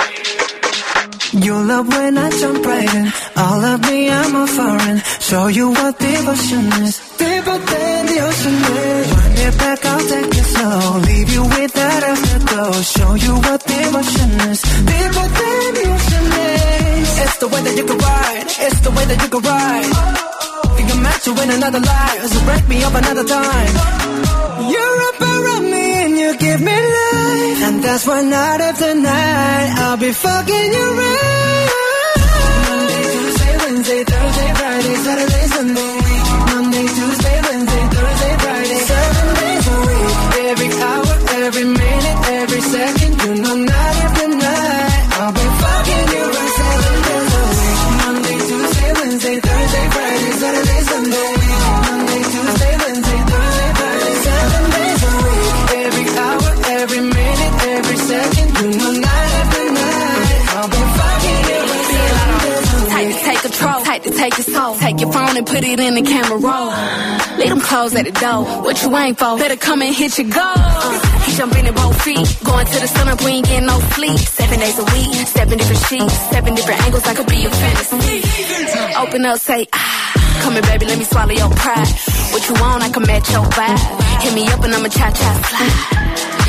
week. You love when I jump right in. All of me, I'm a foreign. Show you what devotion is. Deeper than the ocean is. Wind it back, I'll take it slow. Leave you with that afterglow. Show you what devotion is. Deeper than the ocean is. It's the way that you can ride. It's the way that you can ride. Think I met you in another life, so break me up another time. You're up around me and you give me life, and that's why night after night I'll be fucking you right. Monday, Tuesday, Wednesday, Thursday, Friday, Saturday, Sunday. Monday, Tuesday, Wednesday, Thursday, Friday, seven days a week. Every hour, every minute, every second. You know, night after night I'll be fucking you right seven days a week. Monday, Tuesday, Wednesday, Thursday, Friday, Saturday, Sunday. Monday, Tuesday, Wednesday, Thursday, Friday, seven days a week. Every hour, every minute, every second. You know, night after night I'll be fucking you right seven days a week. Tight to take control, tight to take your soul. Take your phone and put it in the camera roll. Leave them clothes at the door. What you ain't for? Better come and hit your goal. Uh, he jumping in both feet. Going to the sun up, we ain't getting no sleep. Seven days a week, seven different sheets, seven different angles. I could be your fantasy. Open up, say ah. Come here, baby, let me swallow your pride. What you want, I can match your vibe. Hit me up and I'ma cha-cha slide.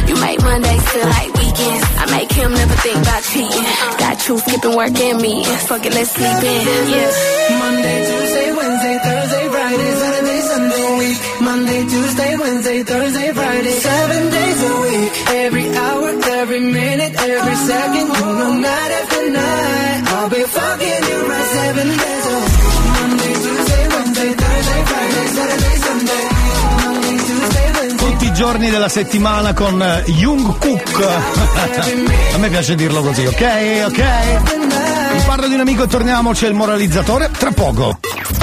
You make Mondays feel like weekends. I make him never think about cheating. Got you skipping work and me. Fuck it, let's sleep in. Yeah. Monday, Tuesday, Wednesday, Thursday, Friday, Saturday, Sunday, week. Monday, Tuesday, Wednesday, Thursday, Friday, seven days a week. Every hour, every minute, every second, you know, night after night, I'll be fucking you right seven days a week. Monday, Tuesday, Wednesday, Thursday, Friday, Saturday, Sunday. Monday, Tuesday, Wednesday. Tutti i giorni della settimana con Jungkook. A me piace dirlo così, ok? Ok? Vi parlo di un amico e torniamo, c'è il moralizzatore tra poco.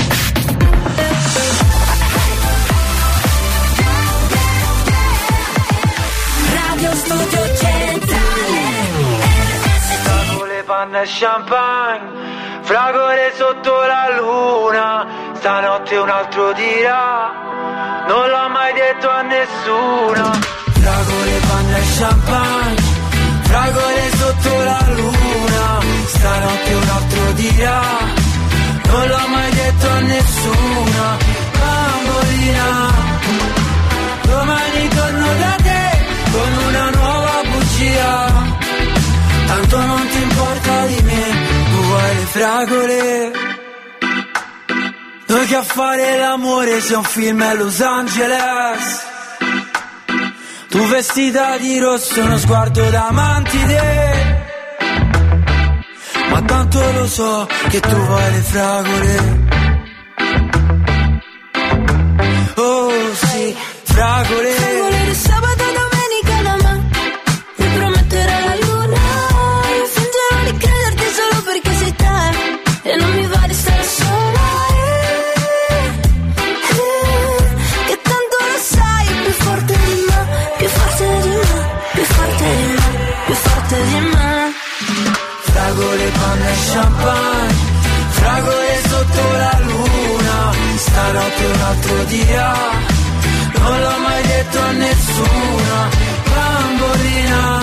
Radio Studio Centrale. Fragole, panna e champagne, fragole sotto la luna, stanotte un altro dirà, non l'ho mai detto a nessuno. Fragole, panna e champagne, fragole sotto la luna, stanotte un altro dirà, non l'ho mai detto a nessuno. Bambolina, domani torno da te con una nuova bugia, tanto non ti importa di me, tu vuoi le fragole. Noi che a fare l'amore sia un film a Los Angeles, tu vestita di rosso, uno sguardo da mantide, ma tanto lo so che tu vuoi le fragole. Oh sì, fragole. Fragole di sabato, domenica, la ma mi prometterò la luna. Io fingerò di crederti solo perché sei te e non mi va di stare sola. Eh, eh, che tanto lo sai, più forte di me, più forte di me, più forte di me, più forte di me. Fragole, panna e champagne, fragole sotto la luna, stanotte un altro dirà, non l'ho mai detto a nessuno. Bambolina,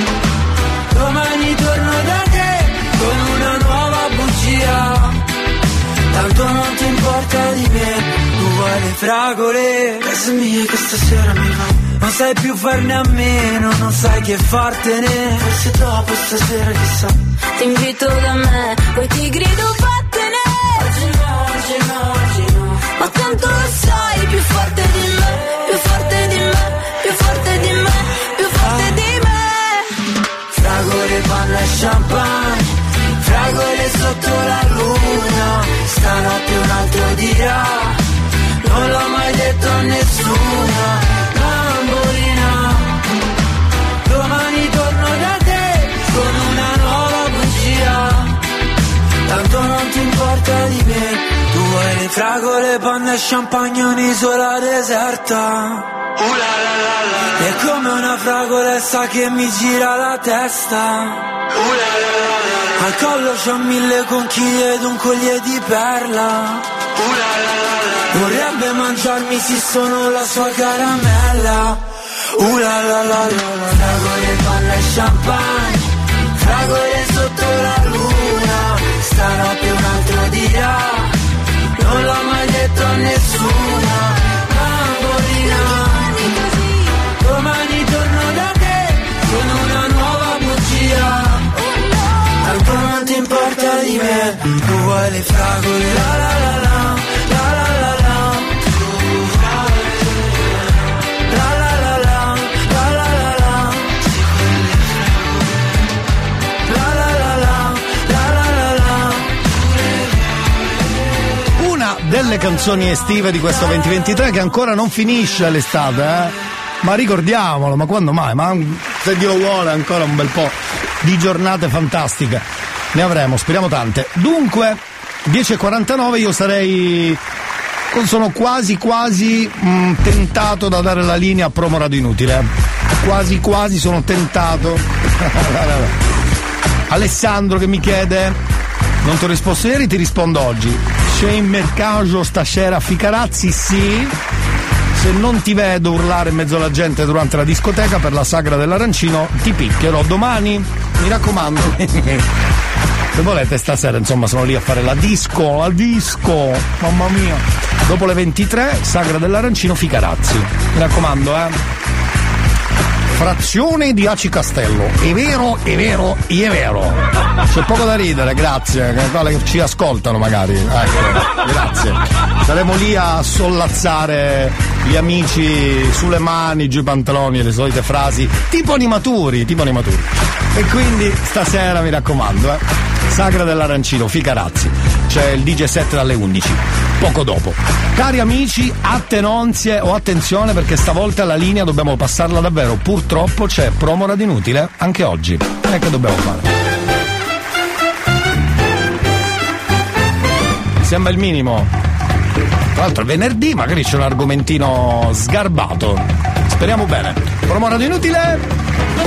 domani torno da te con una nuova bugia, tanto non ti importa di me, tu vuoi le fragole. Casa mia che stasera mi va, non sai più farne a meno, non sai che fartene, forse dopo stasera chissà. Ti invito da me, poi ti grido vattene. Oggi no, oggi no, oggi no, ma tanto lo sai, più forte di me, più forte di me, più forte di me, più forte di me. Fragole, panna e champagne, fragole sotto la luna, stanotte un altro dirà, non l'ho mai detto a nessuno. Bambolina, domani torno da te con una nuova bugia, tanto non ti importa di me, tu vuoi le fragole, panna e champagne, un'isola deserta. Uh, la, la, la, la. È come una fragolessa che mi gira la testa. Uh, la, la, la, la. Al collo c'ho mille conchiglie ed un collier di perla. Uh, la, la, la, la. Vorrebbe mangiarmi se sono la sua caramella. Uh, la, la, la, la, la. Fragole, panna e champagne, fragole sotto la luna, stanotte un altro dirà, non l'ho mai detto a nessuno. Bambolina, domani torno da te con una nuova bugia, tanto non ti importa di me, tu vuoi le fragole. La la la la, la la la la, la la la la, la la la la, la la la la, la la la la. Una delle canzoni estive di questo duemilaventitré che ancora non finisce l'estate, eh? Ma ricordiamolo, ma quando mai? Ma se Dio vuole ancora un bel po' di giornate fantastiche ne avremo, speriamo tante. Dunque, dieci e quarantanove, io sarei, sono quasi quasi mh, tentato da dare la linea a Promo Radio Inutile. Quasi quasi sono tentato. Alessandro che mi chiede, non ti ho risposto ieri, ti rispondo oggi. C'è in mercato stasera Ficarazzi? Sì. Se non ti vedo urlare in mezzo alla gente durante la discoteca per la sagra dell'arancino, ti picchierò domani, mi raccomando. Se volete stasera, insomma, sono lì a fare la disco, la disco, mamma mia. Dopo le ventitré, sagra dell'arancino Ficarazzi. Mi raccomando, eh. frazione di Aci Castello. È vero, è vero, è vero. C'è poco da ridere, grazie. Che ci ascoltano magari. Ecco, grazie. Saremo lì a sollazzare gli amici sulle mani, giù i pantaloni e le solite frasi tipo animaturi, tipo animaturi. E quindi stasera mi raccomando, eh. Sagra dell'Arancino, Ficarazzi. C'è il D J set dalle undici, poco dopo. Cari amici, attenonzie o attenzione perché stavolta la linea dobbiamo passarla davvero. Purtroppo c'è promo radio inutile anche oggi. E che dobbiamo fare? Mi sembra il minimo. Tra l'altro è venerdì, magari c'è un argomentino sgarbato. Speriamo bene. Promo radio inutile.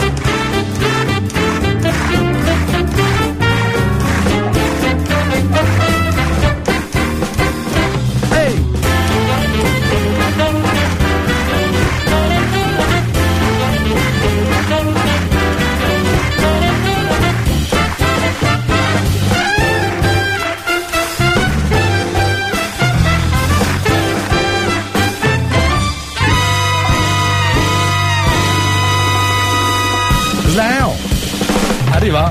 Arriva?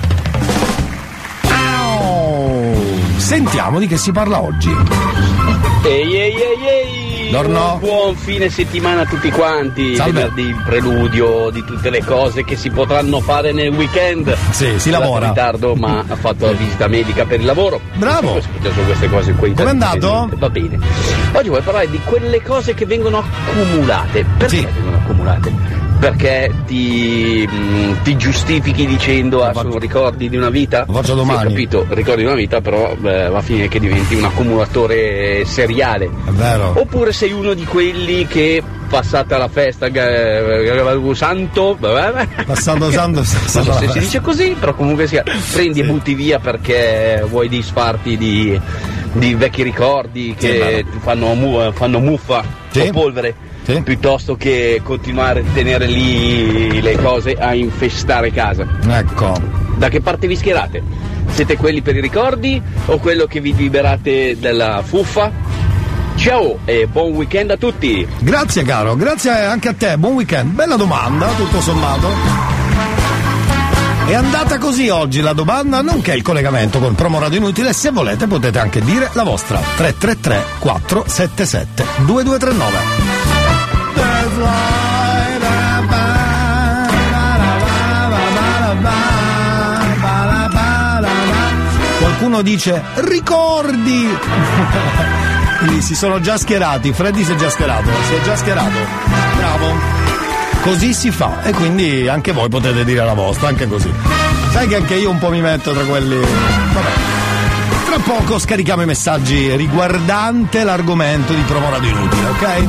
Oh. Sentiamo di che si parla oggi. Ehi ehi ehi ehi! Dorno. Buon fine settimana a tutti quanti. Salve. Venerdì, il preludio di tutte le cose che si potranno fare nel weekend. Sì, si lavora. In ritardo, ma ha fatto la visita medica per il lavoro. Bravo. Su queste cose qui. Com'è andato? Va bene. Oggi vuoi parlare di quelle cose che vengono accumulate. Perché Sì. vengono accumulate? Perché ti, mh, ti giustifichi dicendo ah, sono ricordi di una vita? Lo faccio domani. Sì, ho capito, ricordi di una vita, però eh, va a finire che diventi un accumulatore seriale. È vero. Oppure sei uno di quelli che passata la festa eh, santo Passando santo, non so se si dice così, però comunque sia, prendi sì. e butti via perché vuoi disfarti di, di vecchi ricordi che sì, ti fanno, mu- fanno muffa sì. o polvere. Sì. Piuttosto che continuare a tenere lì le cose a infestare casa. Ecco. Da che parte vi schierate? Siete quelli per i ricordi o quello che vi liberate dalla fuffa? Ciao e buon weekend a tutti! Grazie caro, grazie anche a te, buon weekend. Bella domanda, tutto sommato. È andata così oggi la domanda, nonché il collegamento con Promo Radio Inutile. Se volete potete anche dire la vostra. tre tre tre quattro sette sette due due tre nove. Qualcuno dice ricordi. Quindi si sono già schierati. Freddy si è già schierato. Si è già schierato. Bravo. Così si fa. E quindi anche voi potete dire la vostra, anche così. Sai che anche io un po' mi metto tra quelli. Vabbè. Tra poco scarichiamo i messaggi riguardante l'argomento di Promo Radio Inutile, ok?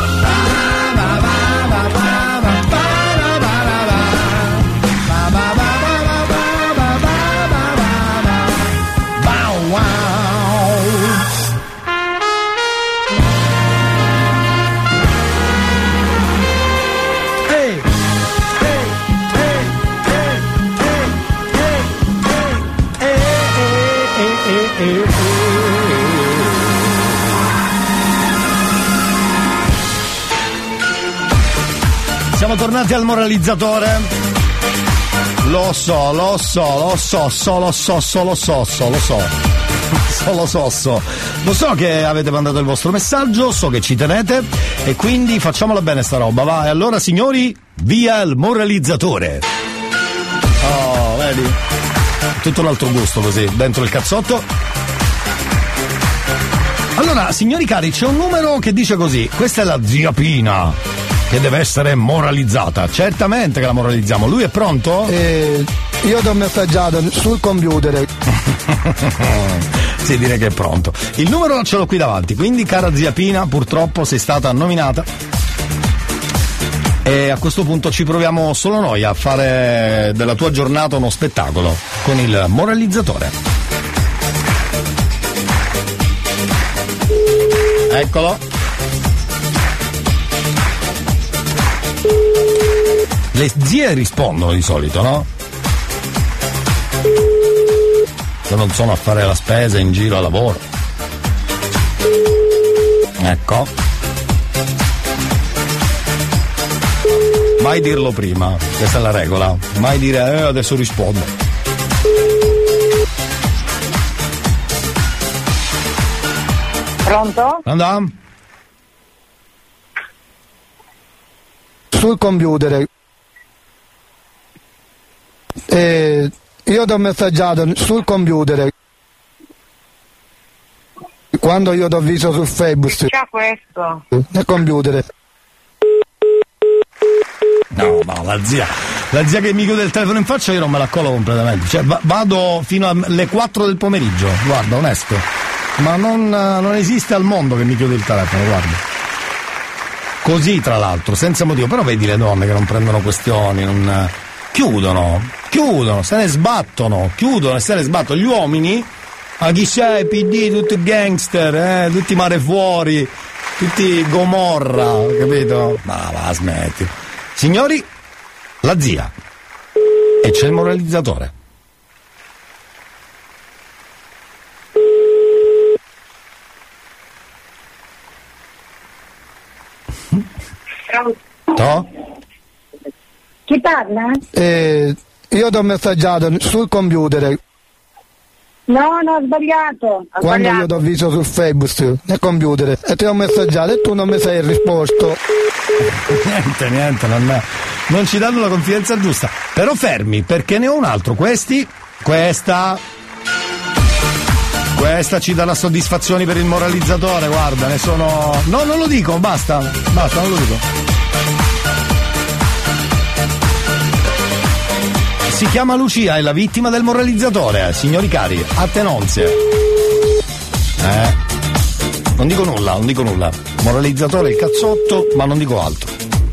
Siamo tornati al moralizzatore. Lo so, lo so, lo so, so, lo so, so, lo so, so, lo so. Solo sosso. Lo so che avete mandato il vostro messaggio, so che ci tenete e quindi facciamola bene sta roba, va. E allora signori, via il moralizzatore. Oh, vedi? Tutto un altro gusto così, dentro il cazzotto. Allora, signori cari, c'è un numero che dice così: questa è la zia Pina, che deve essere moralizzata. Certamente che la moralizziamo. Lui è pronto? Eh, io ti ho messaggiato sul computer. Sì, direi che è pronto. Il numero ce l'ho qui davanti, quindi cara zia Pina, purtroppo sei stata nominata. E a questo punto ci proviamo solo noi a fare della tua giornata uno spettacolo con il moralizzatore. Eccolo. Le zie rispondono di solito, no? Se non sono a fare la spesa in giro a lavoro. Ecco. mai dirlo prima, questa è la regola, mai dire eh, adesso rispondo. Pronto? Andiamo? Sul computer. Eh, io ti ho messaggiato sul computer. Quando io ti ho visto su Facebook. C'ha questo? Nel computer. No, no, la zia, la zia che mi chiude il telefono in faccia io non me la collo completamente. Cioè va, vado fino alle quattro del pomeriggio, guarda, onesto. Ma non, non esiste al mondo che mi chiude il telefono, guarda. Così tra l'altro, senza motivo. Però vedi le donne che non prendono questioni, non chiudono, chiudono, se ne sbattono, chiudono e se ne sbattono. Gli uomini, a chi sei, P D, tutti gangster, eh, tutti mare fuori, tutti Gomorra, capito? Ma va, smetti. Signori, la zia. E c'è il moralizzatore. No? Chi parla? Eh, io ti ho messaggiato sul computer. No, no, ho sbagliato. Ho Quando sbagliato. io ti ho visto su Facebook, nel computer, e ti ho messaggiato e tu non mi sei risposto. Niente, niente, non, non ci danno la confidenza giusta. Però fermi, perché ne ho un altro. Questi, questa, questa ci dà la soddisfazione per il moralizzatore, guarda, ne sono... No, non lo dico, basta, basta, non lo dico. Si chiama Lucia, è la vittima del moralizzatore, signori cari, attenonzie. Eh, non dico nulla, non dico nulla. Moralizzatore il cazzotto, ma non dico altro.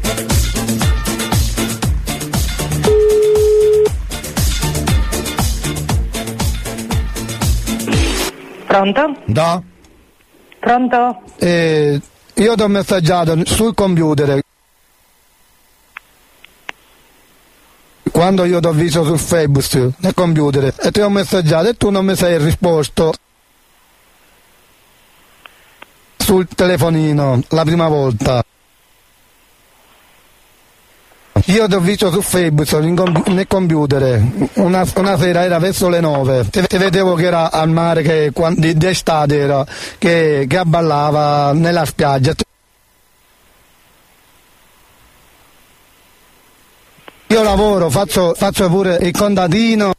Pronto? Da? Pronto? Eh, io ti ho messaggiato sul computer. Quando io ti ho visto su Facebook, nel computer, e ti ho messaggiato e tu non mi sei risposto sul telefonino la prima volta. Io ti ho visto su Facebook nel computer, una, una sera era verso le nove, ti, ti vedevo che era al mare, che di, d'estate era, che, che abballava nella spiaggia. Io lavoro, faccio, faccio pure il contadino.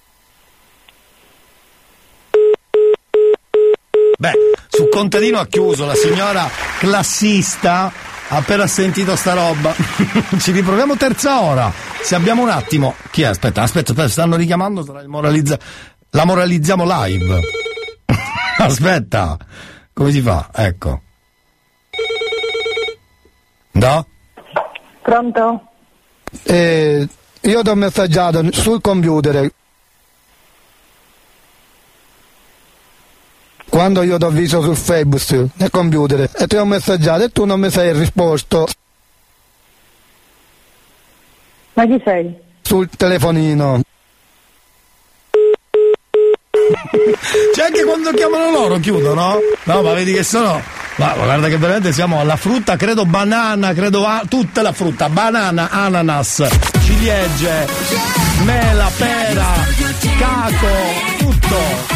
Beh, su contadino ha chiuso la signora classista, ha appena sentito sta roba. Ci riproviamo terza ora, se abbiamo un attimo. Chi è? Aspetta, aspetta, aspetta, stanno richiamando, sarà il moralizza... La moralizziamo live. Aspetta, come si fa? Ecco. No? Pronto? Eh, io ti ho messaggiato sul computer. Quando io ti ho visto su Facebook nel computer, e ti ho messaggiato e tu non mi sei risposto. Ma chi sei? Sul telefonino. C'è anche quando chiamano loro chiudono? No, ma vedi che sono... Ma guarda che veramente siamo alla frutta, credo banana, credo a... tutta la frutta, banana, ananas, ciliegie, mela, pera, caco, tutto.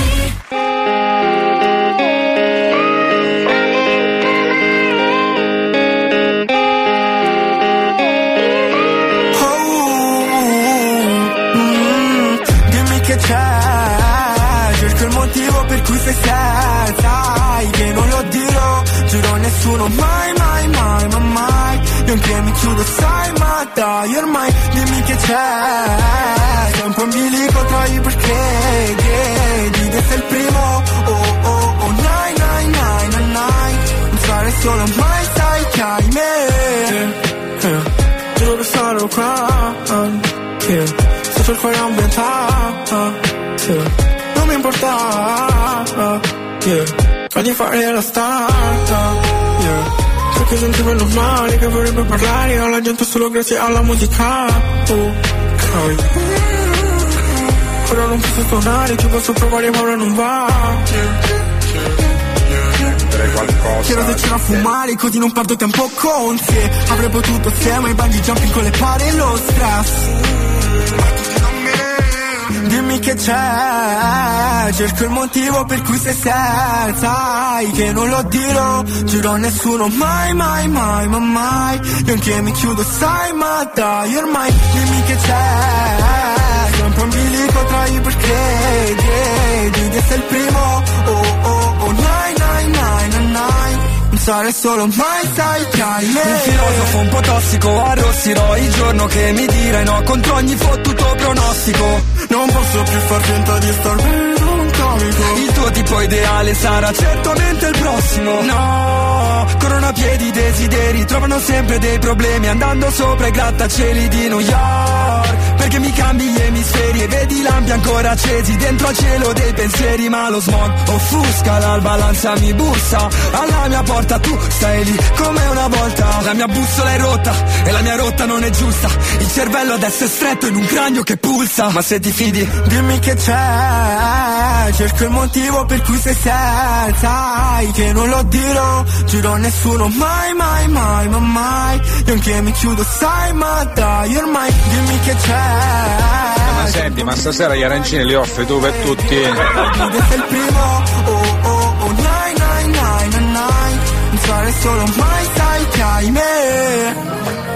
Cerco il motivo per cui sei senza, sai che non lo dirò, giuro a nessuno mai, mai, mai, ma mai. Io anche mi chiudo, sai, ma dai, ormai dimmi che c'è. Sei un po' in bilico tra i perché, che di te sei il primo, oh, oh, oh, nai, nai, nai, nai, nai. Non fare solo mai, sai che hai me. Yeah. Giuro che sarò qua, yeah. Se c'è il cuore ambientato, yeah. Non mi importa, yeah. Fagli fare la stata, yeah. So che gente è normale che vorrebbe parlare alla gente solo grazie alla musica, ok. Ora non posso suonare, ci posso provare ma ora non va, yeah. succedere qualcosa. Chiedo se c'era a fumare, così non perdo tempo con te. Avrei potuto assieme ai bungee jumping con le pare e lo stress. Dimmi che c'è, cerco il motivo per cui sei senza. Sai che non lo dirò, giuro a nessuno mai, mai, mai, ma mai. Io anche mi chiudo, sai, ma dai, ormai dimmi che c'è. Sempre un bilico tra i perché, credi di essere il primo. Oh, oh, oh, nine, nine, nine, nine. Non sarei solo mai, sai che hai me. Un filosofo un po' tossico, arrossirò il giorno che mi dirai no contro ogni fottuto pronostico. Non posso più far finta di star bene un comico. Il tuo tipo ideale sarà certamente il prossimo. No, corrono a piedi desideri, trovano sempre dei problemi andando sopra i grattacieli di New York. Perché mi cambi gli emisferi e vedi lampi ancora accesi dentro al cielo dei pensieri. Ma lo smog offusca l'alba, l'ansia mi bussa alla mia porta, tu stai lì come una volta. La mia bussola è rotta e la mia rotta non è giusta. Il cervello adesso è stretto in un cranio che pulsa. Ma se ti fidi, dimmi che c'è, cerco il motivo per cui sei senza. Sai che non lo dirò, giuro a nessuno mai, mai, mai, ma mai. Io anche mi chiudo, sai, ma dai, ormai dimmi che c'è. Ma senti, ma stasera gli arancini li offri tu per tutti? Sei il primo, oh, oh, oh, nine, nine, nine, nine. Non sarei solo mai, sai che hai me.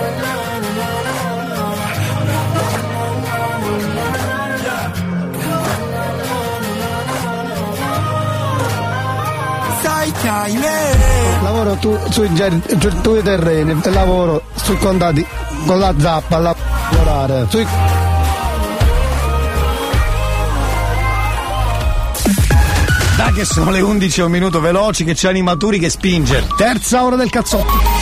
Lavoro tu, sui tuoi terreni e lavoro sui contatti con la zappa a lavorare. Sui... Dai che sono le undici e un minuto veloci, che c'è Animaturi che spinge. Terza ora del cazzotto.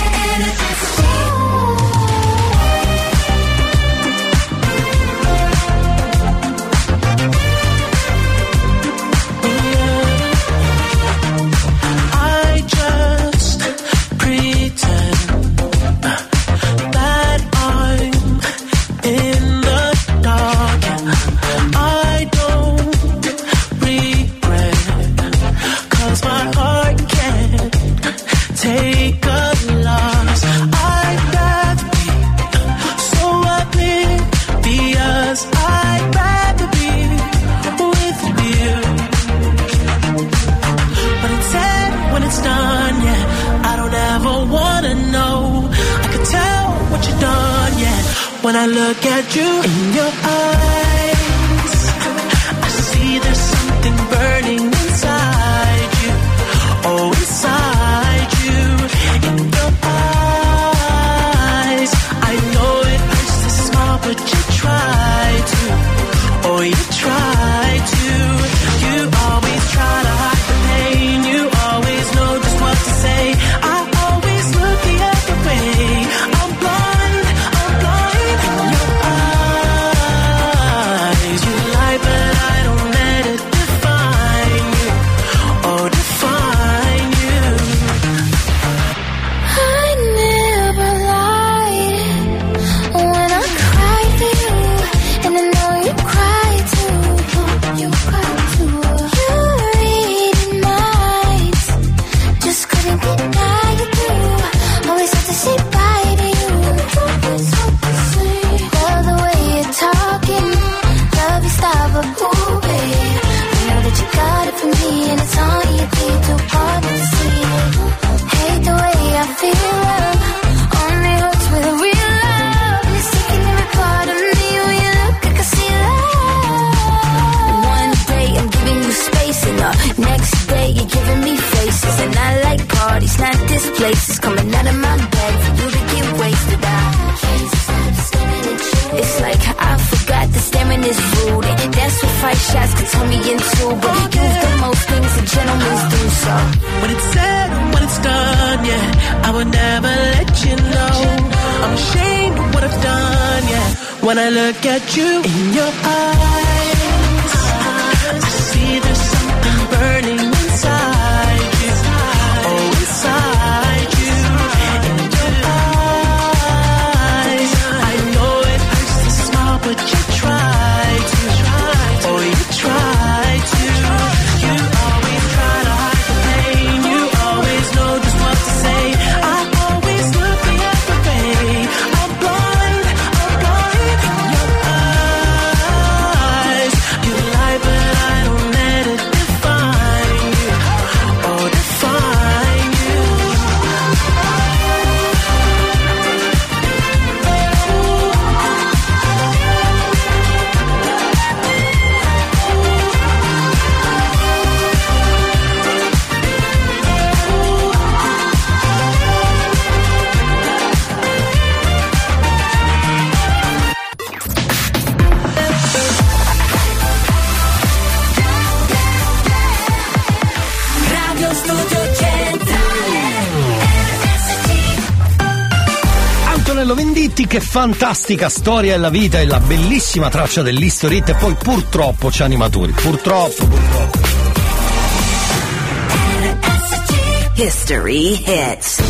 When I look at you in your eyes, I see there's something burning inside you. Oh, inside you, in your eyes. I know it hurts to smile, but you try to. Oh, you try to. You always try to hide the pain. You always know just what to say. I always look the other way. I'm blind. Not this place is coming out of my bed for you to get wasted. I can't stop staring at you. It's like I forgot that staring is rude. And that's what five shots could turn me into. But you've done most things that gentlemen do, so when it's said and when it's done, yeah, I would never let you know. I'm ashamed of what I've done, yeah. When I look at you in your eyes, I see there's something burning inside you. Oh, inside you, in your eyes. I know it hurts to smile, but you try to. Oh, you try to. You always try to hide the pain. You always Antonello Venditti, che fantastica storia è la vita e la bellissima traccia dell'History Hit, e poi purtroppo c'è Animaturi, purtroppo, purtroppo. History Hits.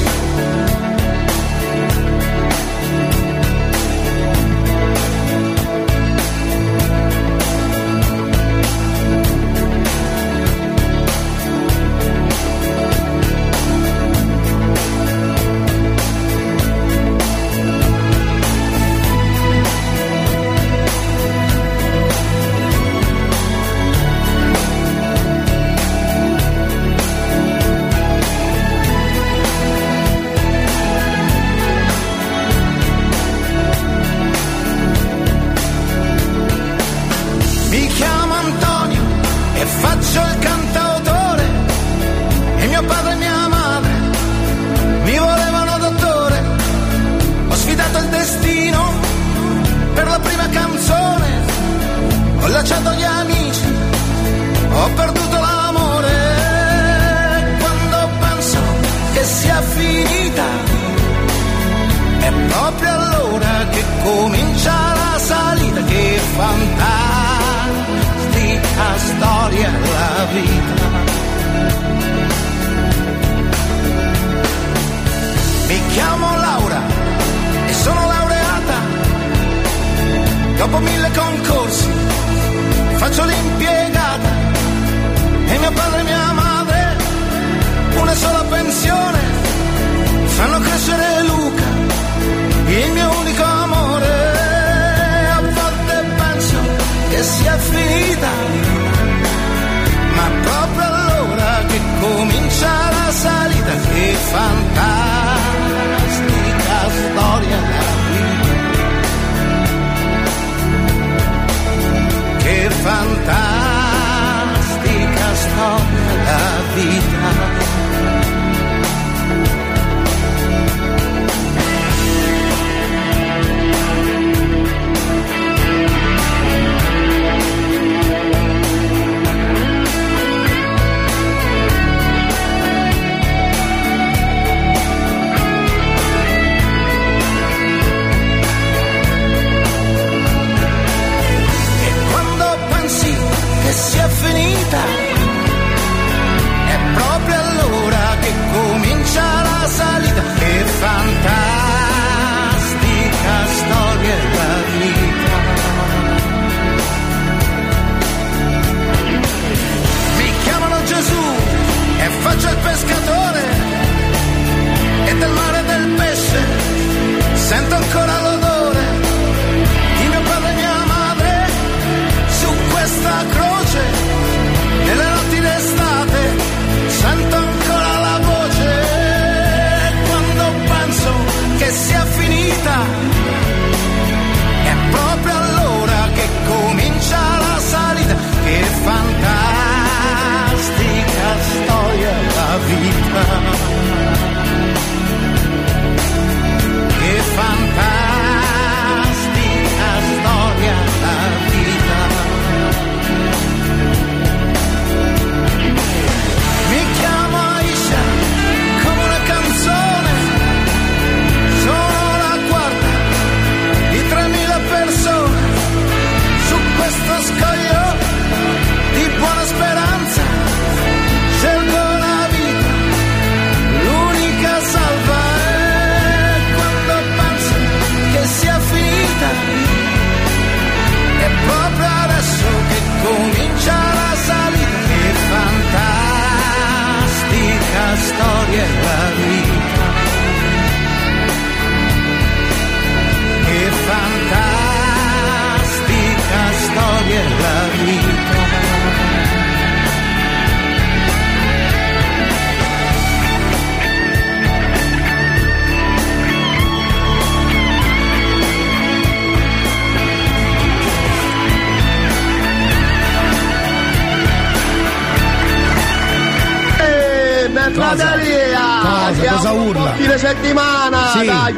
Cosa? Cosa urla? Fine settimana sì. da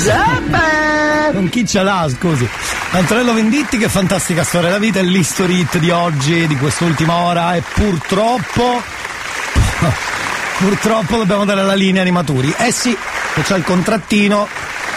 Giuseppe. Con chi ce l'ha, scusi? Antonello Venditti, che fantastica storia della vita, è l'History Hit di oggi, di quest'ultima ora, e purtroppo purtroppo dobbiamo dare la linea Animaturi. Eh sì, che c'è il contrattino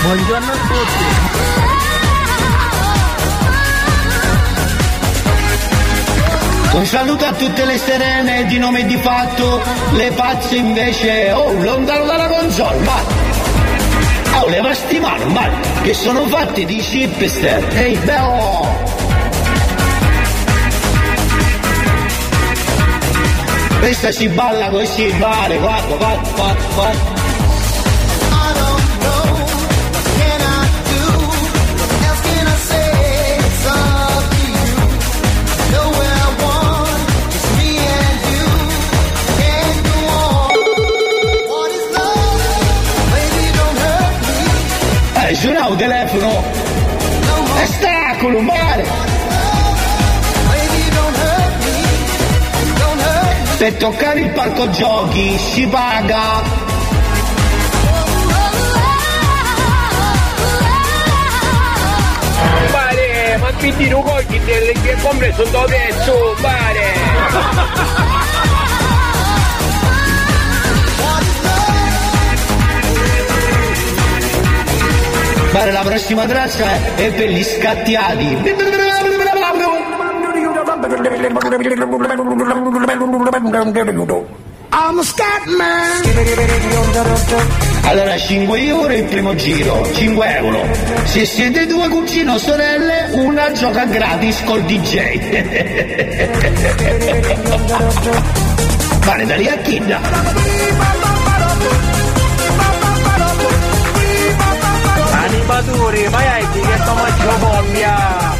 Buongiorno a tutti. Un saluto a tutte le serene di nome e di fatto, le pazze invece, oh, lontano dalla console, ma... Oh, levasti mano, ma che sono fatti di chipster. Ehi, bello! Questa si balla così, vale, guarda, guarda, guarda, guarda. Suona un telefono e sta con un mare. Per toccare il parco giochi si paga. Mare, ma mi tiro un cocchi delle che compreso un pezzo, mare. Pare la prossima traccia è, è per gli scattiati. I'm a Scatman. Allora cinque euro il primo giro, cinque euro. Se siete due cugini o sorelle, una gioca gratis col D J. Vale da lì a Kidda. Animatori, ma hai che sto mangiando bombia.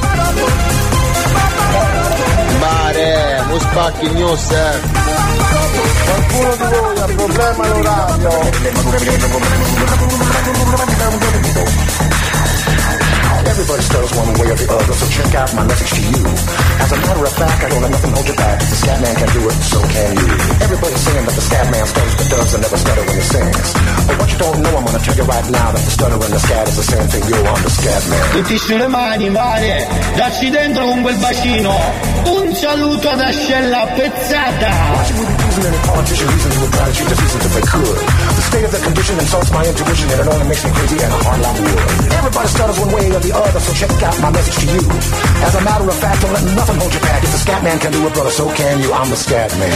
Mare, non spacchi il news, eh. Qualcuno di voi ha problema all'orario? Everybody stutters one way or the other, so check out my message to you. As a matter of fact, I don't let nothing hold you back. If the scat man can do it, so can you. Everybody's saying that the scat man stutters but does and never stutter when he sings. But what you don't know, I'm gonna tell you right now that the stutter and the scat is the same thing. You're on the scat man. Tutti sulle mani, Mare, dacci dentro con quel bacino. Un saluto ad Ascella Pezzata. Watching movie using any politician reason who would try to cheat the seasons if they could. The state of the condition insults my intuition and it only makes me crazy and hard like wood. Everybody stutters one way or the other, so check out my message to you. As a matter of fact, don't let nothing hold you back. If the scat man can do it, brother, so can you. I'm the scat man.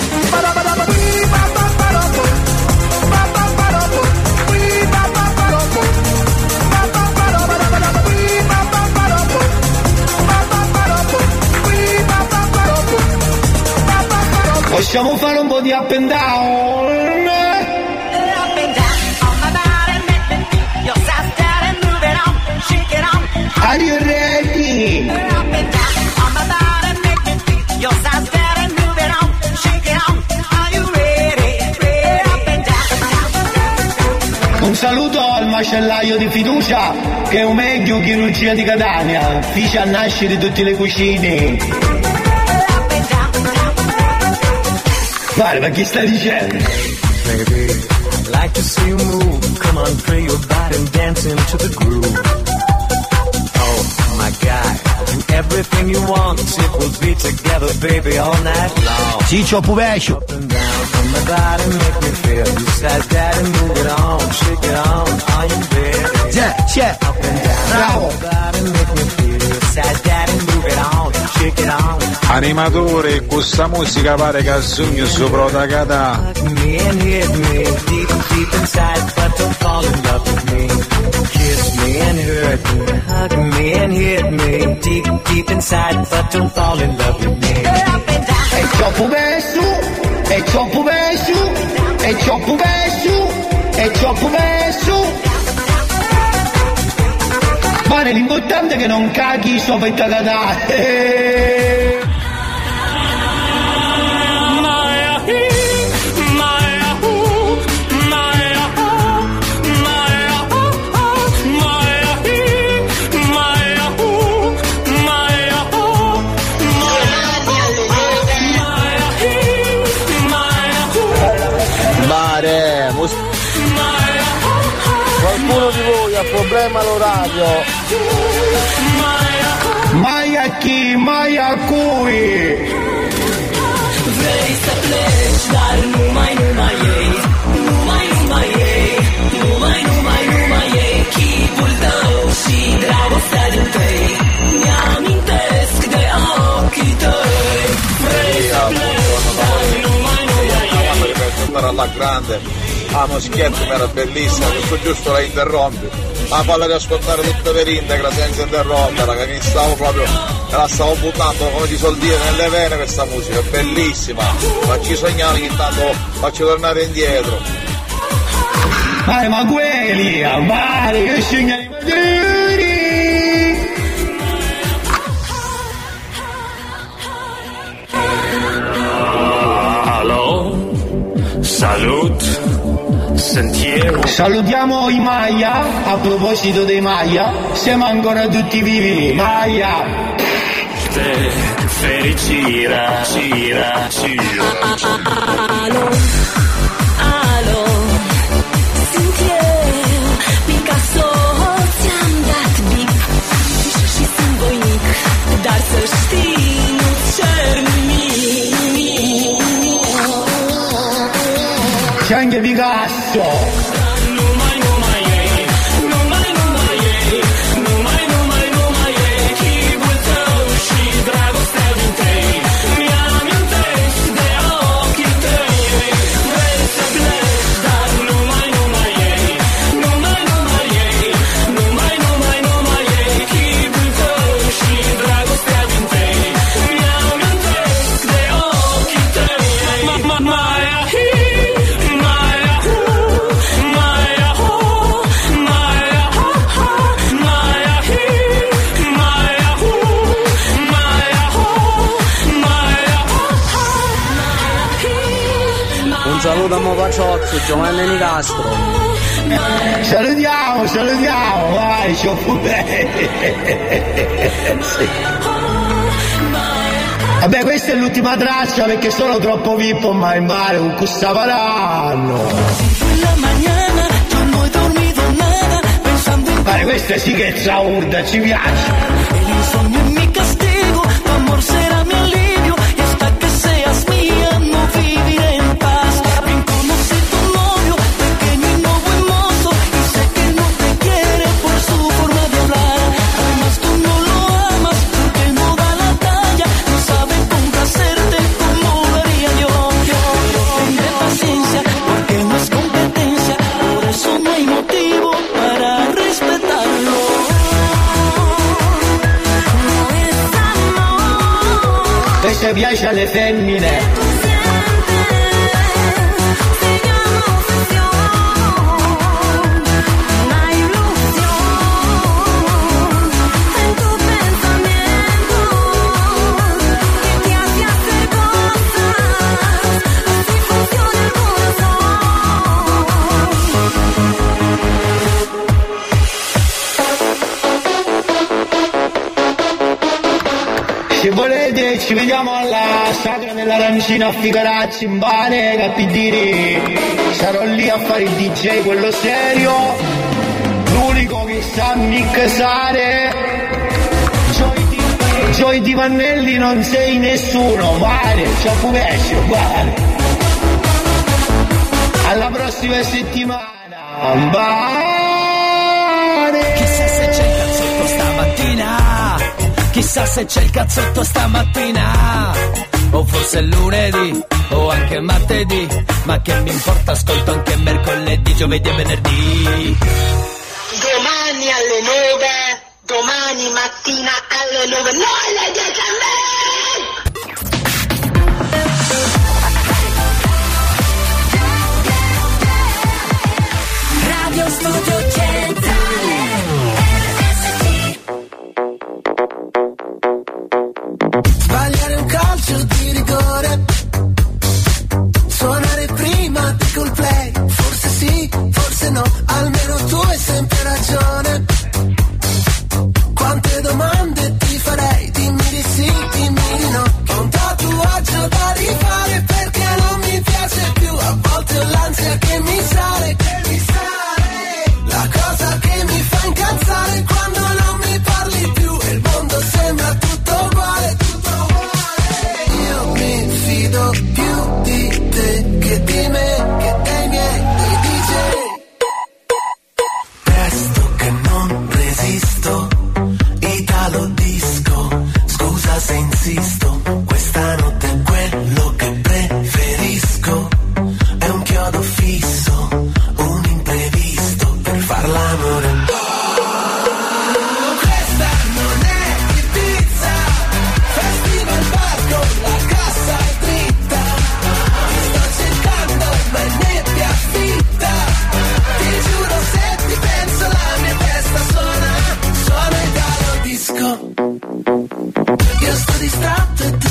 Possiamo fare un po' di up and down? Up and down on my body, make me feel your side, and move it on, shake it on. Are you ready? Up and down on my body, make me feel your side, and move it on, shake it on. Are you ready? Ready? Up and down. Un saluto al macellaio di fiducia che è un meglio chirurgia di Catania, fece a nascere tutte le cucine. Vale, ma chi stai dicendo? Baby, I'd like to see you move. Come on, free your body and dance into the groove. Oh my God, do everything you want. It will be together, baby, all night long. Ciccio Puvescio. Up and down on my body, make me feel. You said that and move it on, shake it on. Are you ready? C'è, c'è. Up and down Bravo. on my body, make me feel. You said that and move it on, shake it on. Animatore, questa musica pare che sogno sopra da catà. Hug me and hit me deep, deep inside, but don't fall in love with me. Kiss me and hurt me, hug me and hit me deep, deep inside, but don't fall in love with me. E troppo beso, e troppo beso, e troppo beso, e troppo beso. Ma l'importante è che non caghi sopra il tagatà. Qualcuno di voi ha problema all'orario? Mai a chi, mai a cui. Vrei să pleci, dar numai, numai ei. Numai, numai ei. Numai, numai, numai ei. Ah, Moschetto era bellissima, giusto giusto la interrompi. Ma falla di ascoltare tutto per integra senza interromperla, che mi stavo proprio, me la stavo buttando come ti sol dire nelle vene questa musica, è bellissima. Facci i segnali che intanto faccio tornare indietro. Vai, ma quelli, vai, che segnali maggiori! Allo, salut. Sentiero. Salutiamo i Maya, a proposito dei Maya, siamo ancora tutti vivi, Maya. Te feri gira, gira, gira. Alo, alo, Sentiero, Picasso, ți-am dat bip și sunt voinic, dar să știi, nu cer nimic. C'è anche Picasso. Salutiamo Paciozzo, Giovanni Nicastro. Salutiamo, salutiamo, vai, c'ho pure. Sì. Vabbè, questa è l'ultima traccia perché sono troppo vippo, ma in mare con questa paranno. Vale, questa sì che è zaurda, ci piace. El insomnio es mi castigo, tu amor será mi alivio, y hasta que seas mía no viviré en paz. Se piace alle femmine. Se volete ci vediamo alla Sagra dell'Arancina a Ficaracci in Bane, Capidiri. Sarò lì a fare il D J, quello serio, l'unico che sa mixare. Joy di Pannelli non sei nessuno, vale, c'ho puvescio, vale. Alla prossima settimana, vale. Chissà se c'è il cazzotto stamattina, chissà se c'è il cazzotto stamattina, o forse è lunedì, o anche martedì, ma che mi importa, ascolto anche mercoledì, giovedì e venerdì. Domani alle nove, domani mattina alle nove, no alle dieci a me! Radio Studio Centrale. Sbagliare un calcio di rigore, suonare prima di col play, forse sì, forse no, almeno tu hai sempre ragione. Quante domande ti farei, dimmi di sì, dimmi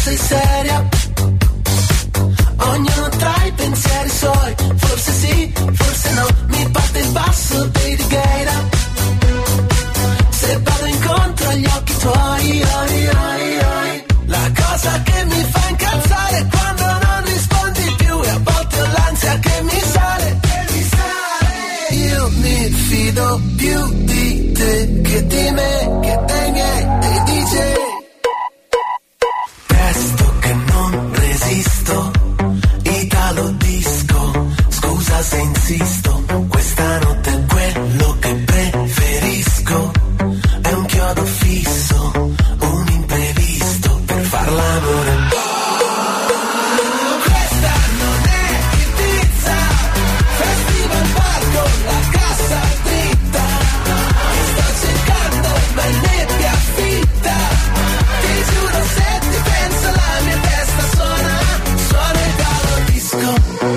sei seria? Ognuno tra i pensieri suoi, forse sì, forse no. Mi parte il basso dei Righeira. Se vado incontro agli occhi tuoi, oi, oi, oi. La cosa che mi fa incazzare è quando non rispondi più, e a volte ho l'ansia che mi sale, che mi sale. Io mi fido più di te che di me, che dei miei, dei D J. Presto che non resisto, Italo disco, scusa se insisto, questa notte è quello che preferisco, è un chiodo fisso, un imprevisto per far l'amore. Questa non è Ibiza, festival bar con la cassa dritta, sto cercando ma è nebbia fitta, ti giuro se ti penso la mia testa suona, suona il Italo disco.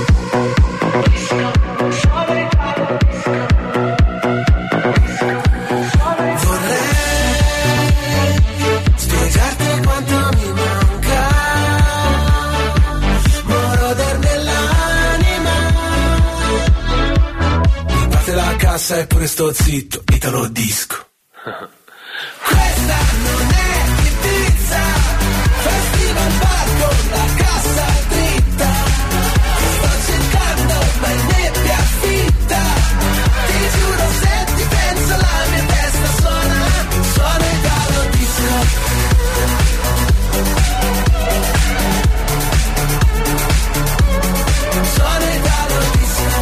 Eppure sto zitto, Italo disco. Questa non è Ibiza, festival bar con la cassa dritta, sto cercando ma è nebbia fitta, ti giuro se ti penso la mia testa suona, suona Italo disco. Suona Italo disco.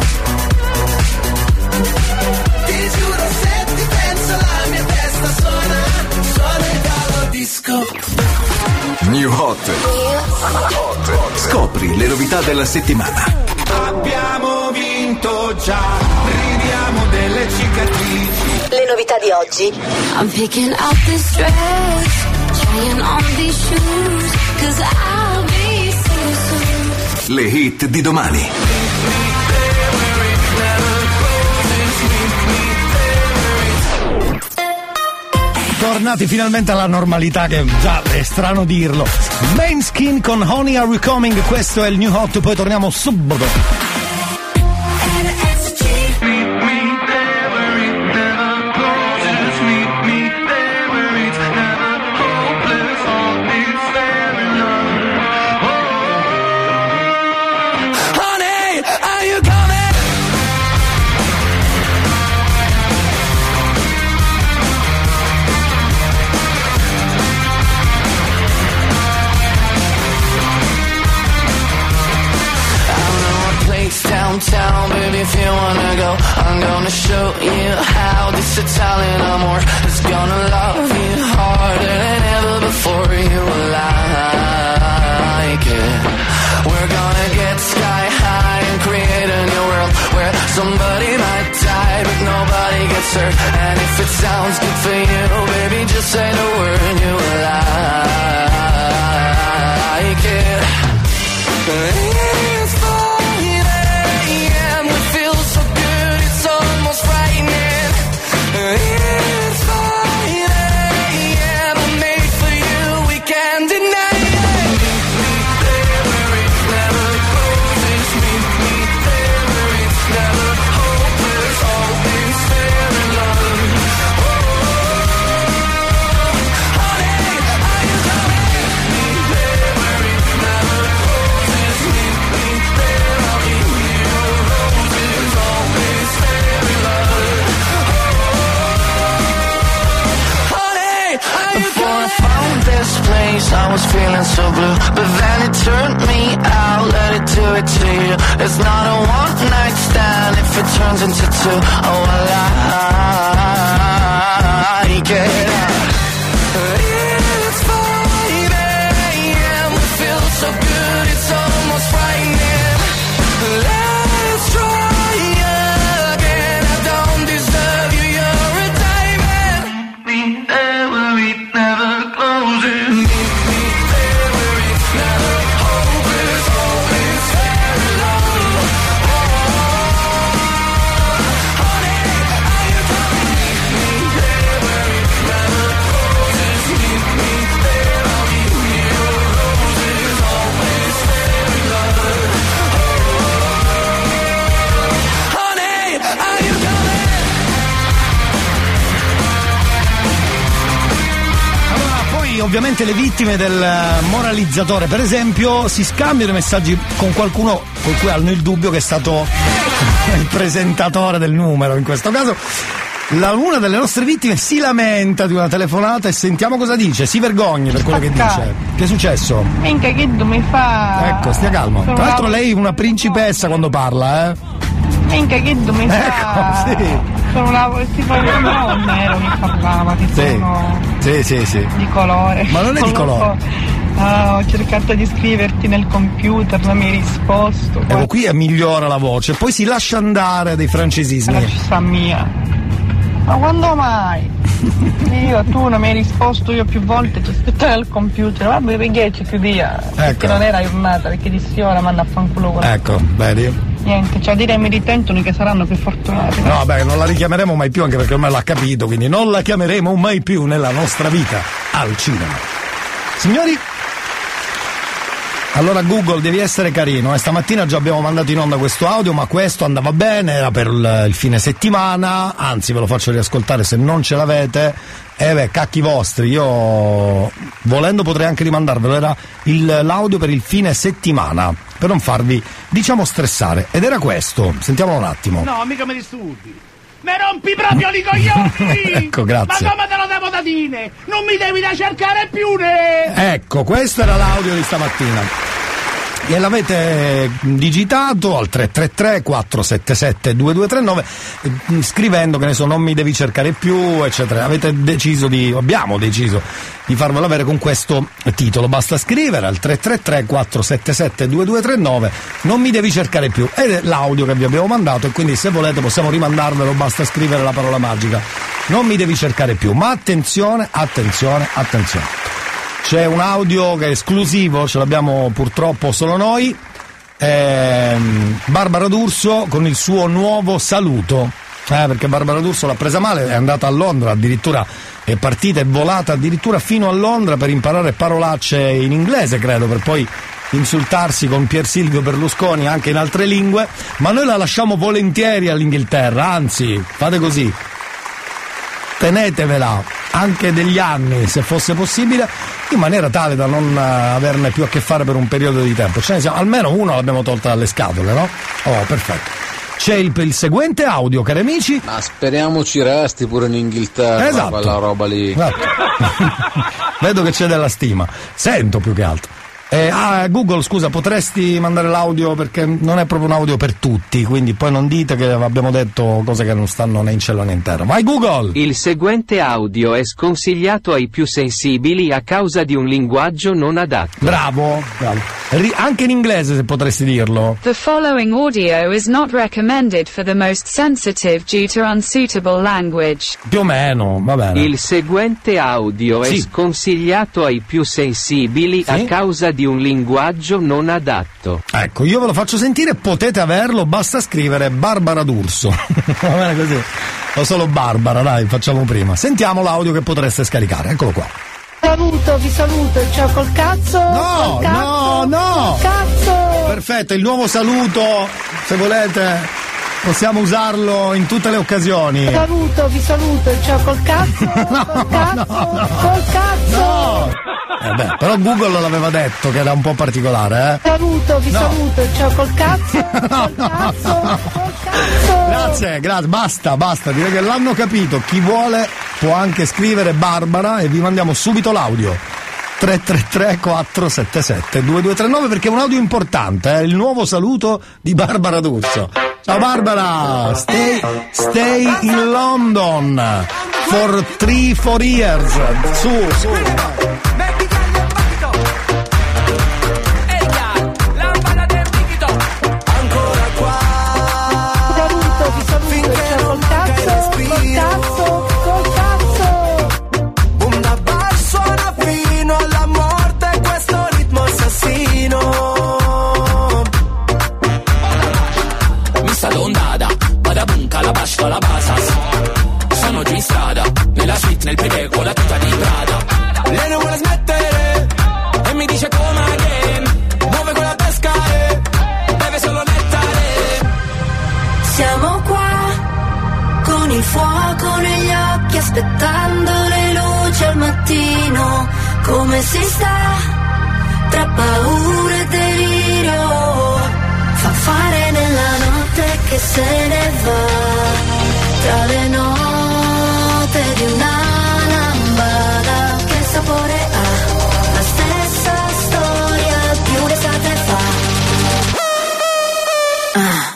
Ti giuro se ti penso la mia testa suona, suona Italo disco. New Hot. Scopri le novità della settimana. Abbiamo vinto già, ridiamo delle cicatrici. Le novità di oggi. I'm picking up this dress, trying on these shoes, cause I'll be so soon. Le hit di domani. Tornati finalmente alla normalità, che già è strano dirlo. Maneskin con Honey Are We Coming, questo è il New Hot, poi torniamo subito. Downtown, baby, if you wanna go, I'm gonna show you how this Italian amor is gonna love you harder than ever before. You will like it. We're gonna get sky high and create a new world where somebody might die but nobody gets hurt. And if it sounds good for you, baby, just say the word. You will like it. It's five a.m. We feel so good, it's almost frightening. It's five a.m. I'm made for you, we can't deny it. Meet me there where it never closes. Meet me there where it's never hopeless. Always fair in love. Oh, honey, are you coming? Meet me there where it never closes. Meet me there, I'll give you roses. Always fair in love. Oh, honey, are you Before coming? I found this place, I was feeling so blue, but then it turned me out. Let it do it to you. It's not a one night stand if it turns into two. Oh, I like it. It's five a.m. We feel so good, it's almost frightening. Let's try again. I don't deserve you, you're a diamond. Meet me there where it never closes. Meet me there where it's never hopeless. Always fair in love. Oh, honey, are you coming? Meet me ovviamente le vittime del moralizzatore, per esempio, si scambiano i messaggi con qualcuno con cui hanno il dubbio che è stato il presentatore del numero, in questo caso. La, una delle nostre vittime si lamenta di una telefonata e sentiamo cosa dice, si vergogna per quello che dice. Che è successo? Minchia, che mi fa. Ecco, stia calmo. Tra l'altro lei è una principessa quando parla, eh? Minchia, che mi fa. Ecco, sì. Sono una tipo un nero che parlava, che sì. sono sì, sì, sì. di colore. Ma non è di colore. Ah, ho cercato di scriverti nel computer, non mi hai risposto. Ecco, qui migliora la voce, poi si lascia andare dei francesismi. La città mia. Ma quando mai? Io, tu non mi hai risposto, io più volte ti aspettavo al computer, vabbè perché ci via? Ecco. Perché non era giornata, perché dissi ora manda a fanculo con. Ecco, vedi? Niente, cioè a dire mi ritentono che saranno più fortunati. No, beh, non la richiameremo mai più, anche perché ormai l'ha capito, quindi non la chiameremo mai più nella nostra vita al cinema. Signori, allora Google, devi essere carino, eh? Stamattina già abbiamo mandato in onda questo audio, ma questo andava bene, era per il, il fine settimana, anzi ve lo faccio riascoltare se non ce l'avete. Eh beh, cacchi vostri, io volendo potrei anche rimandarvelo, era il, l'audio per il fine settimana, per non farvi, diciamo, stressare, ed era questo, sentiamolo un attimo. No, mica mi disturbi. Mi rompi proprio i coglioni! Ecco, grazie. Ma come te lo devo da dire? Non mi devi da cercare più, ne! Ecco, questo era l'audio di stamattina. E l'avete digitato al tre tre tre quattro sette sette due due tre nove scrivendo, che ne so, non mi devi cercare più, eccetera. Avete deciso di, abbiamo deciso di farvelo avere con questo titolo. Basta scrivere al tre tre tre quattro sette sette due due tre nove, non mi devi cercare più, ed è l'audio che vi abbiamo mandato, e quindi se volete possiamo rimandarvelo, basta scrivere la parola magica non mi devi cercare più. Ma attenzione, attenzione, attenzione, c'è un audio che è esclusivo, ce l'abbiamo purtroppo solo noi, ehm, Barbara D'Urso con il suo nuovo saluto, eh, perché Barbara D'Urso l'ha presa male, è andata a Londra, addirittura è partita, è volata addirittura fino a Londra per imparare parolacce in inglese, credo, per poi insultarsi con Pier Silvio Berlusconi anche in altre lingue, ma noi la lasciamo volentieri all'Inghilterra, anzi, fate così, tenetevela anche degli anni, se fosse possibile, in maniera tale da non averne più a che fare per un periodo di tempo. Ce ne siamo, almeno uno l'abbiamo tolta dalle scatole, no? Oh, perfetto. C'è il, il seguente audio, cari amici. Ma speriamo ci resti pure in Inghilterra, esatto, quella roba lì. Esatto. Vedo che c'è della stima, sento più che altro. Eh, ah, Google, scusa, potresti mandare l'audio, perché non è proprio un audio per tutti, quindi poi non dite che abbiamo detto cose che non stanno né in cielo né in terra. Vai Google! Il seguente audio è sconsigliato ai più sensibili a causa di un linguaggio non adatto. Bravo, bravo. Ri- anche in inglese, se potresti dirlo. The following audio is not recommended for the most sensitive due to unsuitable language. Più o meno, va bene. Il seguente audio sì. è sconsigliato ai più sensibili sì? a causa di un linguaggio non adatto. Ecco, io ve lo faccio sentire, potete averlo, basta scrivere Barbara D'Urso. Va bene così? O solo Barbara, dai, facciamo prima. Sentiamo l'audio che potreste scaricare, eccolo qua. Saluto, vi saluto, ciao col cazzo. No, col cazzo, no, no. Cazzo. Perfetto, il nuovo saluto, se volete, possiamo usarlo in tutte le occasioni. Saluto, vi saluto, ciao col cazzo. no, col cazzo, no, no. col cazzo. No. Eh beh, però Google l'aveva detto che era un po' particolare, eh. Saluto, vi no. saluto, ciao col cazzo. no, col cazzo, no. col cazzo. Grazie, grazie, basta, basta, direi che l'hanno capito. Chi vuole può anche scrivere Barbara e vi mandiamo subito l'audio. tre tre tre quattro sette sette due due tre nove, perché è un audio importante, eh? Il nuovo saluto di Barbara D'Urso. Ciao Barbara, stay, stay in London for three, four years. Su, su. La basas, sono giù in strada, nella suite, nel piede con la tuta di Prada. Lei non vuole smettere e mi dice come again, muove con la pesca e beve solo nettare. Siamo qua con il fuoco negli occhi, aspettando le luci al mattino, come si sta, tra paura e delirio, fa fare nella notte che se ne va, tra le note di una lambada, che sapore ha, la stessa storia più d'estate fa. Ah.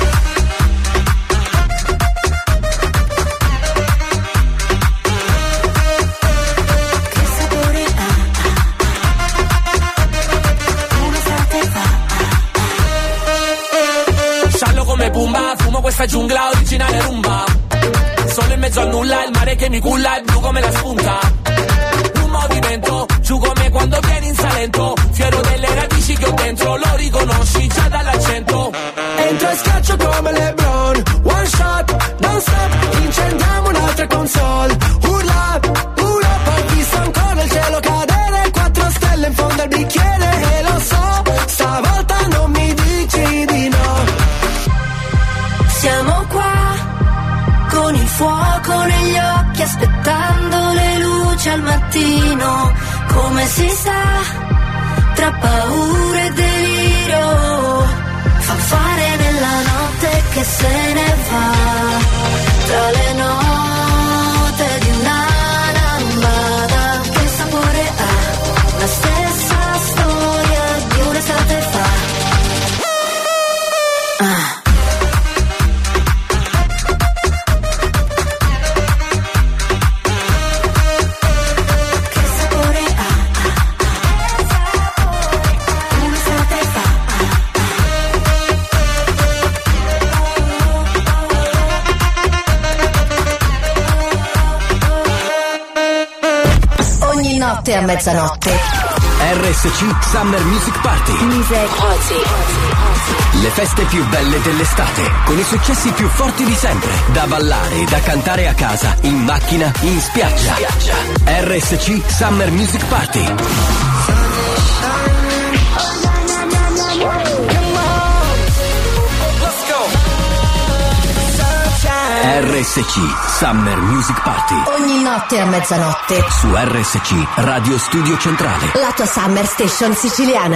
Pumba, fumo questa giungla originale rumba. Solo in mezzo al nulla, il mare che mi culla è blu come la spunta. Un movimento, giù come quando vieni in Salento. Fiero delle radici che ho dentro, lo riconosci già dall'accento. Entro e schiaccio come LeBron, one shot, non stop, incendiamo un'altra console. Urla, urla, poi visto ancora il cielo cadere, quattro stelle in fondo al bicchiere. E lo so, stavolta non mi dici di no. Siamo qua, con il fuoco negli occhi, aspettando le luci al mattino. Come si sta, tra paura e delirio, fa fare nella notte che se ne va, tra le note di una lambada, che sapore ha, la stessa storia di un'estate fa. Ah. Notte a mezzanotte. R S C Summer Music Party. Music Party. Le feste più belle dell'estate, con i successi più forti di sempre, da ballare e da cantare a casa, in macchina, in spiaggia. R S C Summer Music Party. R S C Summer Music Party. Ogni notte a mezzanotte. Su R S C Radio Studio Centrale. La tua Summer Station siciliana.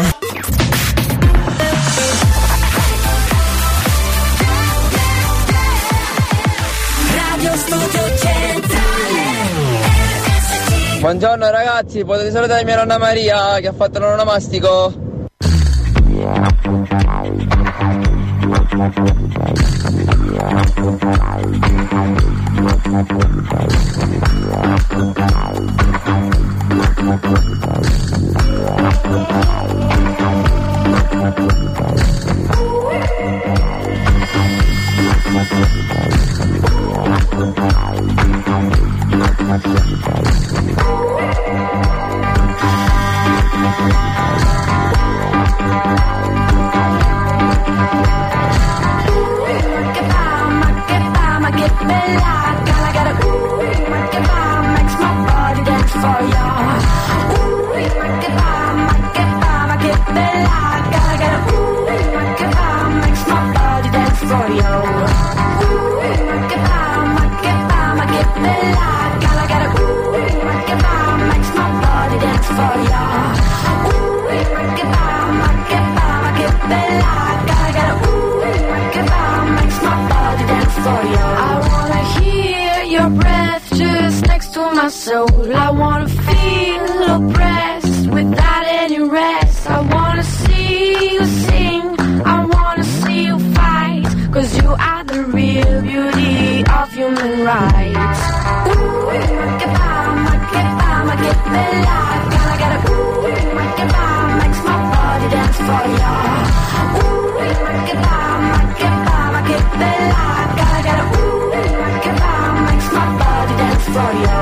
Radio Studio Centrale. Buongiorno ragazzi, potete salutare mia nonna Maria che ha fatto l'onomastico? Soul. I wanna feel oppressed without any rest. I wanna see you sing, I wanna see you fight, cause you are the real beauty of human rights. Ooh, ma che fa, ma che fa, ma che bella. Gotta get a ooh, ma che fa, makes my body dance for ya. Ooh, ma che fa, ma che fa, ma che bella. Gotta get a ooh, ma che fa, makes my body dance for ya.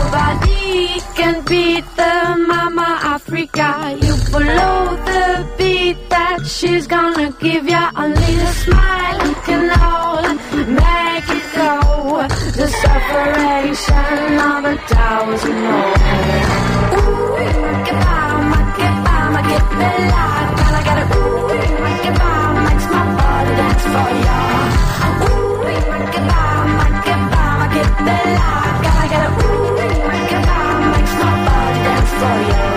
Nobody can beat the Mama Africa. You follow the beat that she's gonna give ya. Only a smile can all make it go. The separation of a thousand more. Ooh, ma che fa, ma che fa, ma che bella. Gotta get a ooh, ma che fa, makes my body dance for ya. Ooh, ma che fa, ma che fa, ma che bella. Gotta get a ooh, ma che fa, makes my body dance for ya.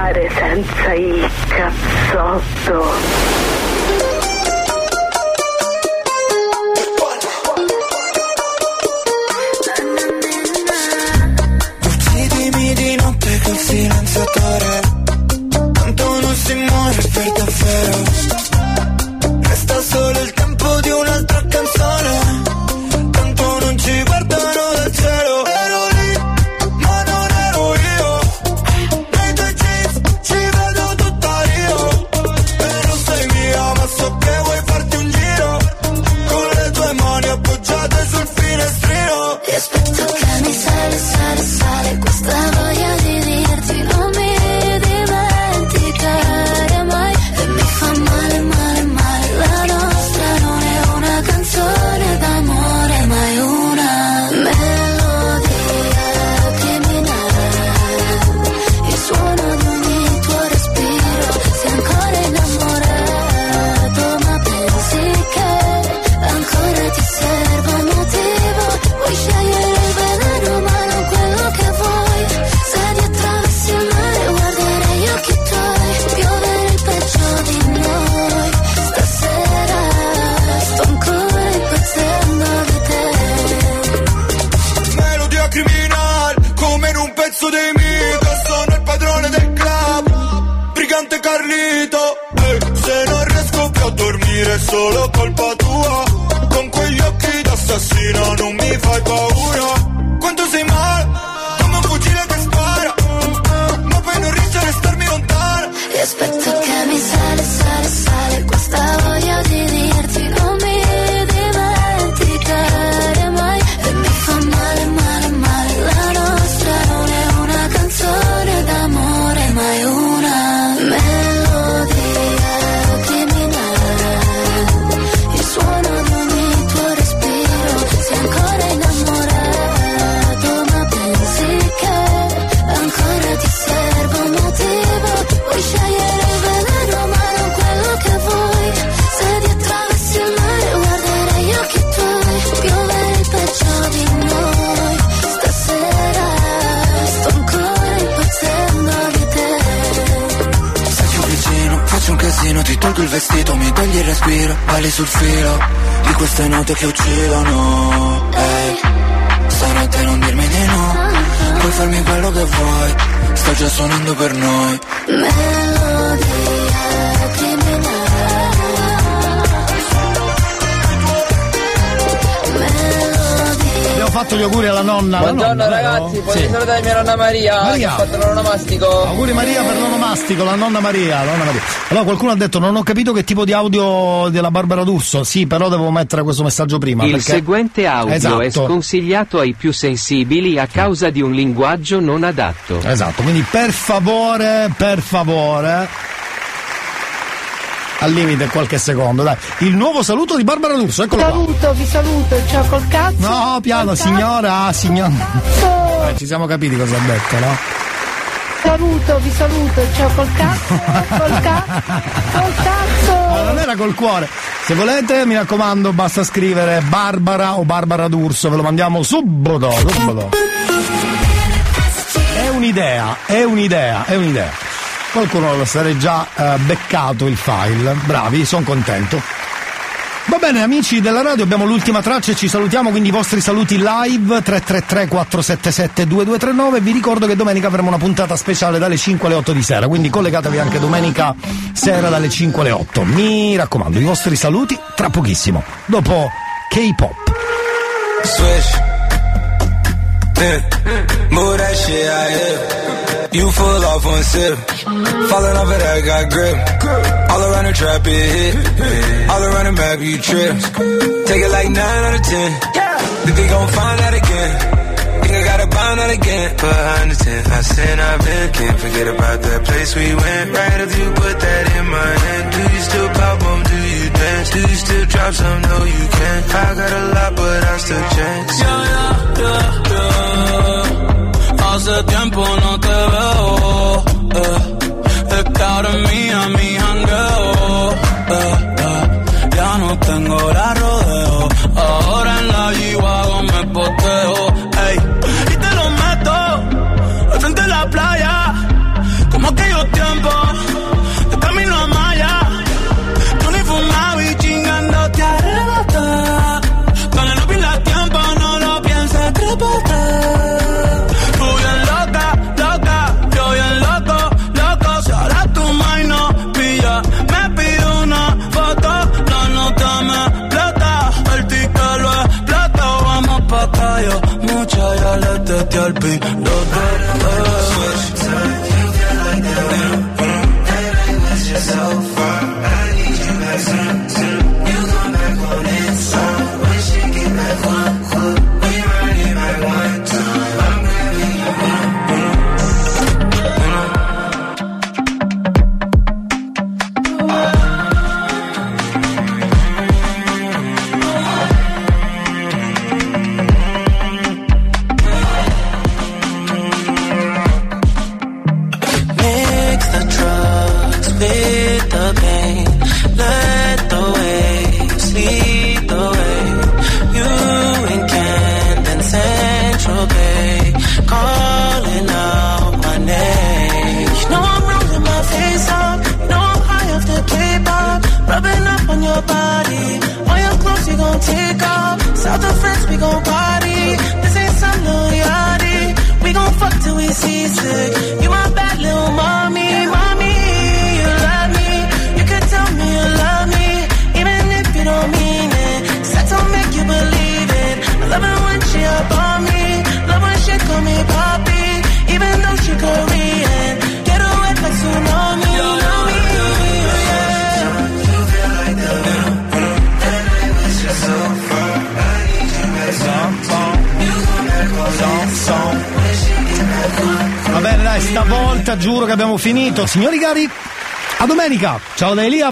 fare senza il cazzotto. Uccidimi di notte col silenziatore, tanto non si muore per davvero. Resta solo il tempo di un'altra canzone, tanto non ci guardano dal cielo. Ero lì, ma non ero io. Nei tuoi jeans ci vedo tutta io. E non sei mia, ma so che vuoi farti un giro, con le tue mani appoggiate sul finestrino. E aspetto che mi sale, sale, sale questa voglia di dirti non mi dimenticare mai. E mi fa male, male, male. La nostra non è una canzone d'amore, ma è una melodia criminale. Il suono di ogni tuo respiro. Sei ancora innamorato, ma pensi che ancora ti serva un motivo. Vuoi scegliere il veleno, ma non quello che vuoi. Se ti attraversi il mare, guarderai gli occhi tuoi. Piovere il peggio di noi. Stasera sto ancora impazzendo di te. Melodia criminale, come in un pezzo dei Migos. Sono il padrone del club, brigante Carlito. Ehi, se non riesco più a dormire è solo colpa tua. Con quegli occhi d'assassino non mi fai paura. Quanto sei male, come un fucile che spara, ma poi non riesci a restarmi lontano. E aspetto che mi sale, sale, sale questa voglia di dirti non mi dimenticare mai. E mi fa male, male, male. La nostra non è una canzone d'amore, ma è una melodia criminale. Il suono di ogni tuo respiro. Sei ancora innamorato, ma pensi che ancora ti serva un motivo. Vuoi scegliere il veleno, ma non quello che vuoi. Se ti attraversi il mare, guarderai gli occhi tuoi. Piovere il peggio di noi. Stasera sto ancora impazzendo di te. Se più vicino, faccio un casino, ti tolgo il vestito, mi togli il respiro. Balli sul filo di queste note che uccidono. Ehi, stanotte non dirmi di no, puoi farmi quello che vuoi, sto già suonando per noi. Melodia criminale. Abbiamo fatto gli auguri alla nonna. alla Buongiorno nonna, ragazzi, vero? potete Sì. salutare mia nonna Maria, Maria. che ha fatto l'onomastico. Auguri Maria per l'onomastico, la nonna Maria, la nonna Maria. Allora qualcuno ha detto non ho capito che tipo di audio della Barbara D'Urso. Sì, però devo mettere questo messaggio prima. Il perché... seguente audio esatto. è sconsigliato ai più sensibili a causa di un linguaggio non adatto. Esatto, quindi per favore, per favore, al limite qualche secondo, dai. Il nuovo saluto di Barbara D'Urso, eccolo qua. Saluto, vi saluto, ciao col cazzo. No, piano, Col signora, signora. cazzo. Eh, ci siamo capiti cosa ha detto, no? Saluto, vi saluto, ciao col cazzo, col cazzo, col cazzo. Ma non era col cuore. Se volete, mi raccomando, basta scrivere Barbara o Barbara D'Urso, ve lo mandiamo subito, subito. È un'idea, è un'idea, è un'idea. Qualcuno lo sarà già eh, beccato il file. Bravi, sono contento. Va bene amici della radio, abbiamo l'ultima traccia e ci salutiamo, quindi i vostri saluti live tre tre tre quattro sette sette due due tre nove. Vi ricordo che domenica avremo una puntata speciale dalle cinque alle otto di sera, quindi collegatevi anche domenica sera dalle cinque alle otto. Mi raccomando, i vostri saluti tra pochissimo, dopo K-pop. Swish, yeah. Move that shit out here. You full off one sip, falling off of that, got grip. All around the trap, it hit. All around the map, you trip. Take it like nine out of ten. Think they gon' find out again. Think I gotta find out again. Behind the tent, I sin, I've been. Can't forget about that place we went. Right after you put that in my hand. Do you still pop on? Do you dance? Do you still drop some? No, you can't. I got a lot, but I still chance. Yeah, yeah, yeah, yeah. Hace tiempo no te veo, eh. Esta hora es mía, mi jangueo, eh, eh. Ya no tengo la rodeo. Ahora en la G-Wagon me poteo, ey. Y te lo meto al frente de la playa, como que yo te al beat. Do, do, do. Switch to you feel like that when that was just so far. I need you back soon, soon. You come back on it, so when she get back on, we run it back one time. I'm grabbing you, mm, mm. With the pain, let the waves lead the way. You in Camden Central Bay, calling out my name. You know I'm rolling my face up, you know I'm high off the K-pop, rubbing up on your body. All your clothes you gon' take off, South of France we gon' party. This ain't some little yachty, we gon' fuck till we seasick. You my bad little mommy, mommy. Don't mean it, sex don't make you believe it. I love her when she up on me, love when she call me papi, even though she Korean. Get her wet like tsunami, tsunami, yeah. You feel like the wind, that night was just so far. I need you back song, song. You come back on song, song. Va bene, dai, stavolta giuro che abbiamo finito. Signori cari, a domenica. Ciao da Elia.